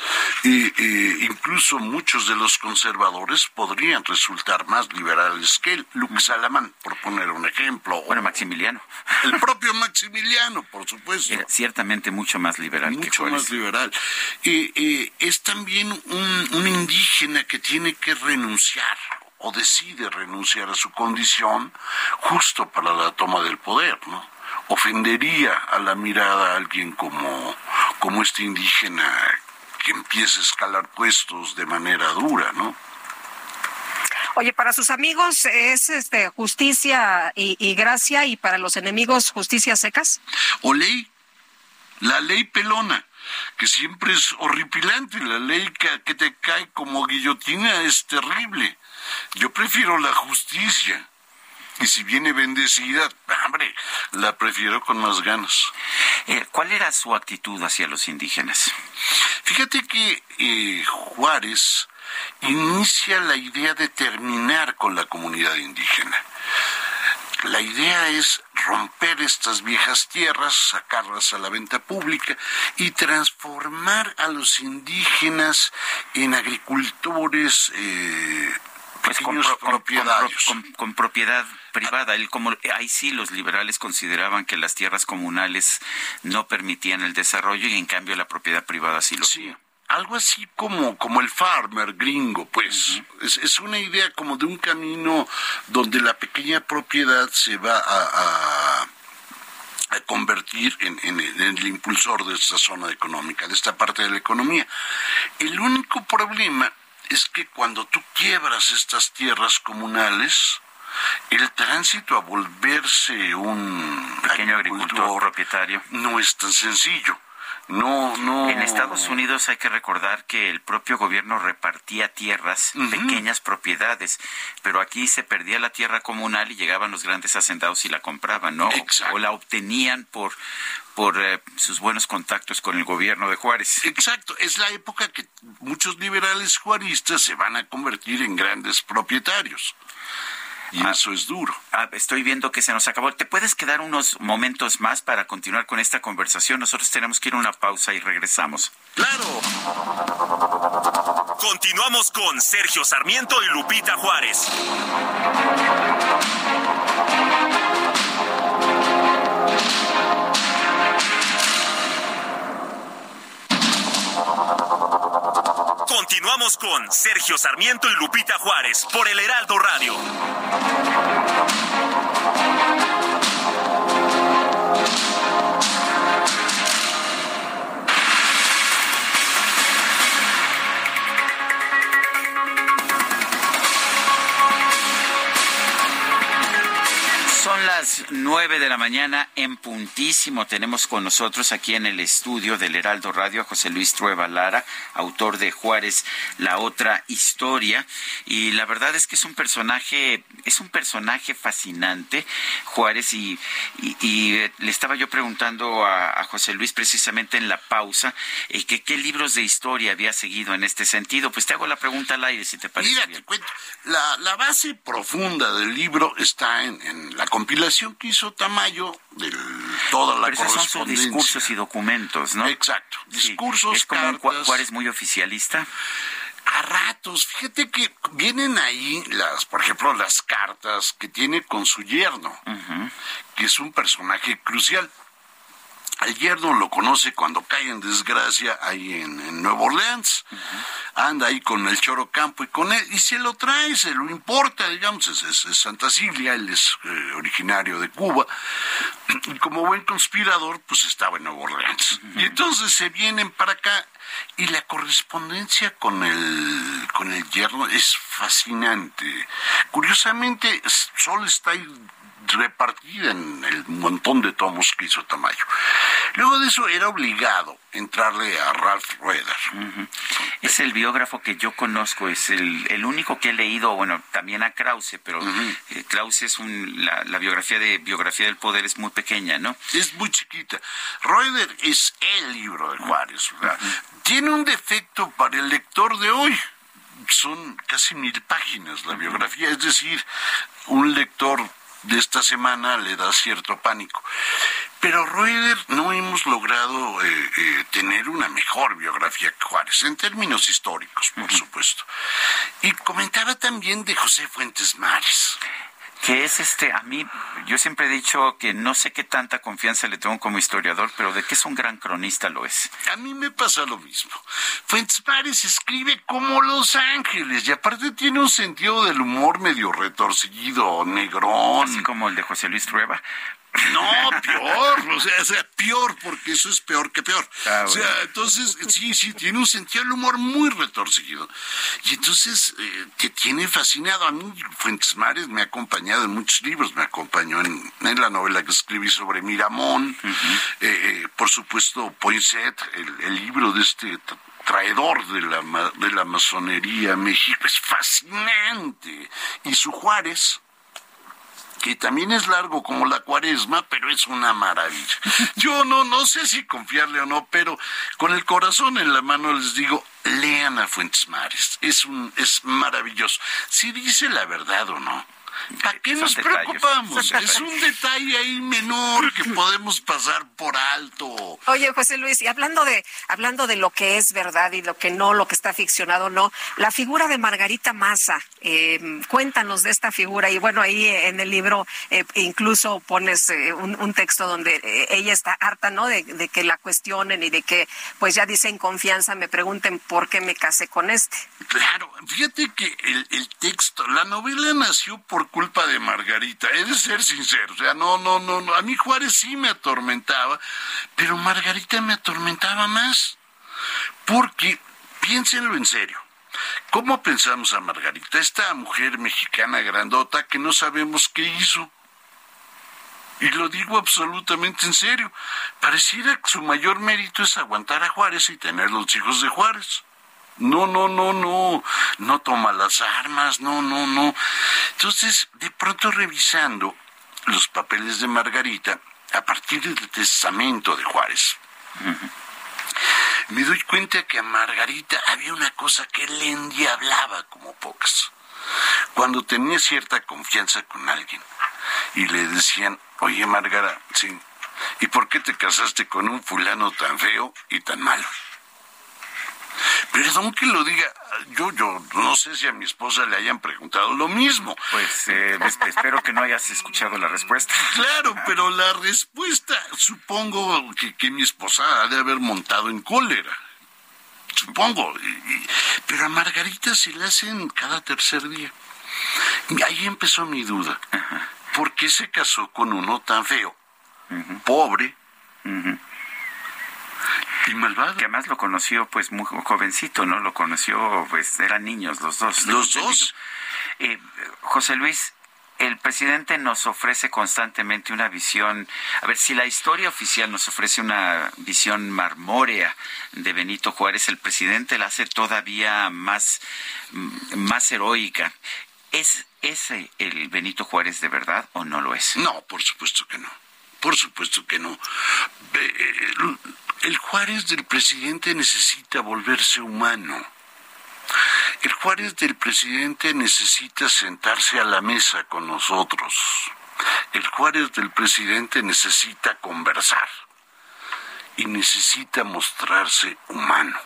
E, e, incluso muchos de los conservadores podrían resultar más liberales que él. Luc Salamán, por poner un ejemplo. Bueno, Maximiliano. El propio Maximiliano, por supuesto. Era ciertamente mucho más liberal mucho que Juárez. Mucho más liberal. Eh, eh, es también un, un indígena que tiene que renunciar o decide renunciar a su condición justo para la toma del poder, ¿no? Ofendería a la mirada a alguien como, como este indígena que empieza a escalar puestos de manera dura, ¿no? Oye, para sus amigos es este justicia y, y gracia, y para los enemigos justicia secas. O ley, La ley pelona, que siempre es horripilante, la ley que, que te cae como guillotina es terrible. Yo prefiero la justicia. Y si viene bendecida, hombre, la prefiero con más ganas. Eh, ¿Cuál era su actitud hacia los indígenas? Fíjate que eh, Juárez inicia la idea de terminar con la comunidad indígena. La idea es romper estas viejas tierras, sacarlas a la venta pública y transformar a los indígenas en agricultores eh, pues con, pro, propietarios. Con, con, con propiedad privada. Él, como, ahí sí los liberales consideraban que las tierras comunales no permitían el desarrollo y en cambio la propiedad privada sí lo hacía. Sí. Algo así como, como el farmer gringo, pues. Uh-huh. Es, es una idea como de un camino donde la pequeña propiedad se va a, a, a convertir en, en, en el impulsor de esta zona económica, de esta parte de la economía. El único problema es que cuando tú quiebras estas tierras comunales, el tránsito a volverse un pequeño agricultor, agricultor propietario no es tan sencillo. No, no. En Estados Unidos hay que recordar que el propio gobierno repartía tierras, uh-huh. pequeñas propiedades, pero aquí se perdía la tierra comunal y llegaban los grandes hacendados y la compraban, ¿no? Exacto. O la obtenían por por eh, sus buenos contactos con el gobierno de Juárez. Exacto, es la época que muchos liberales juaristas se van a convertir en grandes propietarios. Y ah, eso es duro. Ah, estoy viendo que se nos acabó. ¿Te puedes quedar unos momentos más para continuar con esta conversación? Nosotros tenemos que ir a una pausa y regresamos. ¡Claro! Continuamos con Sergio Sarmiento y Lupita Juárez. Continuamos con Sergio Sarmiento y Lupita Juárez por el Heraldo Radio. Son las nueve de la mañana en puntísimo. Tenemos con nosotros aquí en el estudio del Heraldo Radio a José Luis Trueba Lara, autor de Juárez, la otra historia. Y la verdad es que es un personaje, es un personaje fascinante, Juárez, y, y, y le estaba yo preguntando a, a José Luis precisamente en la pausa eh, que qué libros de historia había seguido en este sentido. Pues te hago la pregunta al aire, si te parece. Mira, bien. Te cuento, la, la base profunda del libro está en, en la compilación que hizo Tamayo de toda la Pero esos correspondencia. son sus discursos y documentos, ¿no? Exacto, discursos, sí. Es como cartas. un Juárez muy oficialista. A ratos, fíjate que vienen ahí las, por ejemplo, las cartas que tiene con su yerno, uh-huh. que es un personaje crucial. Al yerno lo conoce cuando cae en desgracia ahí en, en Nueva Orleans. Uh-huh. Anda ahí con el Choro Campo y con él, y se lo trae, se lo importa, digamos, es, es, es Santa Cilia, él es eh, originario de Cuba, y como buen conspirador, pues estaba en Nueva Orleans. Uh-huh. Y entonces se vienen para acá, y la correspondencia con el, con el yerno es fascinante. Curiosamente, solo está ahí repartida en el montón de tomos que hizo Tamayo. Luego de eso era obligado entrarle a Ralph Rueder. Uh-huh. Es el biógrafo que yo conozco, es el, el único que he leído, bueno, también a Krause, pero uh-huh. eh, Krause es un, la, la biografía de biografía del poder es muy pequeña, ¿no? Es muy chiquita. Rueder es el libro de Juárez, ¿verdad? Uh-huh. Tiene un defecto para el lector de hoy. Son casi mil páginas la biografía, es decir, un lector de esta semana le da cierto pánico. Pero Rueder no hemos logrado eh, eh, tener una mejor biografía que Juárez, en términos históricos, por uh-huh. supuesto. Y comentaba también de José Fuentes Mares. Que es este, a mí, yo siempre he dicho que no sé qué tanta confianza le tengo como historiador, pero de que es un gran cronista lo es. A mí me pasa lo mismo. Fuentes Mares escribe como Los Ángeles, y aparte tiene un sentido del humor medio retorcido, negrón. Así como el de José Luis Trueba. No, peor, o sea, o sea, peor, porque eso es peor que peor. Ah, o sea, bueno. entonces, sí, sí, tiene un sentido del humor muy retorcido. Y entonces eh, te tiene fascinado. A mí, Fuentes Mares me ha acompañado en muchos libros, me acompañó en, en la novela que escribí sobre Miramón, uh-huh. eh, eh, por supuesto, Poinsett, el, el libro de este traidor de la, de la masonería a México, es fascinante. Y su Juárez, que también es largo como la Cuaresma, pero es una maravilla. Yo no, no sé si confiarle o no, pero con el corazón en la mano les digo, lean a Fuentes Mares, es un, es maravilloso. Si dice la verdad o no, ¿para qué nos preocupamos? Es un detalle ahí menor que podemos pasar por alto. Oye, José Luis, y hablando de hablando de lo que es verdad y lo que no, lo que está ficcionado, no, la figura de Margarita Maza, eh, cuéntanos de esta figura. Y bueno, ahí en el libro eh, incluso pones eh, un, un texto donde eh, ella está harta, ¿no?, de, de que la cuestionen y de que, pues ya dice en confianza, me pregunten por qué me casé con este. Claro, fíjate que el, el texto, la novela nació por culpa de Margarita, he de ser sincero, o sea, no, no, no, no, a mí Juárez sí me atormentaba, pero Margarita me atormentaba más, porque, piénsenlo en serio, ¿cómo pensamos a Margarita? Esta mujer mexicana grandota que no sabemos qué hizo, y lo digo absolutamente en serio, pareciera que su mayor mérito es aguantar a Juárez y tener los hijos de Juárez. No, no, no, no, no toma las armas, no, no, no. Entonces, de pronto revisando los papeles de Margarita, a partir del testamento de Juárez, uh-huh. me doy cuenta que a Margarita había una cosa que le endiablaba como pocas. Cuando tenía cierta confianza con alguien y le decían, oye, Margarita, sí, ¿y por qué te casaste con un fulano tan feo y tan malo? Perdón que lo diga, yo yo no sé si a mi esposa le hayan preguntado lo mismo. Pues eh, espero que no hayas escuchado la respuesta. Claro, pero la respuesta, supongo que, que mi esposa ha de haber montado en cólera. Supongo. Y, y, pero a Margarita se le hacen cada tercer día. Y ahí empezó mi duda. Uh-huh. ¿Por qué se casó con uno tan feo, uh-huh. pobre, uh-huh. y malvado? Que además lo conoció pues muy jovencito, ¿no? Lo conoció, pues eran niños los dos. ¿Los dos? Eh, José Luis, el presidente nos ofrece constantemente una visión, a ver, si la historia oficial nos ofrece una visión marmórea de Benito Juárez, el presidente la hace todavía más, más heroica. ¿Es ese el Benito Juárez de verdad o no lo es? No, por supuesto que no. Por supuesto que no. El, el Juárez del presidente necesita volverse humano. El Juárez del presidente necesita sentarse a la mesa con nosotros. El Juárez del presidente necesita conversar y necesita mostrarse humano.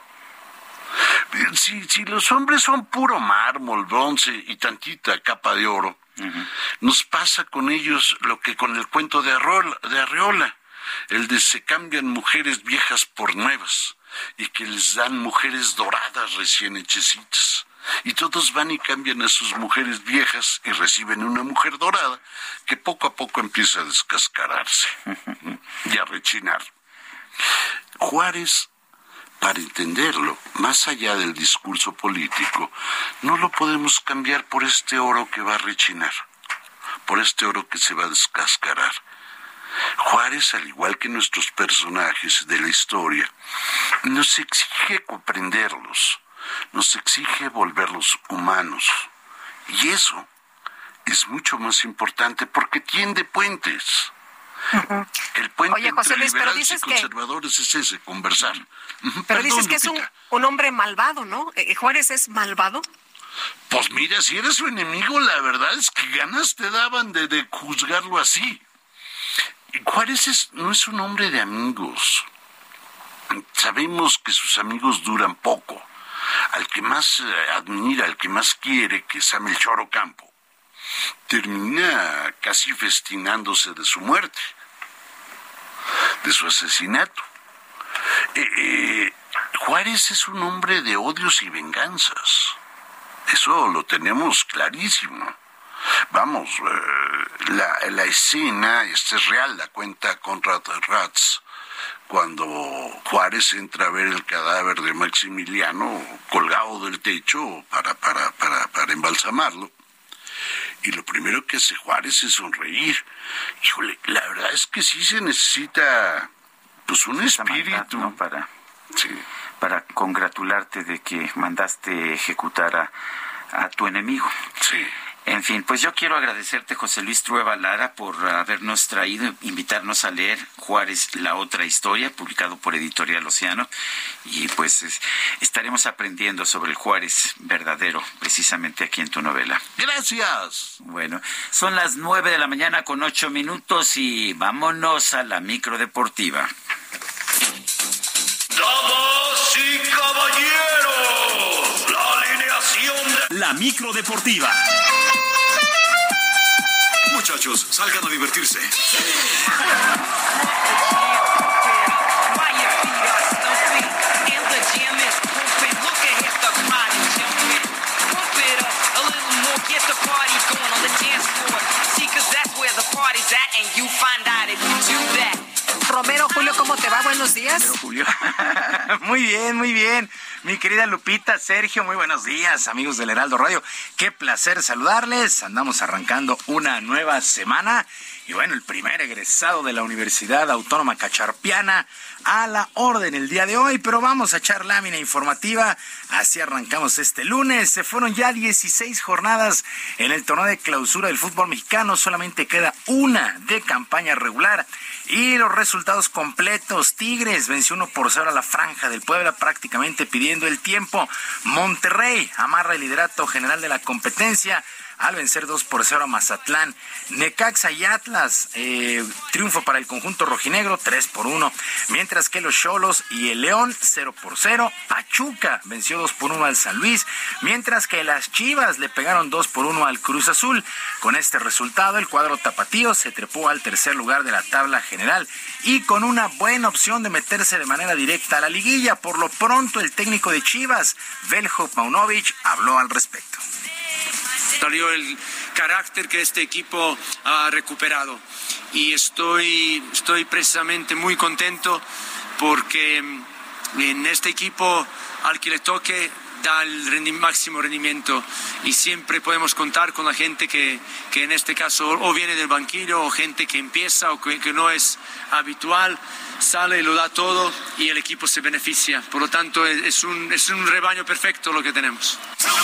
Si, si los hombres son puro mármol, bronce y tantita capa de oro, uh-huh. nos pasa con ellos lo que con el cuento de Arreola, de Arreola, el de se cambian mujeres viejas por nuevas y que les dan mujeres doradas recién hechecitas. Y todos van y cambian a sus mujeres viejas y reciben una mujer dorada que poco a poco empieza a descascararse y a rechinar. Juárez, para entenderlo, más allá del discurso político, no lo podemos cambiar por este oro que va a rechinar, por este oro que se va a descascarar. Juárez, al igual que nuestros personajes de la historia, nos exige comprenderlos, nos exige volverlos humanos. Y eso es mucho más importante porque tiende puentes. Uh-huh. El puente Oye, José entre Luis, liberales y conservadores que... es ese, conversar. Uh-huh. Pero Perdón, dices que Lupita. es un, un hombre malvado, ¿no? ¿Juárez es malvado? Pues mira, si eres su enemigo, la verdad es que ganas te daban de, de juzgarlo así. Juárez es, no es un hombre de amigos. Sabemos que sus amigos duran poco. Al que más eh, admira, al que más quiere, que es a Melchor Ocampo, termina casi festinándose de su muerte, de su asesinato. Eh, eh, Juárez es un hombre de odios y venganzas. Eso lo tenemos clarísimo. Vamos, eh, la, la escena, esta es real, la cuenta Conrad Ratz, cuando Juárez entra a ver el cadáver de Maximiliano colgado del techo para, para, para, para embalsamarlo. Y lo primero que hace Juárez es sonreír. Híjole, la verdad es que sí se necesita, pues, un espíritu. Maldad, ¿no? Para, sí. para congratularte de que mandaste ejecutar a, a tu enemigo. Sí. En fin, pues yo quiero agradecerte, José Luis Trueba Lara, por habernos traído, invitarnos a leer Juárez, la otra historia, publicado por Editorial Océano, y pues es, estaremos aprendiendo sobre el Juárez verdadero, precisamente aquí en tu novela. Gracias. Bueno, son las nueve de la mañana con ocho minutos y vámonos a la micro deportiva. Damas y caballeros, la alineación de la micro deportiva. Muchachos, salgan a divertirse. Romero, Julio, ¿cómo te va? Buenos días. Pero, Julio. Muy bien, muy bien. Mi querida Lupita, Sergio, muy buenos días, amigos del Heraldo Radio. Qué placer saludarles. Andamos arrancando una nueva semana. Y bueno, el primer egresado de la Universidad Autónoma Cacharpiana a la orden el día de hoy, pero vamos a echar lámina informativa. Así arrancamos este lunes. Se fueron ya dieciséis jornadas en el torneo de clausura del fútbol mexicano. Solamente queda una de campaña regular. Y los resultados completos: Tigres venció uno por cero a la Franja del Puebla, prácticamente pidiendo el tiempo. Monterrey amarra el liderato general de la competencia al vencer dos por cero a Mazatlán. Necaxa y Atlas, eh, triunfo para el conjunto rojinegro, tres por uno. Mientras que los Xolos y el León, cero por cero. Pachuca venció dos por uno al San Luis. Mientras que las Chivas le pegaron dos por uno al Cruz Azul. Con este resultado, el cuadro tapatío se trepó al tercer lugar de la tabla general y con una buena opción de meterse de manera directa a la liguilla. Por lo pronto, el técnico de Chivas, Veljko Paunovic, habló al respecto. Salió el carácter que este equipo ha recuperado y estoy, estoy precisamente muy contento porque en este equipo al que le toque da el rendi- máximo rendimiento y siempre podemos contar con la gente que, que en este caso o viene del banquillo o gente que empieza o que, que no es habitual, sale y lo da todo y el equipo se beneficia. Por lo tanto, es, es, un, es un rebaño perfecto lo que tenemos.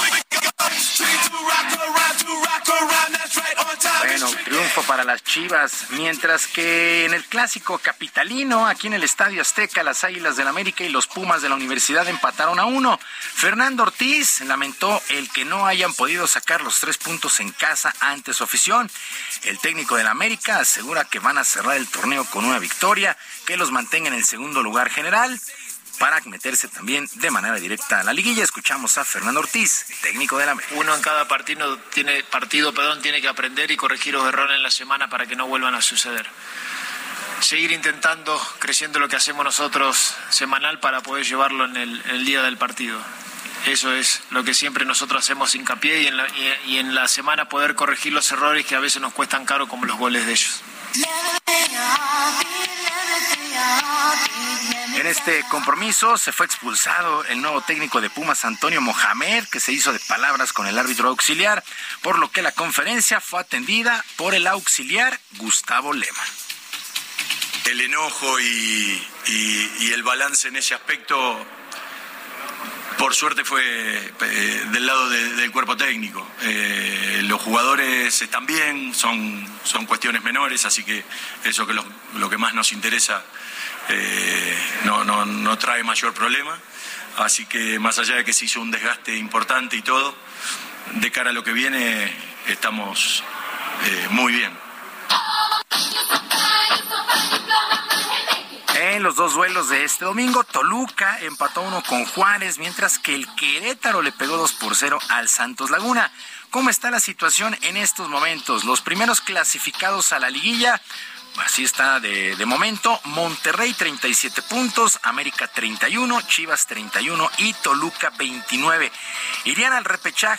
Bueno, triunfo para las Chivas, mientras que en el clásico capitalino, aquí en el Estadio Azteca, las Águilas del América y los Pumas de la Universidad empataron a uno. Fernando Ortiz lamentó el que no hayan podido sacar los tres puntos en casa ante su afición. El técnico del América asegura que van a cerrar el torneo con una victoria que los mantenga en el segundo lugar general para meterse también de manera directa a la liguilla. Escuchamos a Fernando Ortiz, técnico del América. Uno en cada partido tiene, partido, perdón, tiene que aprender y corregir los errores en la semana para que no vuelvan a suceder. Seguir intentando, creciendo lo que hacemos nosotros semanal para poder llevarlo en el, en el día del partido. Eso es lo que siempre nosotros hacemos hincapié y en, la, y, y en la semana poder corregir los errores que a veces nos cuestan caro como los goles de ellos. En este compromiso se fue expulsado el nuevo técnico de Pumas, Antonio Mohamed, que se hizo de palabras con el árbitro auxiliar, por lo que la conferencia fue atendida por el auxiliar Gustavo Lema. El enojo y, y, y el balance en ese aspecto, por suerte, fue eh, del lado de, del cuerpo técnico. Eh, los jugadores están bien, son, son cuestiones menores, así que eso que lo, lo que más nos interesa eh, no, no, no trae mayor problema. Así que más allá de que se hizo un desgaste importante y todo, de cara a lo que viene estamos eh, muy bien. En los dos duelos de este domingo, Toluca empató uno con Juárez, mientras que el Querétaro le pegó dos por cero al Santos Laguna. ¿Cómo está la situación en estos momentos? Los primeros clasificados a la liguilla, así está de, de momento: Monterrey treinta y siete puntos, América treinta y uno, Chivas treinta y uno y Toluca veintinueve. Irían al repechaje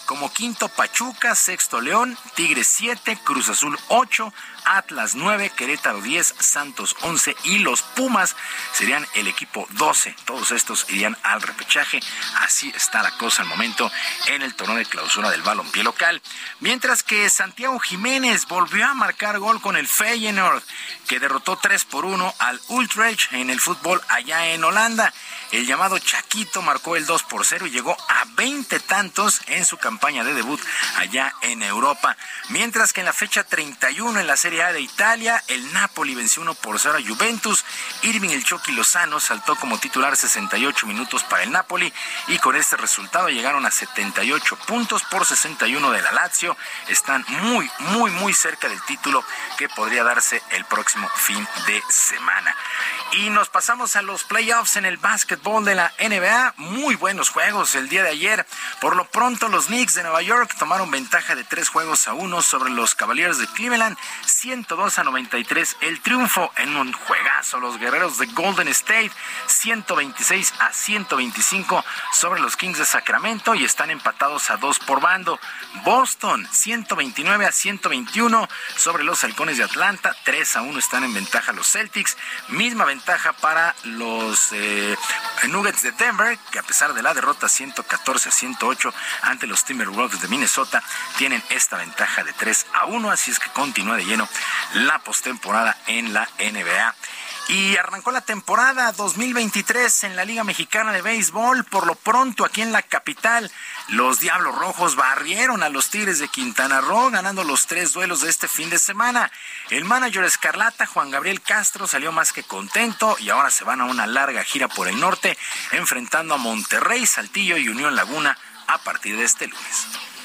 Como quinto Pachuca, sexto León, Tigres siete, Cruz Azul ocho, Atlas nueve, Querétaro diez, Santos once y los Pumas serían el equipo doce. Todos estos irían al repechaje. Así está la cosa al momento en el torneo de clausura del balompié local. Mientras que Santiago Jiménez volvió a marcar gol con el Feyenoord, que derrotó tres por uno al Utrecht en el fútbol allá en Holanda. El llamado Chaquito marcó el dos por cero y llegó a veinte tantos en su campaña de debut allá en Europa. Mientras que en la fecha treinta y uno en la Serie A de Italia, el Napoli venció uno por cero a Juventus. Irving el Chucky Lozano saltó como titular sesenta y ocho minutos para el Napoli y con este resultado llegaron a setenta y ocho puntos por sesenta y uno de la Lazio. Están muy, muy, muy cerca del título que podría darse el próximo fin de semana. Y nos pasamos a los playoffs en el básquetbol de la N B A. Muy buenos juegos el día de ayer. Por lo pronto, los Knicks de Nueva York tomaron ventaja de tres juegos a uno sobre los Cavaliers de Cleveland. ciento dos a noventa y tres el triunfo en un juegazo. Los Guerreros de Golden State, ciento veintiséis a ciento veinticinco sobre los Kings de Sacramento y están empatados a dos por bando. Boston, ciento veintinueve a ciento veintiuno sobre los Halcones de Atlanta. tres a uno están en ventaja los Celtics. Misma ventaja para los eh, Nuggets de Denver, que a pesar de la derrota ciento catorce a ciento ocho ante los Timberwolves de Minnesota, tienen esta ventaja de tres a uno, así es que continúa de lleno la postemporada en la N B A. Y arrancó la temporada dos mil veintitrés en la Liga Mexicana de Béisbol. Por lo pronto, aquí en la capital, los Diablos Rojos barrieron a los Tigres de Quintana Roo, ganando los tres duelos de este fin de semana. El manager escarlata, Juan Gabriel Castro, salió más que contento y ahora se van a una larga gira por el norte, enfrentando a Monterrey, Saltillo y Unión Laguna a partir de este lunes.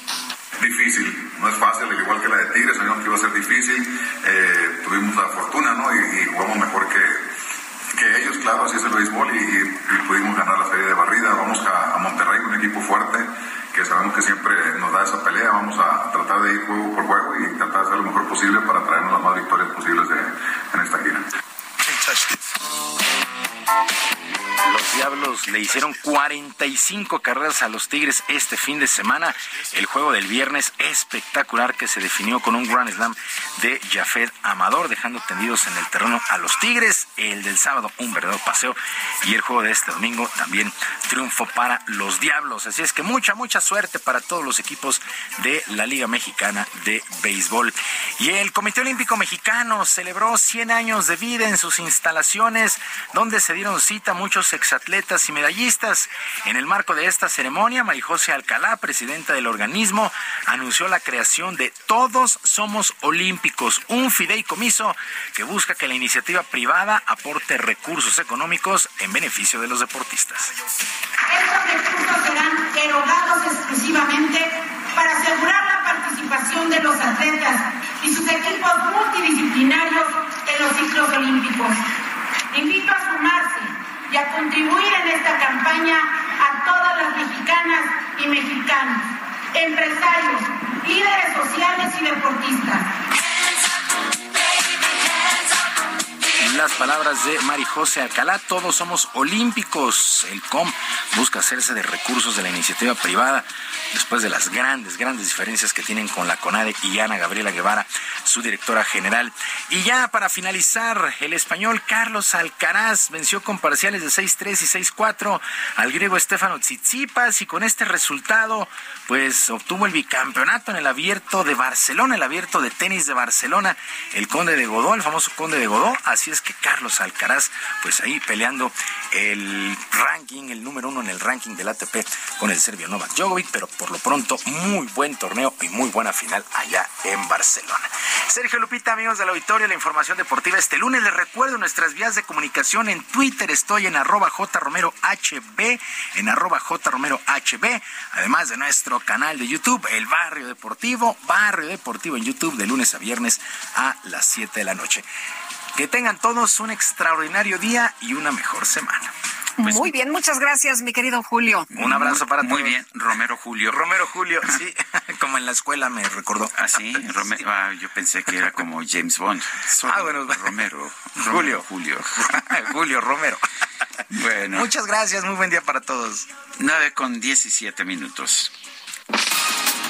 Difícil, no es fácil, al igual que la de Tigres, sabíamos que iba a ser difícil, eh, tuvimos la fortuna, ¿no? Y, y jugamos mejor que, que ellos, claro, así es el béisbol y, y pudimos ganar la serie de barrida. Vamos a, a Monterrey, un equipo fuerte, que sabemos que siempre nos da esa pelea. Vamos a tratar de ir juego por juego y tratar de hacer lo mejor posible para traernos las más victorias posibles de, en esta gira. Los Diablos le hicieron cuarenta y cinco carreras a los Tigres este fin de semana. El juego del viernes espectacular que se definió con un Grand Slam de Jafet Amador, dejando tendidos en el terreno a los Tigres. El del sábado, un verdadero paseo. Y el juego de este domingo, también triunfo para los Diablos. Así es que mucha, mucha suerte para todos los equipos de la Liga Mexicana de Béisbol. Y el Comité Olímpico Mexicano celebró cien años de vida en sus instalaciones, donde se dieron cita muchos exatletas y medallistas. En el marco de esta ceremonia, Marijose Alcalá, presidenta del organismo, anunció la creación de Todos Somos Olímpicos, un fideicomiso que busca que la iniciativa privada aporte recursos económicos en beneficio de los deportistas. Estos recursos serán erogados exclusivamente para asegurar la participación de los atletas y sus equipos multidisciplinarios en los ciclos olímpicos. Invito a sumarse y a contribuir en esta campaña a todas las mexicanas y mexicanos, empresarios, líderes sociales y deportistas. Las palabras de Marijose Alcalá, Todos Somos Olímpicos. El C O M busca hacerse de recursos de la iniciativa privada después de las grandes, grandes diferencias que tienen con la CONADE y Ana Gabriela Guevara, su directora general. Y ya para finalizar, el español Carlos Alcaraz venció con parciales de seis tres y seis cuatro al griego Stefano Tsitsipas y con este resultado pues obtuvo el bicampeonato en el Abierto de Barcelona, el Abierto de Tenis de Barcelona, el Conde de Godó, el famoso Conde de Godó. Así es que Carlos Alcaraz pues ahí peleando el ranking, el número uno en el ranking del A T P con el serbio Novak Djokovic, pero por lo pronto muy buen torneo y muy buena final allá en Barcelona. Sergio, Lupita, amigos del auditorio, la información deportiva este lunes. Les recuerdo nuestras vías de comunicación. En Twitter estoy en arroba jromerohb, en arroba jromerohb, además de nuestro canal de YouTube, El Barrio Deportivo, Barrio Deportivo en YouTube, de lunes a viernes a las siete de la noche. Que tengan todos un extraordinario día y una mejor semana. Pues, muy bien, muchas gracias, mi querido Julio. Un abrazo para todos. Muy bien, Romero Julio. Romero Julio, sí, como en la escuela me recordó. Ah, sí, Rome- ah, yo pensé que era como James Bond. Soy ah, bueno, Romero. Julio. Julio. Julio Romero. Bueno. Muchas gracias, muy buen día para todos. nueve con diecisiete minutos.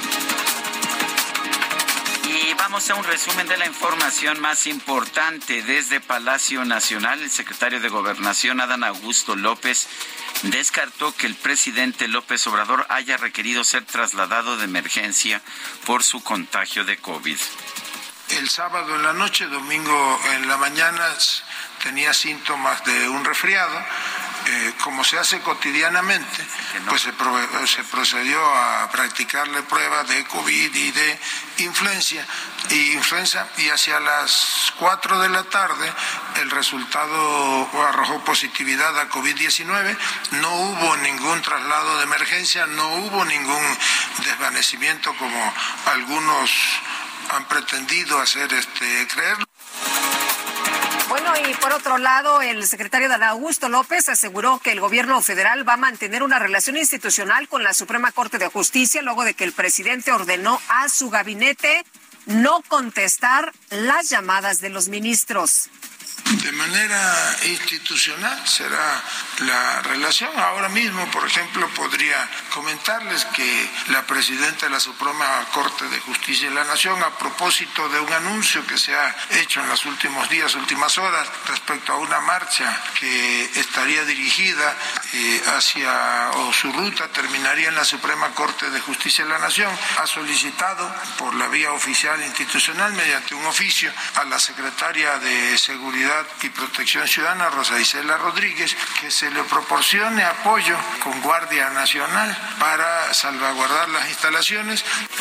Vamos a un resumen de la información más importante. Desde Palacio Nacional, el secretario de Gobernación, Adán Augusto López, descartó que el presidente López Obrador haya requerido ser trasladado de emergencia por su contagio de COVID. El sábado en la noche, domingo en la mañana, tenía síntomas de un resfriado. Eh, como se hace cotidianamente, pues se, pro- se procedió a practicarle pruebas de COVID y de influencia, y influenza, y hacia las cuatro de la tarde el resultado arrojó positividad a COVID diecinueve, no hubo ningún traslado de emergencia, no hubo ningún desvanecimiento como algunos han pretendido hacer este creer. Bueno, y por otro lado, el secretario Adán Augusto López aseguró que el gobierno federal va a mantener una relación institucional con la Suprema Corte de Justicia luego de que el presidente ordenó a su gabinete no contestar las llamadas de los ministros. De manera institucional será la relación. Ahora mismo, por ejemplo, podría comentarles que la presidenta de la Suprema Corte de Justicia de la Nación, a propósito de un anuncio que se ha hecho en los últimos días, últimas horas, respecto a una marcha que estaría dirigida eh, hacia, o su ruta terminaría en la Suprema Corte de Justicia de la Nación, ha solicitado por la vía oficial institucional, mediante un oficio, a la secretaria de Seguridad y Protección Ciudadana, Rosa Isela Rodríguez, que se le proporcione apoyo con Guardia Nacional para salvaguardar las instalaciones.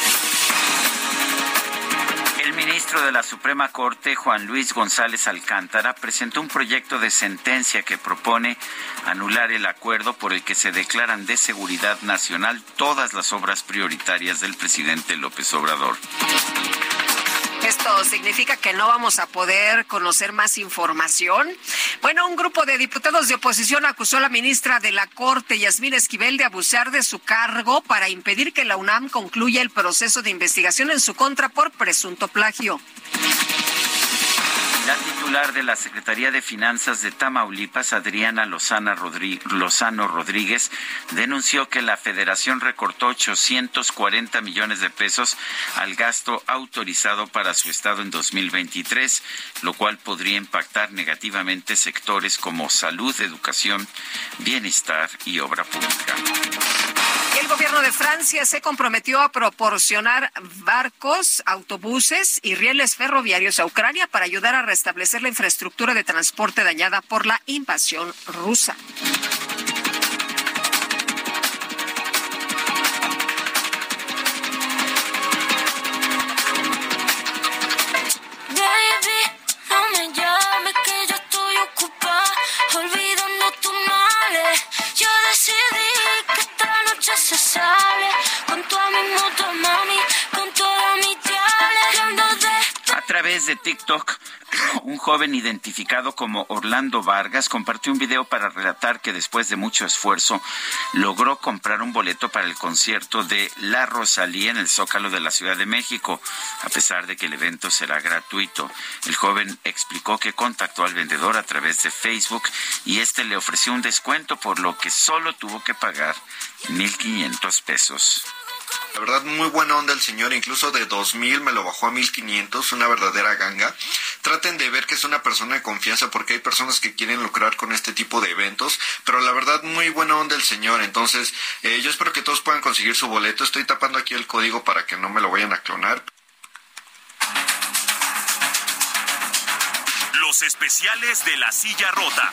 El ministro de la Suprema Corte, Juan Luis González Alcántara, presentó un proyecto de sentencia que propone anular el acuerdo por el que se declaran de seguridad nacional todas las obras prioritarias del presidente López Obrador. ¿Esto significa que no vamos a poder conocer más información? Bueno, un grupo de diputados de oposición acusó a la ministra de la Corte, Yasmín Esquivel, de abusar de su cargo para impedir que la UNAM concluya el proceso de investigación en su contra por presunto plagio. La titular de la Secretaría de Finanzas de Tamaulipas, Adriana Lozana Rodri- Lozano Rodríguez, denunció que la Federación recortó ochocientos cuarenta millones de pesos al gasto autorizado para su estado en dos mil veintitrés, lo cual podría impactar negativamente sectores como salud, educación, bienestar y obra pública. El gobierno de Francia se comprometió a proporcionar barcos, autobuses y rieles ferroviarios a Ucrania para ayudar a restablecer la infraestructura de transporte dañada por la invasión rusa. Baby, no me llames que yo estoy ocupada, olvidando tus males. Yo decidí que esta noche se sale con toda mi moto, mami, con toda mi chale. De... A través de TikTok, un joven identificado como Orlando Vargas compartió un video para relatar que después de mucho esfuerzo logró comprar un boleto para el concierto de La Rosalía en el Zócalo de la Ciudad de México, a pesar de que el evento será gratuito. El joven explicó que contactó al vendedor a través de Facebook y este le ofreció un descuento, por lo que solo tuvo que pagar mil quinientos pesos. La verdad, muy buena onda el señor, incluso de dos mil me lo bajó a mil quinientos, una verdadera ganga. Traten de ver que es una persona de confianza, porque hay personas que quieren lucrar con este tipo de eventos, pero la verdad, muy buena onda el señor. Entonces, eh, yo espero que todos puedan conseguir su boleto. Estoy tapando aquí el código para que no me lo vayan a clonar. Los especiales de La Silla Rota.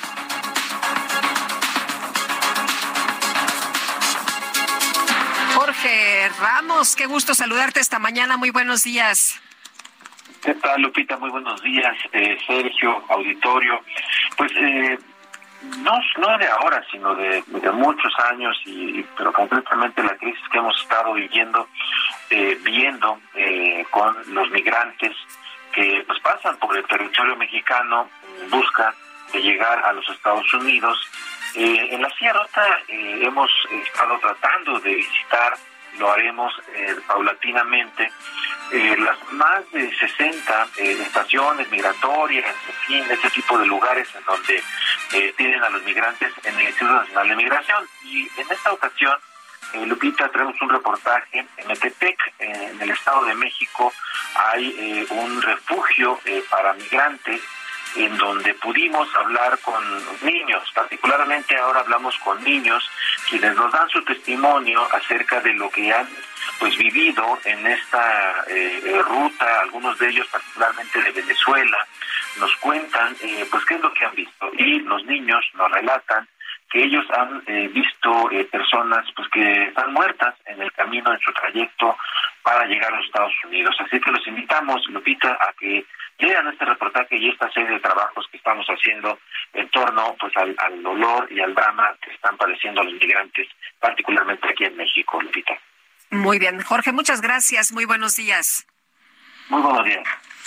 Jorge Ramos, qué gusto saludarte esta mañana. Muy buenos días. ¿Qué tal, Lupita? Muy buenos días, eh, Sergio, auditorio. Pues eh, no, no de ahora, sino de, de muchos años, y pero concretamente la crisis que hemos estado viviendo, eh, viendo eh, con los migrantes que pues pasan por el territorio mexicano en busca de llegar a los Estados Unidos. Eh, en la Silla Rota eh, hemos estado tratando de visitar, lo haremos eh, paulatinamente, eh, las más de sesenta eh, estaciones migratorias, en fin, ese tipo de lugares en donde eh, tienen a los migrantes en el Instituto Nacional de Migración. Y en esta ocasión Eh, Lupita, tenemos un reportaje en Metepec, eh, en el Estado de México. Hay eh, un refugio eh, para migrantes en donde pudimos hablar con niños, particularmente ahora hablamos con niños, quienes nos dan su testimonio acerca de lo que han pues vivido en esta eh, ruta. Algunos de ellos, particularmente de Venezuela, nos cuentan eh, pues qué es lo que han visto, y los niños nos relatan que ellos han eh, visto eh, personas pues que están muertas en el camino, en su trayecto para llegar a los Estados Unidos. Así que los invitamos, Lupita, a que lean este reportaje y esta serie de trabajos que estamos haciendo en torno pues al, al dolor y al drama que están padeciendo los migrantes, particularmente aquí en México, Lupita. Muy bien, Jorge, muchas gracias. Muy buenos días. Muy buenos días.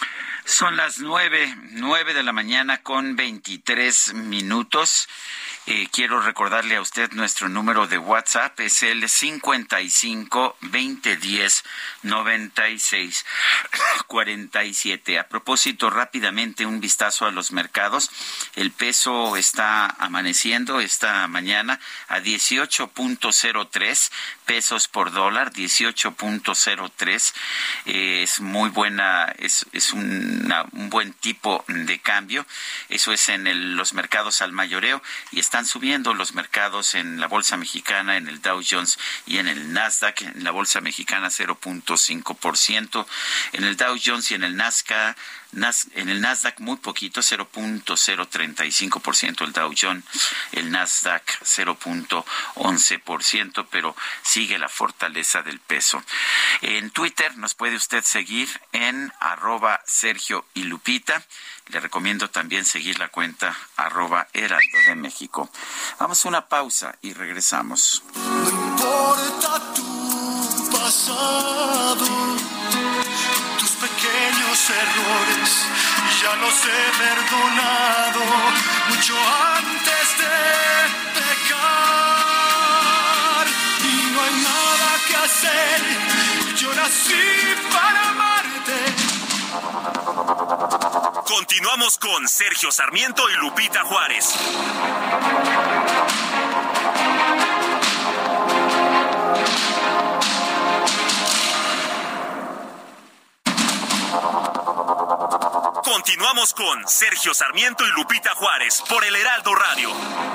Son las nueve, nueve de la mañana con veintitrés minutos. Eh, quiero recordarle a usted nuestro número de WhatsApp, es el cincuenta y cinco, veinte diez, noventa y seis, cuarenta y siete. A propósito, rápidamente un vistazo a los mercados. El peso está amaneciendo esta mañana a dieciocho punto cero tres pesos por dólar, dieciocho punto cero tres. Eh, es muy buena, es, es una, un buen tipo de cambio. Eso es en el, los mercados al mayoreo, y está están subiendo los mercados en la bolsa mexicana, en el Dow Jones y en el Nasdaq. En la bolsa mexicana cero punto cinco por ciento, en el Dow Jones y en el Nasdaq, en el Nasdaq muy poquito, cero punto cero treinta y cinco por ciento el Dow Jones, el Nasdaq cero punto once por ciento, pero sigue la fortaleza del peso. En Twitter nos puede usted seguir en arroba Sergio y Lupita. Le recomiendo también seguir la cuenta arroba Heraldo de México. Vamos a una pausa y regresamos. No importa tu pasado, tus pequeños errores, ya los he perdonado mucho antes de pecar. Y no hay nada que hacer, yo nací para amarte. Continuamos con Sergio Sarmiento y Lupita Juárez. Continuamos con Sergio Sarmiento y Lupita Juárez por el Heraldo Radio.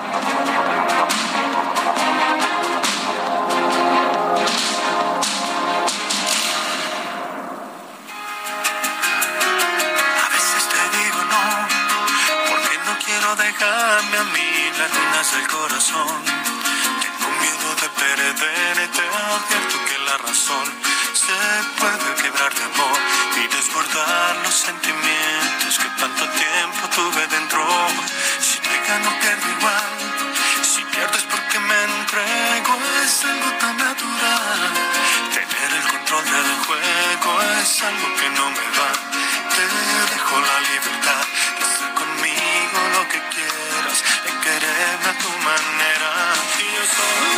Déjame a mí las ruinas del corazón. Tengo miedo de perderte, advierto que la razón se puede quebrar de amor y desbordar los sentimientos que tanto tiempo tuve dentro. Si me gano pierdo igual, si pierdo es porque me entrego, es algo tan natural. Tener el control del juego es algo que no me va. Te dejo la libertad de hacer conmigo lo que quieras, de quererme a tu manera. Y yo soy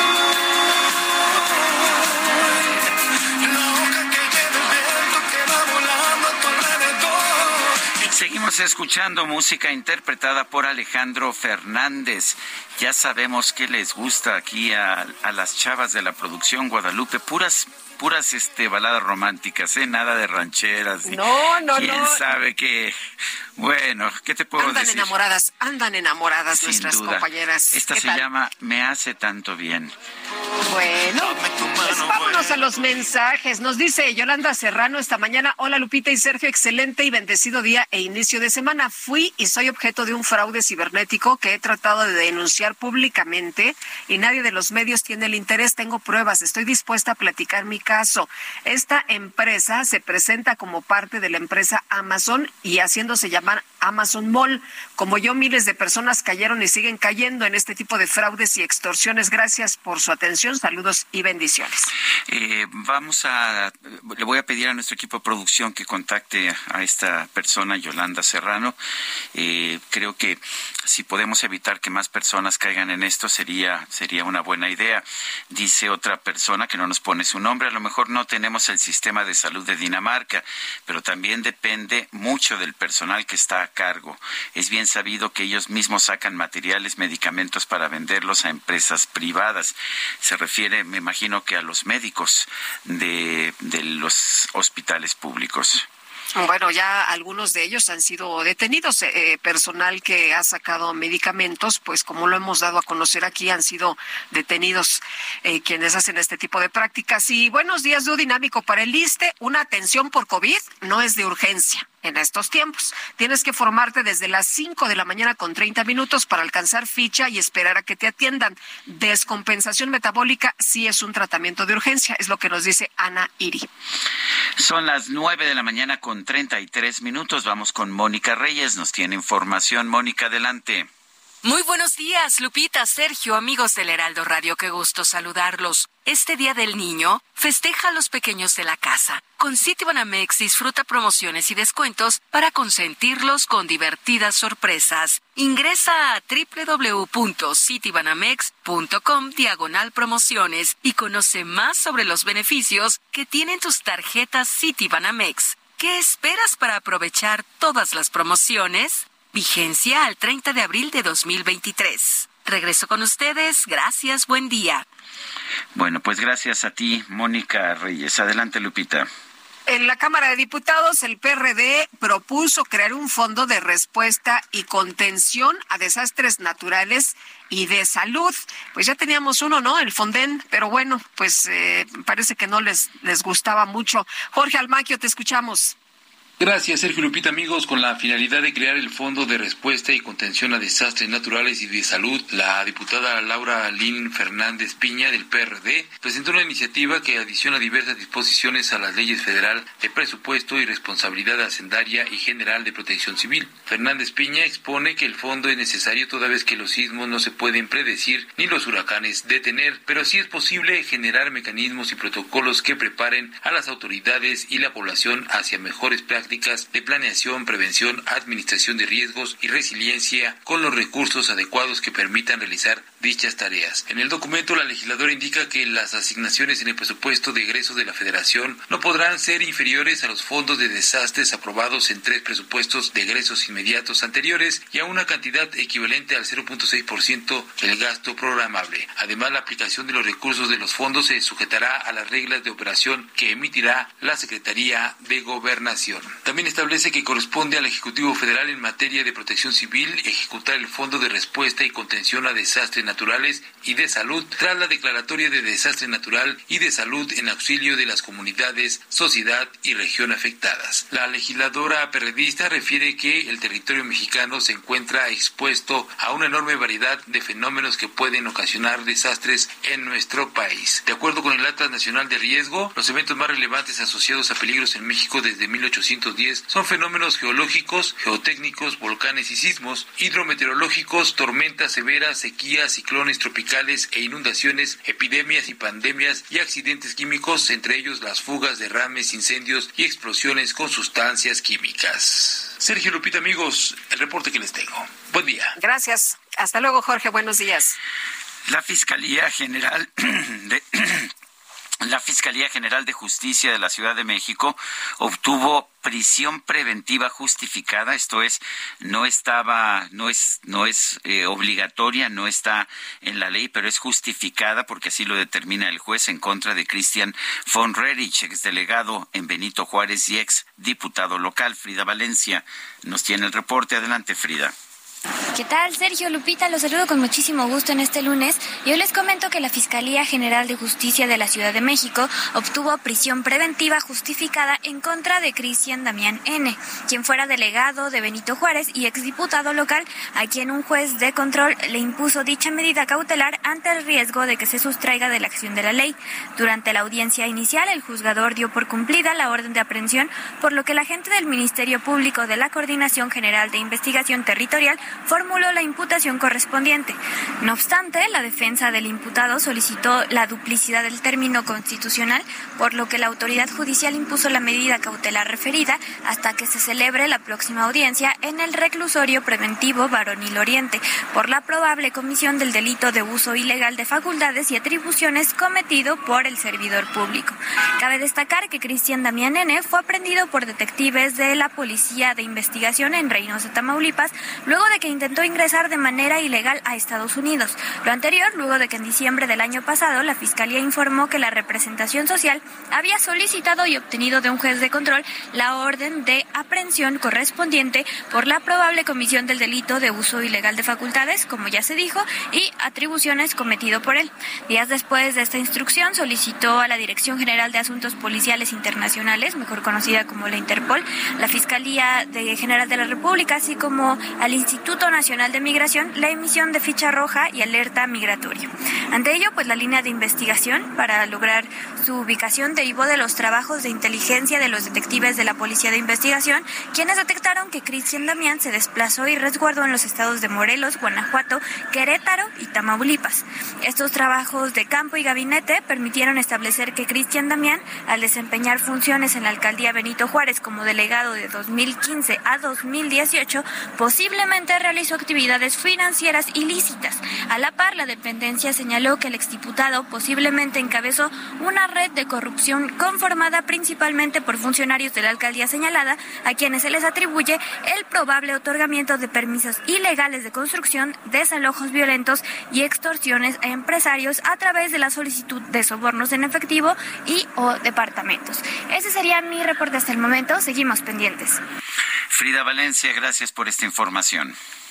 la hoja que lleva el viento que va volando a tu alrededor. Seguimos escuchando música interpretada por Alejandro Fernández. Ya sabemos que les gusta aquí a, a las chavas de la producción Guadalupe, puras puras este baladas románticas, ¿eh? Nada de rancheras. No, no, ¿Quién no. ¿Quién sabe qué? Bueno, ¿qué te puedo andan decir? Andan enamoradas, andan enamoradas Sin nuestras duda. compañeras. Esta ¿Qué se tal? llama Me hace tanto bien. Bueno, pues vámonos a los mensajes. Nos dice Yolanda Serrano esta mañana: hola Lupita y Sergio, excelente y bendecido día e inicio de semana. Fui y soy objeto de un fraude cibernético que he tratado de denunciar públicamente y nadie de los medios tiene el interés. Tengo pruebas, estoy dispuesta a platicar mi caso. Esta empresa se presenta como parte de la empresa Amazon y haciéndose llamar Amazon Mall. Como yo, miles de personas cayeron y siguen cayendo en este tipo de fraudes y extorsiones. Gracias por su atención, saludos y bendiciones. Eh, vamos a, le voy a pedir a nuestro equipo de producción que contacte a esta persona, Yolanda Serrano. Eh, creo que si podemos evitar que más personas personas caigan en esto sería, sería una buena idea. Dice otra persona que no nos pone su nombre, a lo mejor no tenemos el sistema de salud de Dinamarca, pero también depende mucho del personal que está a cargo. Es bien sabido que ellos mismos sacan materiales, medicamentos para venderlos a empresas privadas. Se refiere, me imagino, que a los médicos de, de los hospitales públicos. Bueno, ya algunos de ellos han sido detenidos. Eh, personal que ha sacado medicamentos, pues como lo hemos dado a conocer aquí, han sido detenidos eh, quienes hacen este tipo de prácticas. Y buenos días, Dúo Dinámico. Para el ISSSTE, una atención por COVID no es de urgencia. En estos tiempos tienes que formarte desde las cinco de la mañana con treinta minutos para alcanzar ficha y esperar a que te atiendan. Descompensación metabólica sí es un tratamiento de urgencia, es lo que nos dice Ana Iri. Son las nueve de la mañana con treinta y tres minutos. Vamos con Mónica Reyes, nos tiene información. Mónica, adelante. Muy buenos días, Lupita, Sergio, amigos del Heraldo Radio, qué gusto saludarlos. Este Día del Niño, festeja a los pequeños de la casa. Con Citibanamex disfruta promociones y descuentos para consentirlos con divertidas sorpresas. Ingresa a www.citibanamex.com diagonal promociones y conoce más sobre los beneficios que tienen tus tarjetas Citibanamex. ¿Qué esperas para aprovechar todas las promociones? Vigencia al treinta de abril de dos mil veintitrés. Regreso con ustedes. Gracias. Buen día. Bueno, pues gracias a ti, Mónica Reyes. Adelante, Lupita. En la Cámara de Diputados, el P R D propuso crear un fondo de respuesta y contención a desastres naturales y de salud. Pues ya teníamos uno, ¿no? El Fonden, pero bueno, pues eh, parece que no les, les gustaba mucho. Jorge Almaquio, te escuchamos. Gracias, Sergio Lupita, amigos. Con la finalidad de crear el Fondo de Respuesta y Contención a Desastres Naturales y de Salud, la diputada Laura Lin Fernández Piña, del P R D, presentó una iniciativa que adiciona diversas disposiciones a las leyes federal de presupuesto y responsabilidad hacendaria y general de protección civil. Fernández Piña expone que el fondo es necesario toda vez que los sismos no se pueden predecir ni los huracanes detener, pero sí es posible generar mecanismos y protocolos que preparen a las autoridades y la población hacia mejores prácticas de planeación, prevención, administración de riesgos y resiliencia con los recursos adecuados que permitan realizar dichas tareas. En el documento, la legisladora indica que las asignaciones en el presupuesto de egresos de la Federación no podrán ser inferiores a los fondos de desastres aprobados en tres presupuestos de egresos inmediatos anteriores y a una cantidad equivalente al cero punto seis por ciento del gasto programable. Además, la aplicación de los recursos de los fondos se sujetará a las reglas de operación que emitirá la Secretaría de Gobernación. También establece que corresponde al Ejecutivo Federal en materia de protección civil ejecutar el Fondo de Respuesta y Contención a Desastres Naturales y de Salud tras la declaratoria de desastre natural y de salud en auxilio de las comunidades, sociedad y región afectadas. La legisladora perredista refiere que el territorio mexicano se encuentra expuesto a una enorme variedad de fenómenos que pueden ocasionar desastres en nuestro país. De acuerdo con el Atlas Nacional de Riesgo, los eventos más relevantes asociados a peligros en México desde mil ochocientos diez son fenómenos geológicos, geotécnicos, volcanes y sismos, hidrometeorológicos, tormentas severas, sequías, ciclones tropicales e inundaciones, epidemias y pandemias y accidentes químicos, entre ellos las fugas, derrames, incendios y explosiones con sustancias químicas. Sergio Lupita, amigos, el reporte que les tengo. Buen día. Gracias. Hasta luego, Jorge. Buenos días. La Fiscalía General de La Fiscalía General de Justicia de la Ciudad de México obtuvo prisión preventiva justificada, esto es, no estaba, no es, no es eh, obligatoria, no está en la ley, pero es justificada porque así lo determina el juez en contra de Cristian von Rerich, exdelegado en Benito Juárez y ex diputado local. Frida Valencia nos tiene el reporte. Adelante, Frida. ¿Qué tal, Sergio Lupita? Los saludo con muchísimo gusto en este lunes. Y hoy les comento que la Fiscalía General de Justicia de la Ciudad de México obtuvo prisión preventiva justificada en contra de Cristian Damián N., quien fuera delegado de Benito Juárez y exdiputado local, a quien un juez de control le impuso dicha medida cautelar ante el riesgo de que se sustraiga de la acción de la ley. Durante la audiencia inicial, el juzgador dio por cumplida la orden de aprehensión, por lo que el agente del Ministerio Público de la Coordinación General de Investigación Territorial formó formuló la imputación correspondiente. No obstante, la defensa del imputado solicitó la duplicidad del término constitucional, por lo que la autoridad judicial impuso la medida cautelar referida hasta que se celebre la próxima audiencia en el reclusorio preventivo Varonil Oriente, por la probable comisión del delito de uso ilegal de facultades y atribuciones cometido por el servidor público. Cabe destacar que Cristian Damián N. fue aprendido por detectives de la Policía de Investigación en Reynosa, Tamaulipas, luego de que intentó ingresar de manera ilegal a Estados Unidos. Lo anterior, luego de que en diciembre del año pasado la Fiscalía informó que la representación social había solicitado y obtenido de un juez de control la orden de aprehensión correspondiente por la probable comisión del delito de uso ilegal de facultades, como ya se dijo, y atribuciones cometido por él. Días después de esta instrucción, solicitó a la Dirección General de Asuntos Policiales Internacionales, mejor conocida como la Interpol, la Fiscalía de General de la República, así como al Instituto Nacional de Migración, la emisión de ficha roja y alerta migratoria. Ante ello, pues la línea de investigación para lograr su ubicación derivó de los trabajos de inteligencia de los detectives de la Policía de Investigación, quienes detectaron que Cristian Damián se desplazó y resguardó en los estados de Morelos, Guanajuato, Querétaro y Tamaulipas. Estos trabajos de campo y gabinete permitieron establecer que Cristian Damián, al desempeñar funciones en la alcaldía Benito Juárez como delegado de dos mil quince a dos mil dieciocho, posiblemente realizó actividades financieras ilícitas. A la par, la dependencia señaló que el exdiputado posiblemente encabezó una red de corrupción conformada principalmente por funcionarios de la alcaldía señalada, a quienes se les atribuye el probable otorgamiento de permisos ilegales de construcción, desalojos violentos y extorsiones a empresarios a través de la solicitud de sobornos en efectivo y o departamentos. Ese sería mi reporte hasta el momento. Seguimos pendientes. Frida Valencia, gracias por esta información.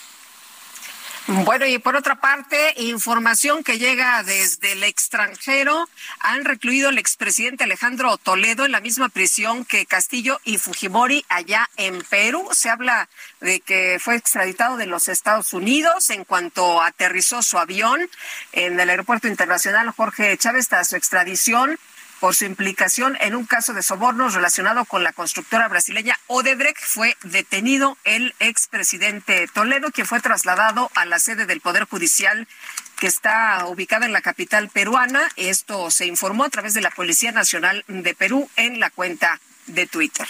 Bueno, y por otra parte, información que llega desde el extranjero. Han recluido al expresidente Alejandro Toledo en la misma prisión que Castillo y Fujimori allá en Perú. Se habla de que fue extraditado de los Estados Unidos en cuanto aterrizó su avión en el Aeropuerto Internacional Jorge Chávez tras su extradición por su implicación en un caso de sobornos relacionado con la constructora brasileña Odebrecht. Fue detenido el expresidente Toledo, quien fue trasladado a la sede del Poder Judicial que está ubicada en la capital peruana. Esto se informó a través de la Policía Nacional de Perú en la cuenta de Twitter.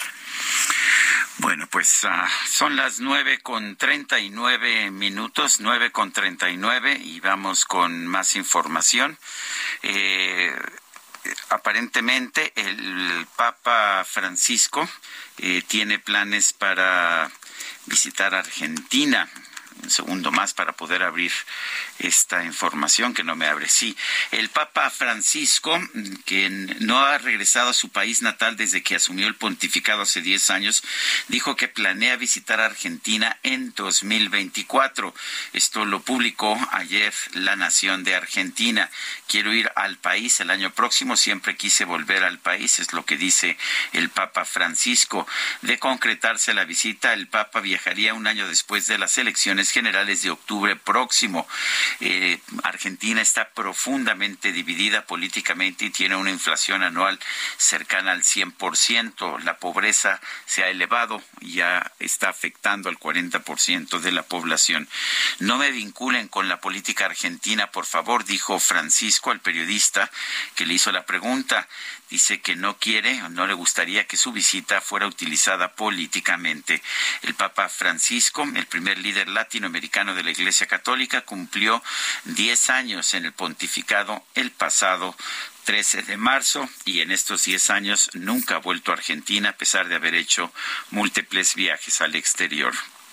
Bueno, pues uh, son las nueve con treinta y nueve minutos, nueve con treinta y nueve, y vamos con más información. Eh... Aparentemente el Papa Francisco eh, tiene planes para visitar Argentina. Un segundo más para poder abrir esta información que no me abre. Sí, el Papa Francisco, que no ha regresado a su país natal desde que asumió el pontificado hace diez años, dijo que planea visitar Argentina en dos mil veinticuatro. Esto lo publicó ayer La Nación de Argentina. Quiero ir al país el año próximo, siempre quise volver al país, es lo que dice el Papa Francisco. De concretarse la visita, el Papa viajaría un año después de las elecciones generales de octubre próximo. Eh, Argentina está profundamente dividida políticamente y tiene una inflación anual cercana al cien por ciento. La pobreza se ha elevado y ya está afectando al cuarenta por ciento de la población. No me vinculen con la política argentina, por favor, dijo Francisco al periodista que le hizo la pregunta. Dice que no quiere o no le gustaría que su visita fuera utilizada políticamente. El Papa Francisco, el primer líder latinoamericano de la Iglesia Católica, cumplió diez años en el pontificado el pasado trece de marzo y en estos diez años nunca ha vuelto a Argentina a pesar de haber hecho múltiples viajes al exterior.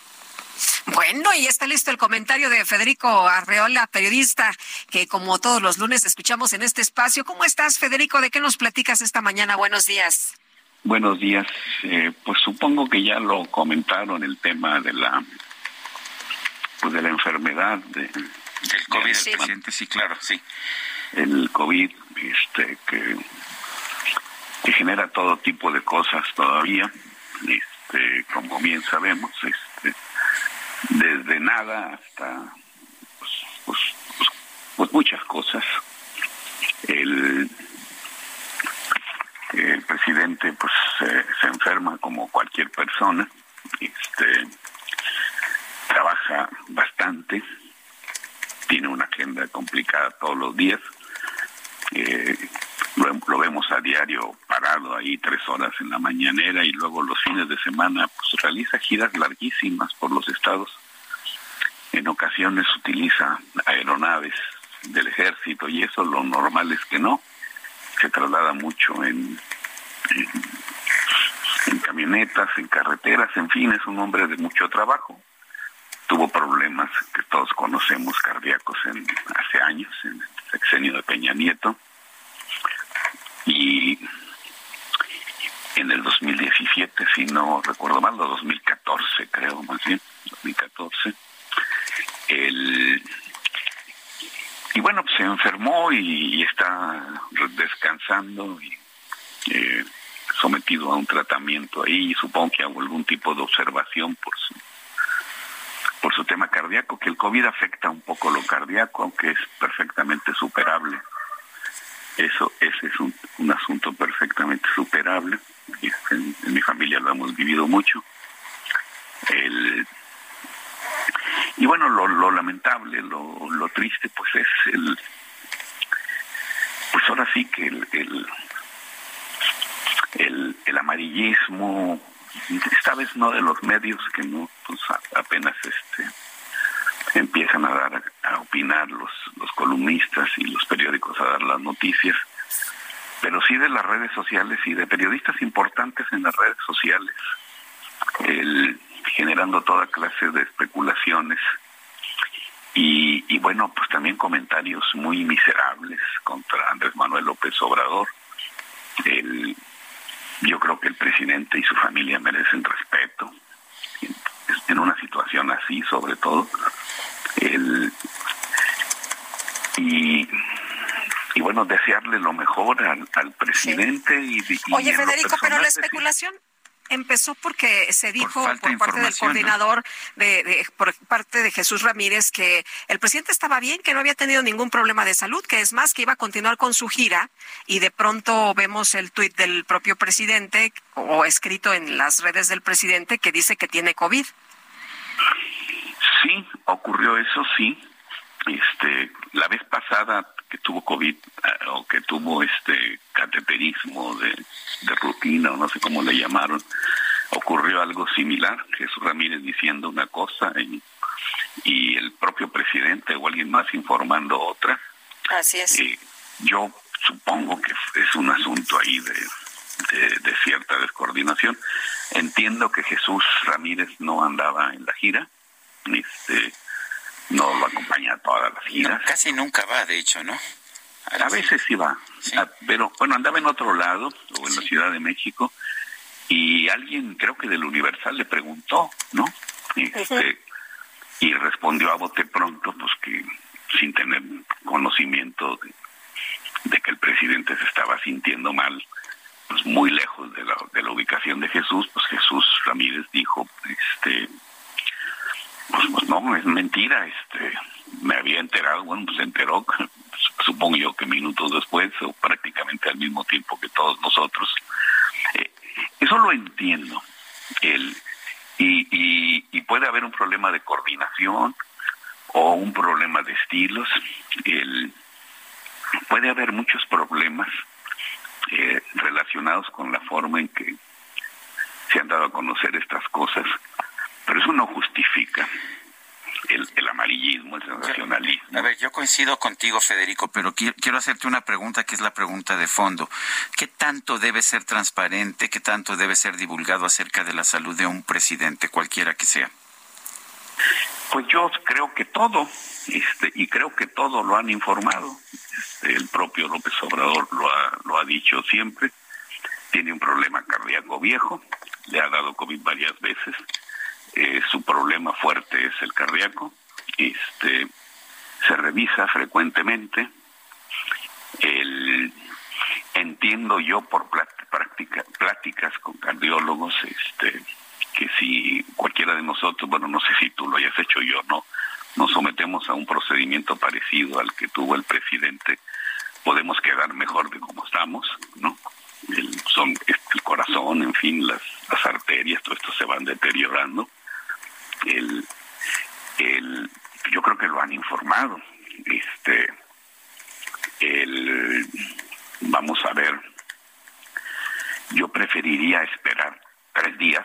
Bueno, y está listo el comentario de Federico Arreola, periodista, que como todos los lunes escuchamos en este espacio. ¿Cómo estás, Federico? ¿De qué nos platicas esta mañana? Buenos días. Buenos días. Eh, pues supongo que ya lo comentaron, el tema de la pues de la enfermedad de, del COVID, de, sí. Presidente, sí, claro, sí. El COVID, este, que, que genera todo tipo de cosas todavía, este, como bien sabemos, este, desde nada hasta pues, pues, pues, pues muchas cosas. El, el presidente pues se, se enferma como cualquier persona, este, trabaja bastante días. Eh, lo, lo vemos a diario parado ahí tres horas en la mañanera y luego los fines de semana pues realiza giras larguísimas por los estados. En ocasiones utiliza aeronaves del ejército y eso lo normal es que no. Se traslada mucho en, en, en camionetas, en carreteras, en fin, es un hombre de mucho trabajo. Tuvo problemas que todos conocemos cardíacos en, hace años, en el sexenio de Peña Nieto. Y en el dos mil diecisiete, si no recuerdo mal, o dos mil catorce creo, más bien, dos mil catorce, el... y bueno, pues se enfermó y, y está descansando y eh, sometido a un tratamiento ahí, y supongo que hago algún tipo de observación por su por su tema cardíaco, que el COVID afecta un poco lo cardíaco, aunque es perfectamente superable. Eso, ese es un, un asunto perfectamente superable. En, en mi familia lo hemos vivido mucho. El, y bueno, lo, lo lamentable, lo, lo triste, pues es el, pues ahora sí que el, el, el, el amarillismo, esta vez no de los medios, que no, pues apenas este empiezan a dar a opinar los los columnistas y los periódicos a dar las noticias, pero sí de las redes sociales y de periodistas importantes en las redes sociales, el, generando toda clase de especulaciones y, y bueno, pues también comentarios muy miserables contra Andrés Manuel López Obrador. El Yo creo que el presidente y su familia merecen respeto en, en una situación así, sobre todo. El, y, y bueno, desearle lo mejor al, al presidente. Sí. y, y Oye, Federico, pero la especulación... Sí. Empezó porque se dijo por, por parte del coordinador, ¿no? de, de por parte de Jesús Ramírez, que el presidente estaba bien, que no había tenido ningún problema de salud, que es más, que iba a continuar con su gira, y de pronto vemos el tuit del propio presidente, o escrito en las redes del presidente, que dice que tiene COVID. Sí, ocurrió eso, sí. Este, la vez pasada que tuvo COVID, o que tuvo este cateterismo de, de rutina, o no sé cómo le llamaron, ocurrió algo similar. Jesús Ramírez diciendo una cosa y, y el propio presidente o alguien más informando otra. Así es. Eh, yo supongo que es un asunto ahí de, de, de cierta descoordinación. Entiendo que Jesús Ramírez no andaba en la gira, este no lo acompaña a todas las giras. No, casi nunca va, de hecho, ¿no? A, a veces sí va, ¿sí? a, pero bueno, andaba en otro lado, o en sí. la Ciudad de México, y alguien, creo que del Universal, le preguntó, ¿no? Este, uh-huh. Y respondió a bote pronto, pues que sin tener conocimiento de, de que el presidente se estaba sintiendo mal, pues muy lejos de la, de la ubicación de Jesús, pues Jesús Ramírez dijo, este... Pues, pues no, es mentira, este, me había enterado, bueno, pues se enteró, supongo yo que minutos después, o prácticamente al mismo tiempo que todos nosotros. Eh, eso lo entiendo, el, y, y, y puede haber un problema de coordinación, o un problema de estilos, el, puede haber muchos problemas eh, relacionados con la forma en que se han dado a conocer estas cosas. Pero eso no justifica el, el amarillismo, el sensacionalismo. A ver, yo coincido contigo, Federico, pero quiero, quiero hacerte una pregunta que es la pregunta de fondo. ¿Qué tanto debe ser transparente, qué tanto debe ser divulgado acerca de la salud de un presidente, cualquiera que sea? Pues yo creo que todo, este, y creo que todo lo han informado. Este, el propio López Obrador lo ha, lo ha dicho siempre. Tiene un problema cardíaco viejo, le ha dado COVID varias veces. Eh, su problema fuerte es el cardíaco, este, se revisa frecuentemente. El, entiendo yo por práctica, pláticas con cardiólogos, este, que si cualquiera de nosotros, bueno, no sé si tú lo hayas hecho yo, no, nos sometemos a un procedimiento parecido al que tuvo el presidente, podemos quedar mejor de como estamos, ¿no? El, son, el corazón, en fin, las, las arterias, todo esto se van deteriorando. El, el, yo creo que lo han informado. Este, el, vamos a ver, yo preferiría esperar tres días,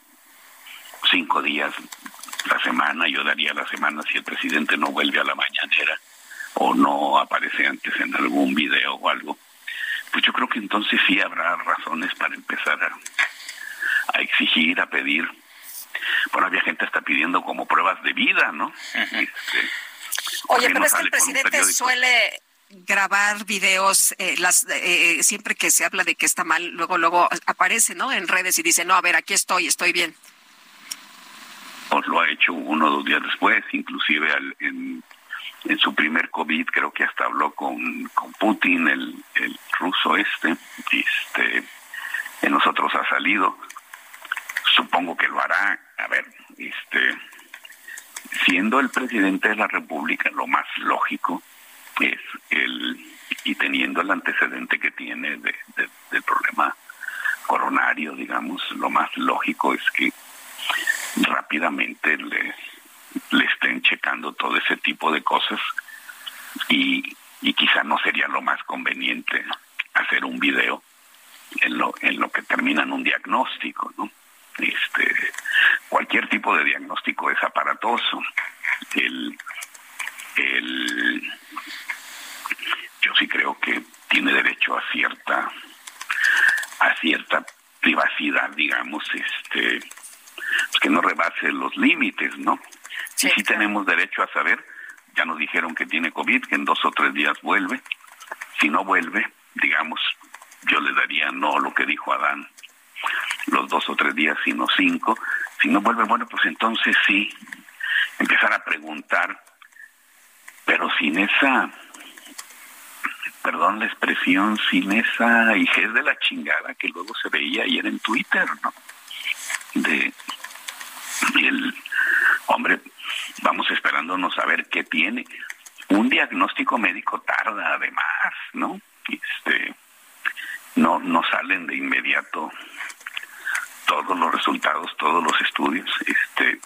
cinco días, la semana. Yo daría la semana si el presidente no vuelve a la mañanera o no aparece antes en algún video o algo. Pues yo creo que entonces sí habrá razones para empezar a, a exigir, a pedir. Bueno, había gente hasta pidiendo como pruebas de vida, ¿no? Uh-huh. Este, Oye, pero es que el presidente suele grabar videos, eh, las eh, siempre que se habla de que está mal, luego luego aparece, ¿no? En redes y dice, no, a ver, aquí estoy, estoy bien. Pues lo ha hecho uno o dos días después, inclusive al, en, en su primer COVID, creo que hasta habló con, con Putin, el, el ruso este, este, en nosotros ha salido. Supongo que lo hará. A ver, este, siendo el presidente de la República, lo más lógico es el, y teniendo el antecedente que tiene de, de, del problema coronario, digamos, lo más lógico es que rápidamente le, le estén checando todo ese tipo de cosas y, y quizá no sería lo más conveniente hacer un video en lo, en lo que termina en un diagnóstico, ¿no? Este, cualquier tipo de diagnóstico es aparatoso. El, el, yo sí creo que tiene derecho a cierta, a cierta privacidad, digamos, este, pues que no rebase los límites, ¿no? Sí, y sí tenemos derecho a saber. Ya nos dijeron que tiene COVID, que en dos o tres días vuelve. Si no vuelve, digamos, yo le daría no lo que dijo Adán, los dos o tres días, sino cinco. Si no vuelve, bueno, pues entonces sí, empezar a preguntar, pero sin esa, perdón la expresión, sin esa hijez de la chingada que luego se veía ayer en Twitter, ¿no? De el hombre, vamos esperándonos a ver qué tiene. Un diagnóstico médico tarda además, ¿no? Este, no, no salen de inmediato todos los resultados, todos los estudios, este,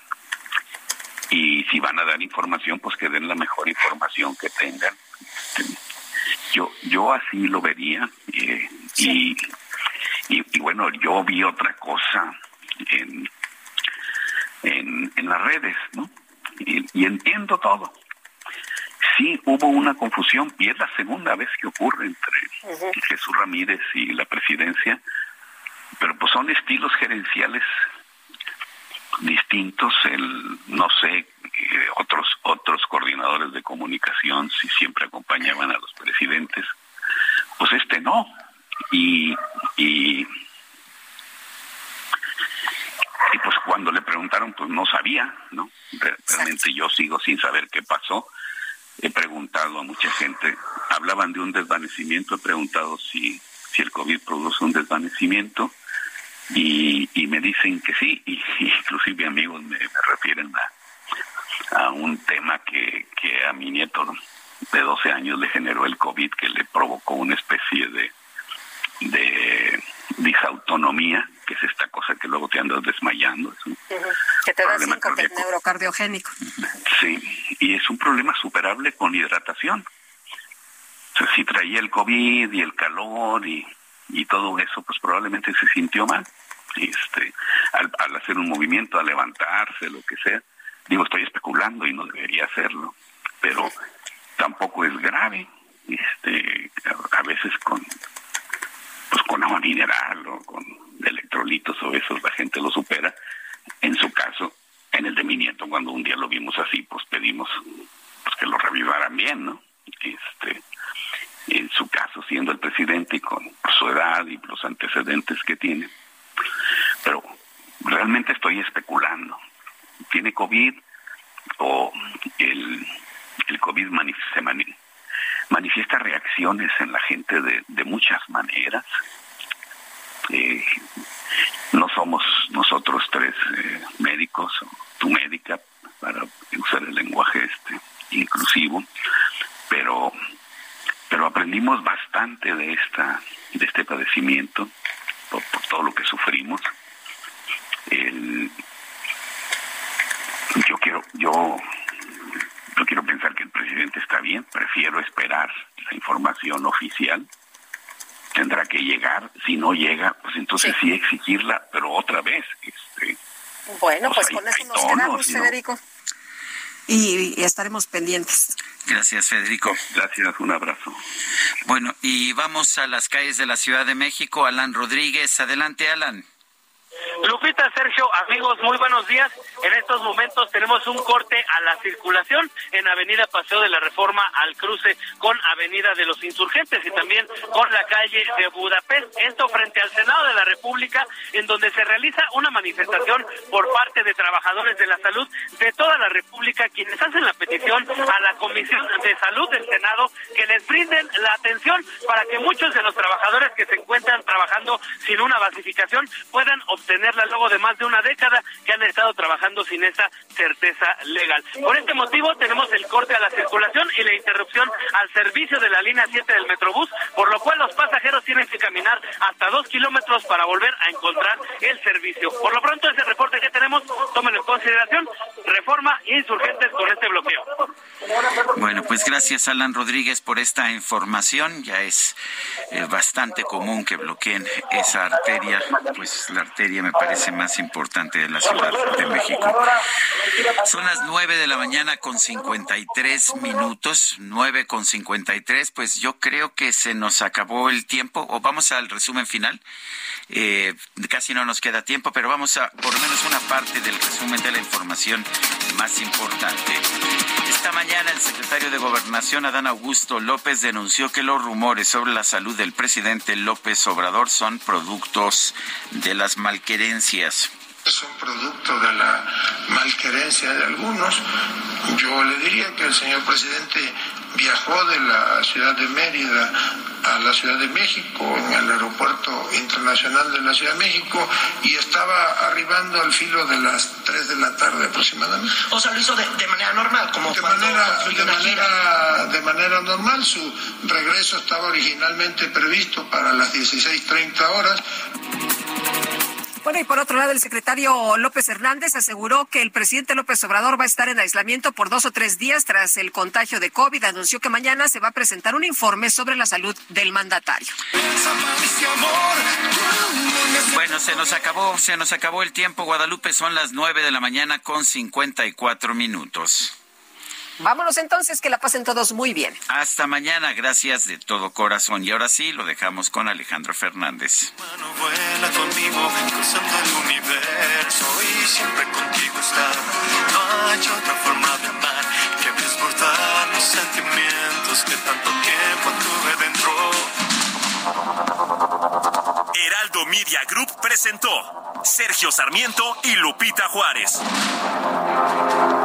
y si van a dar información, pues que den la mejor información que tengan. Este, yo, yo así lo vería, eh, sí. y, y, y bueno, yo vi otra cosa en, en, en las redes, ¿no? Y, y entiendo todo. Sí, hubo una confusión, y es la segunda vez que ocurre entre uh-huh. Jesús Ramírez y la presidencia, pero pues son estilos gerenciales distintos. El, no sé, eh, otros otros coordinadores de comunicación si siempre acompañaban a los presidentes, pues este no. Y, y, y pues cuando le preguntaron, pues no sabía, ¿no? Realmente yo sigo sin saber qué pasó. He preguntado a mucha gente, hablaban de un desvanecimiento, he preguntado si, si el COVID produce un desvanecimiento, y, y me dicen que sí, y, y inclusive amigos me, me refieren a, a un tema que, que a mi nieto de doce años le generó el COVID, que le provocó una especie de, de disautonomía, que es esta cosa que luego te andas desmayando. Es un uh-huh. que te da síncope neurocardiogénico. Sí, y es un problema superable con hidratación. O sea, si traía el COVID y el calor y, y todo eso, pues probablemente se sintió mal. Este, al, al hacer un movimiento, al levantarse, lo que sea. Digo, estoy especulando y no debería hacerlo, pero tampoco es grave. Este, a, a veces con pues con agua mineral o con electrolitos o eso la gente lo supera. En su caso, en el de mi nieto, cuando un día lo vimos así, pues pedimos pues que lo revivaran bien, ¿no? Este, en su caso, siendo el presidente y con su edad y los antecedentes que tiene. Pero realmente estoy especulando. ¿Tiene COVID o el, el COVID manif- se mani- manifiesta reacciones en la gente de, de muchas maneras? Eh, no somos nosotros tres eh, médicos, o tu médica, para usar el lenguaje este inclusivo, pero pero aprendimos bastante de esta de este padecimiento por, por todo lo que sufrimos. El, yo quiero yo yo quiero pensar que el presidente está bien. Prefiero esperar la información oficial, tendrá que llegar. Si no llega, pues entonces sí, sí exigirla, pero otra vez. Este, bueno, pues, pues hay, con eso nos tonos, quedamos, ¿no? Federico. Y, y estaremos pendientes. Gracias, Federico. Gracias, un abrazo. Bueno, y vamos a las calles de la Ciudad de México. Alan Rodríguez, adelante, Alan. Lupita, Sergio, amigos, muy buenos días. En estos momentos tenemos un corte a la circulación en Avenida Paseo de la Reforma al cruce con Avenida de los Insurgentes y también con la calle de Budapest. Esto frente al Senado de la República, en donde se realiza una manifestación por parte de trabajadores de la salud de toda la República, quienes hacen la petición a la Comisión de Salud del Senado que les brinden la atención para que muchos de los trabajadores que se encuentran trabajando sin una basificación puedan obtenerla luego de más de una década que han estado trabajando sin esa certeza legal. Por este motivo tenemos el corte a la circulación y la interrupción al servicio de la línea siete del Metrobús, por lo cual los pasajeros tienen que caminar hasta dos kilómetros para volver a encontrar el servicio. Por lo pronto, ese reporte que tenemos, tómenlo en consideración, Reforma e Insurgentes con este bloqueo. Bueno, pues gracias, Alan Rodríguez, por esta información. Ya es eh, bastante común que bloqueen esa arteria, pues la arteria me parece más importante de la Ciudad de México. Son las nueve de la mañana con cincuenta y tres minutos, nueve con cincuenta y tres, pues yo creo que se nos acabó el tiempo, o vamos al resumen final. Eh, casi no nos queda tiempo, pero vamos a por lo menos una parte del resumen de la información más importante. Esta mañana el secretario de Gobernación, Adán Augusto López, denunció que los rumores sobre la salud del presidente López Obrador son productos de las malquerencias. Es un producto de la malquerencia de algunos. Yo le diría que el señor presidente viajó de la ciudad de Mérida a la Ciudad de México, en el aeropuerto internacional de la Ciudad de México, y estaba arribando al filo de las tres de la tarde aproximadamente. O sea, lo hizo de, de manera normal, como de cuando manera de una manera de manera normal. Su regreso estaba originalmente previsto para las dieciséis treinta horas. Bueno, y por otro lado, el secretario López Hernández aseguró que el presidente López Obrador va a estar en aislamiento por dos o tres días tras el contagio de COVID. Anunció que mañana se va a presentar un informe sobre la salud del mandatario. Bueno, se nos acabó, se nos acabó el tiempo, Guadalupe. Son las nueve de la mañana con cincuenta y cuatro minutos. Vámonos entonces, que la pasen todos muy bien. Hasta mañana, gracias de todo corazón. Y ahora sí, lo dejamos con Alejandro Fernández. Mano vuela conmigo, cruzando el universo y siempre contigo estar. No hay otra forma de amar que desbordar los sentimientos que tanto tiempo tuve dentro. Heraldo Media Group presentó Sergio Sarmiento y Lupita Juárez.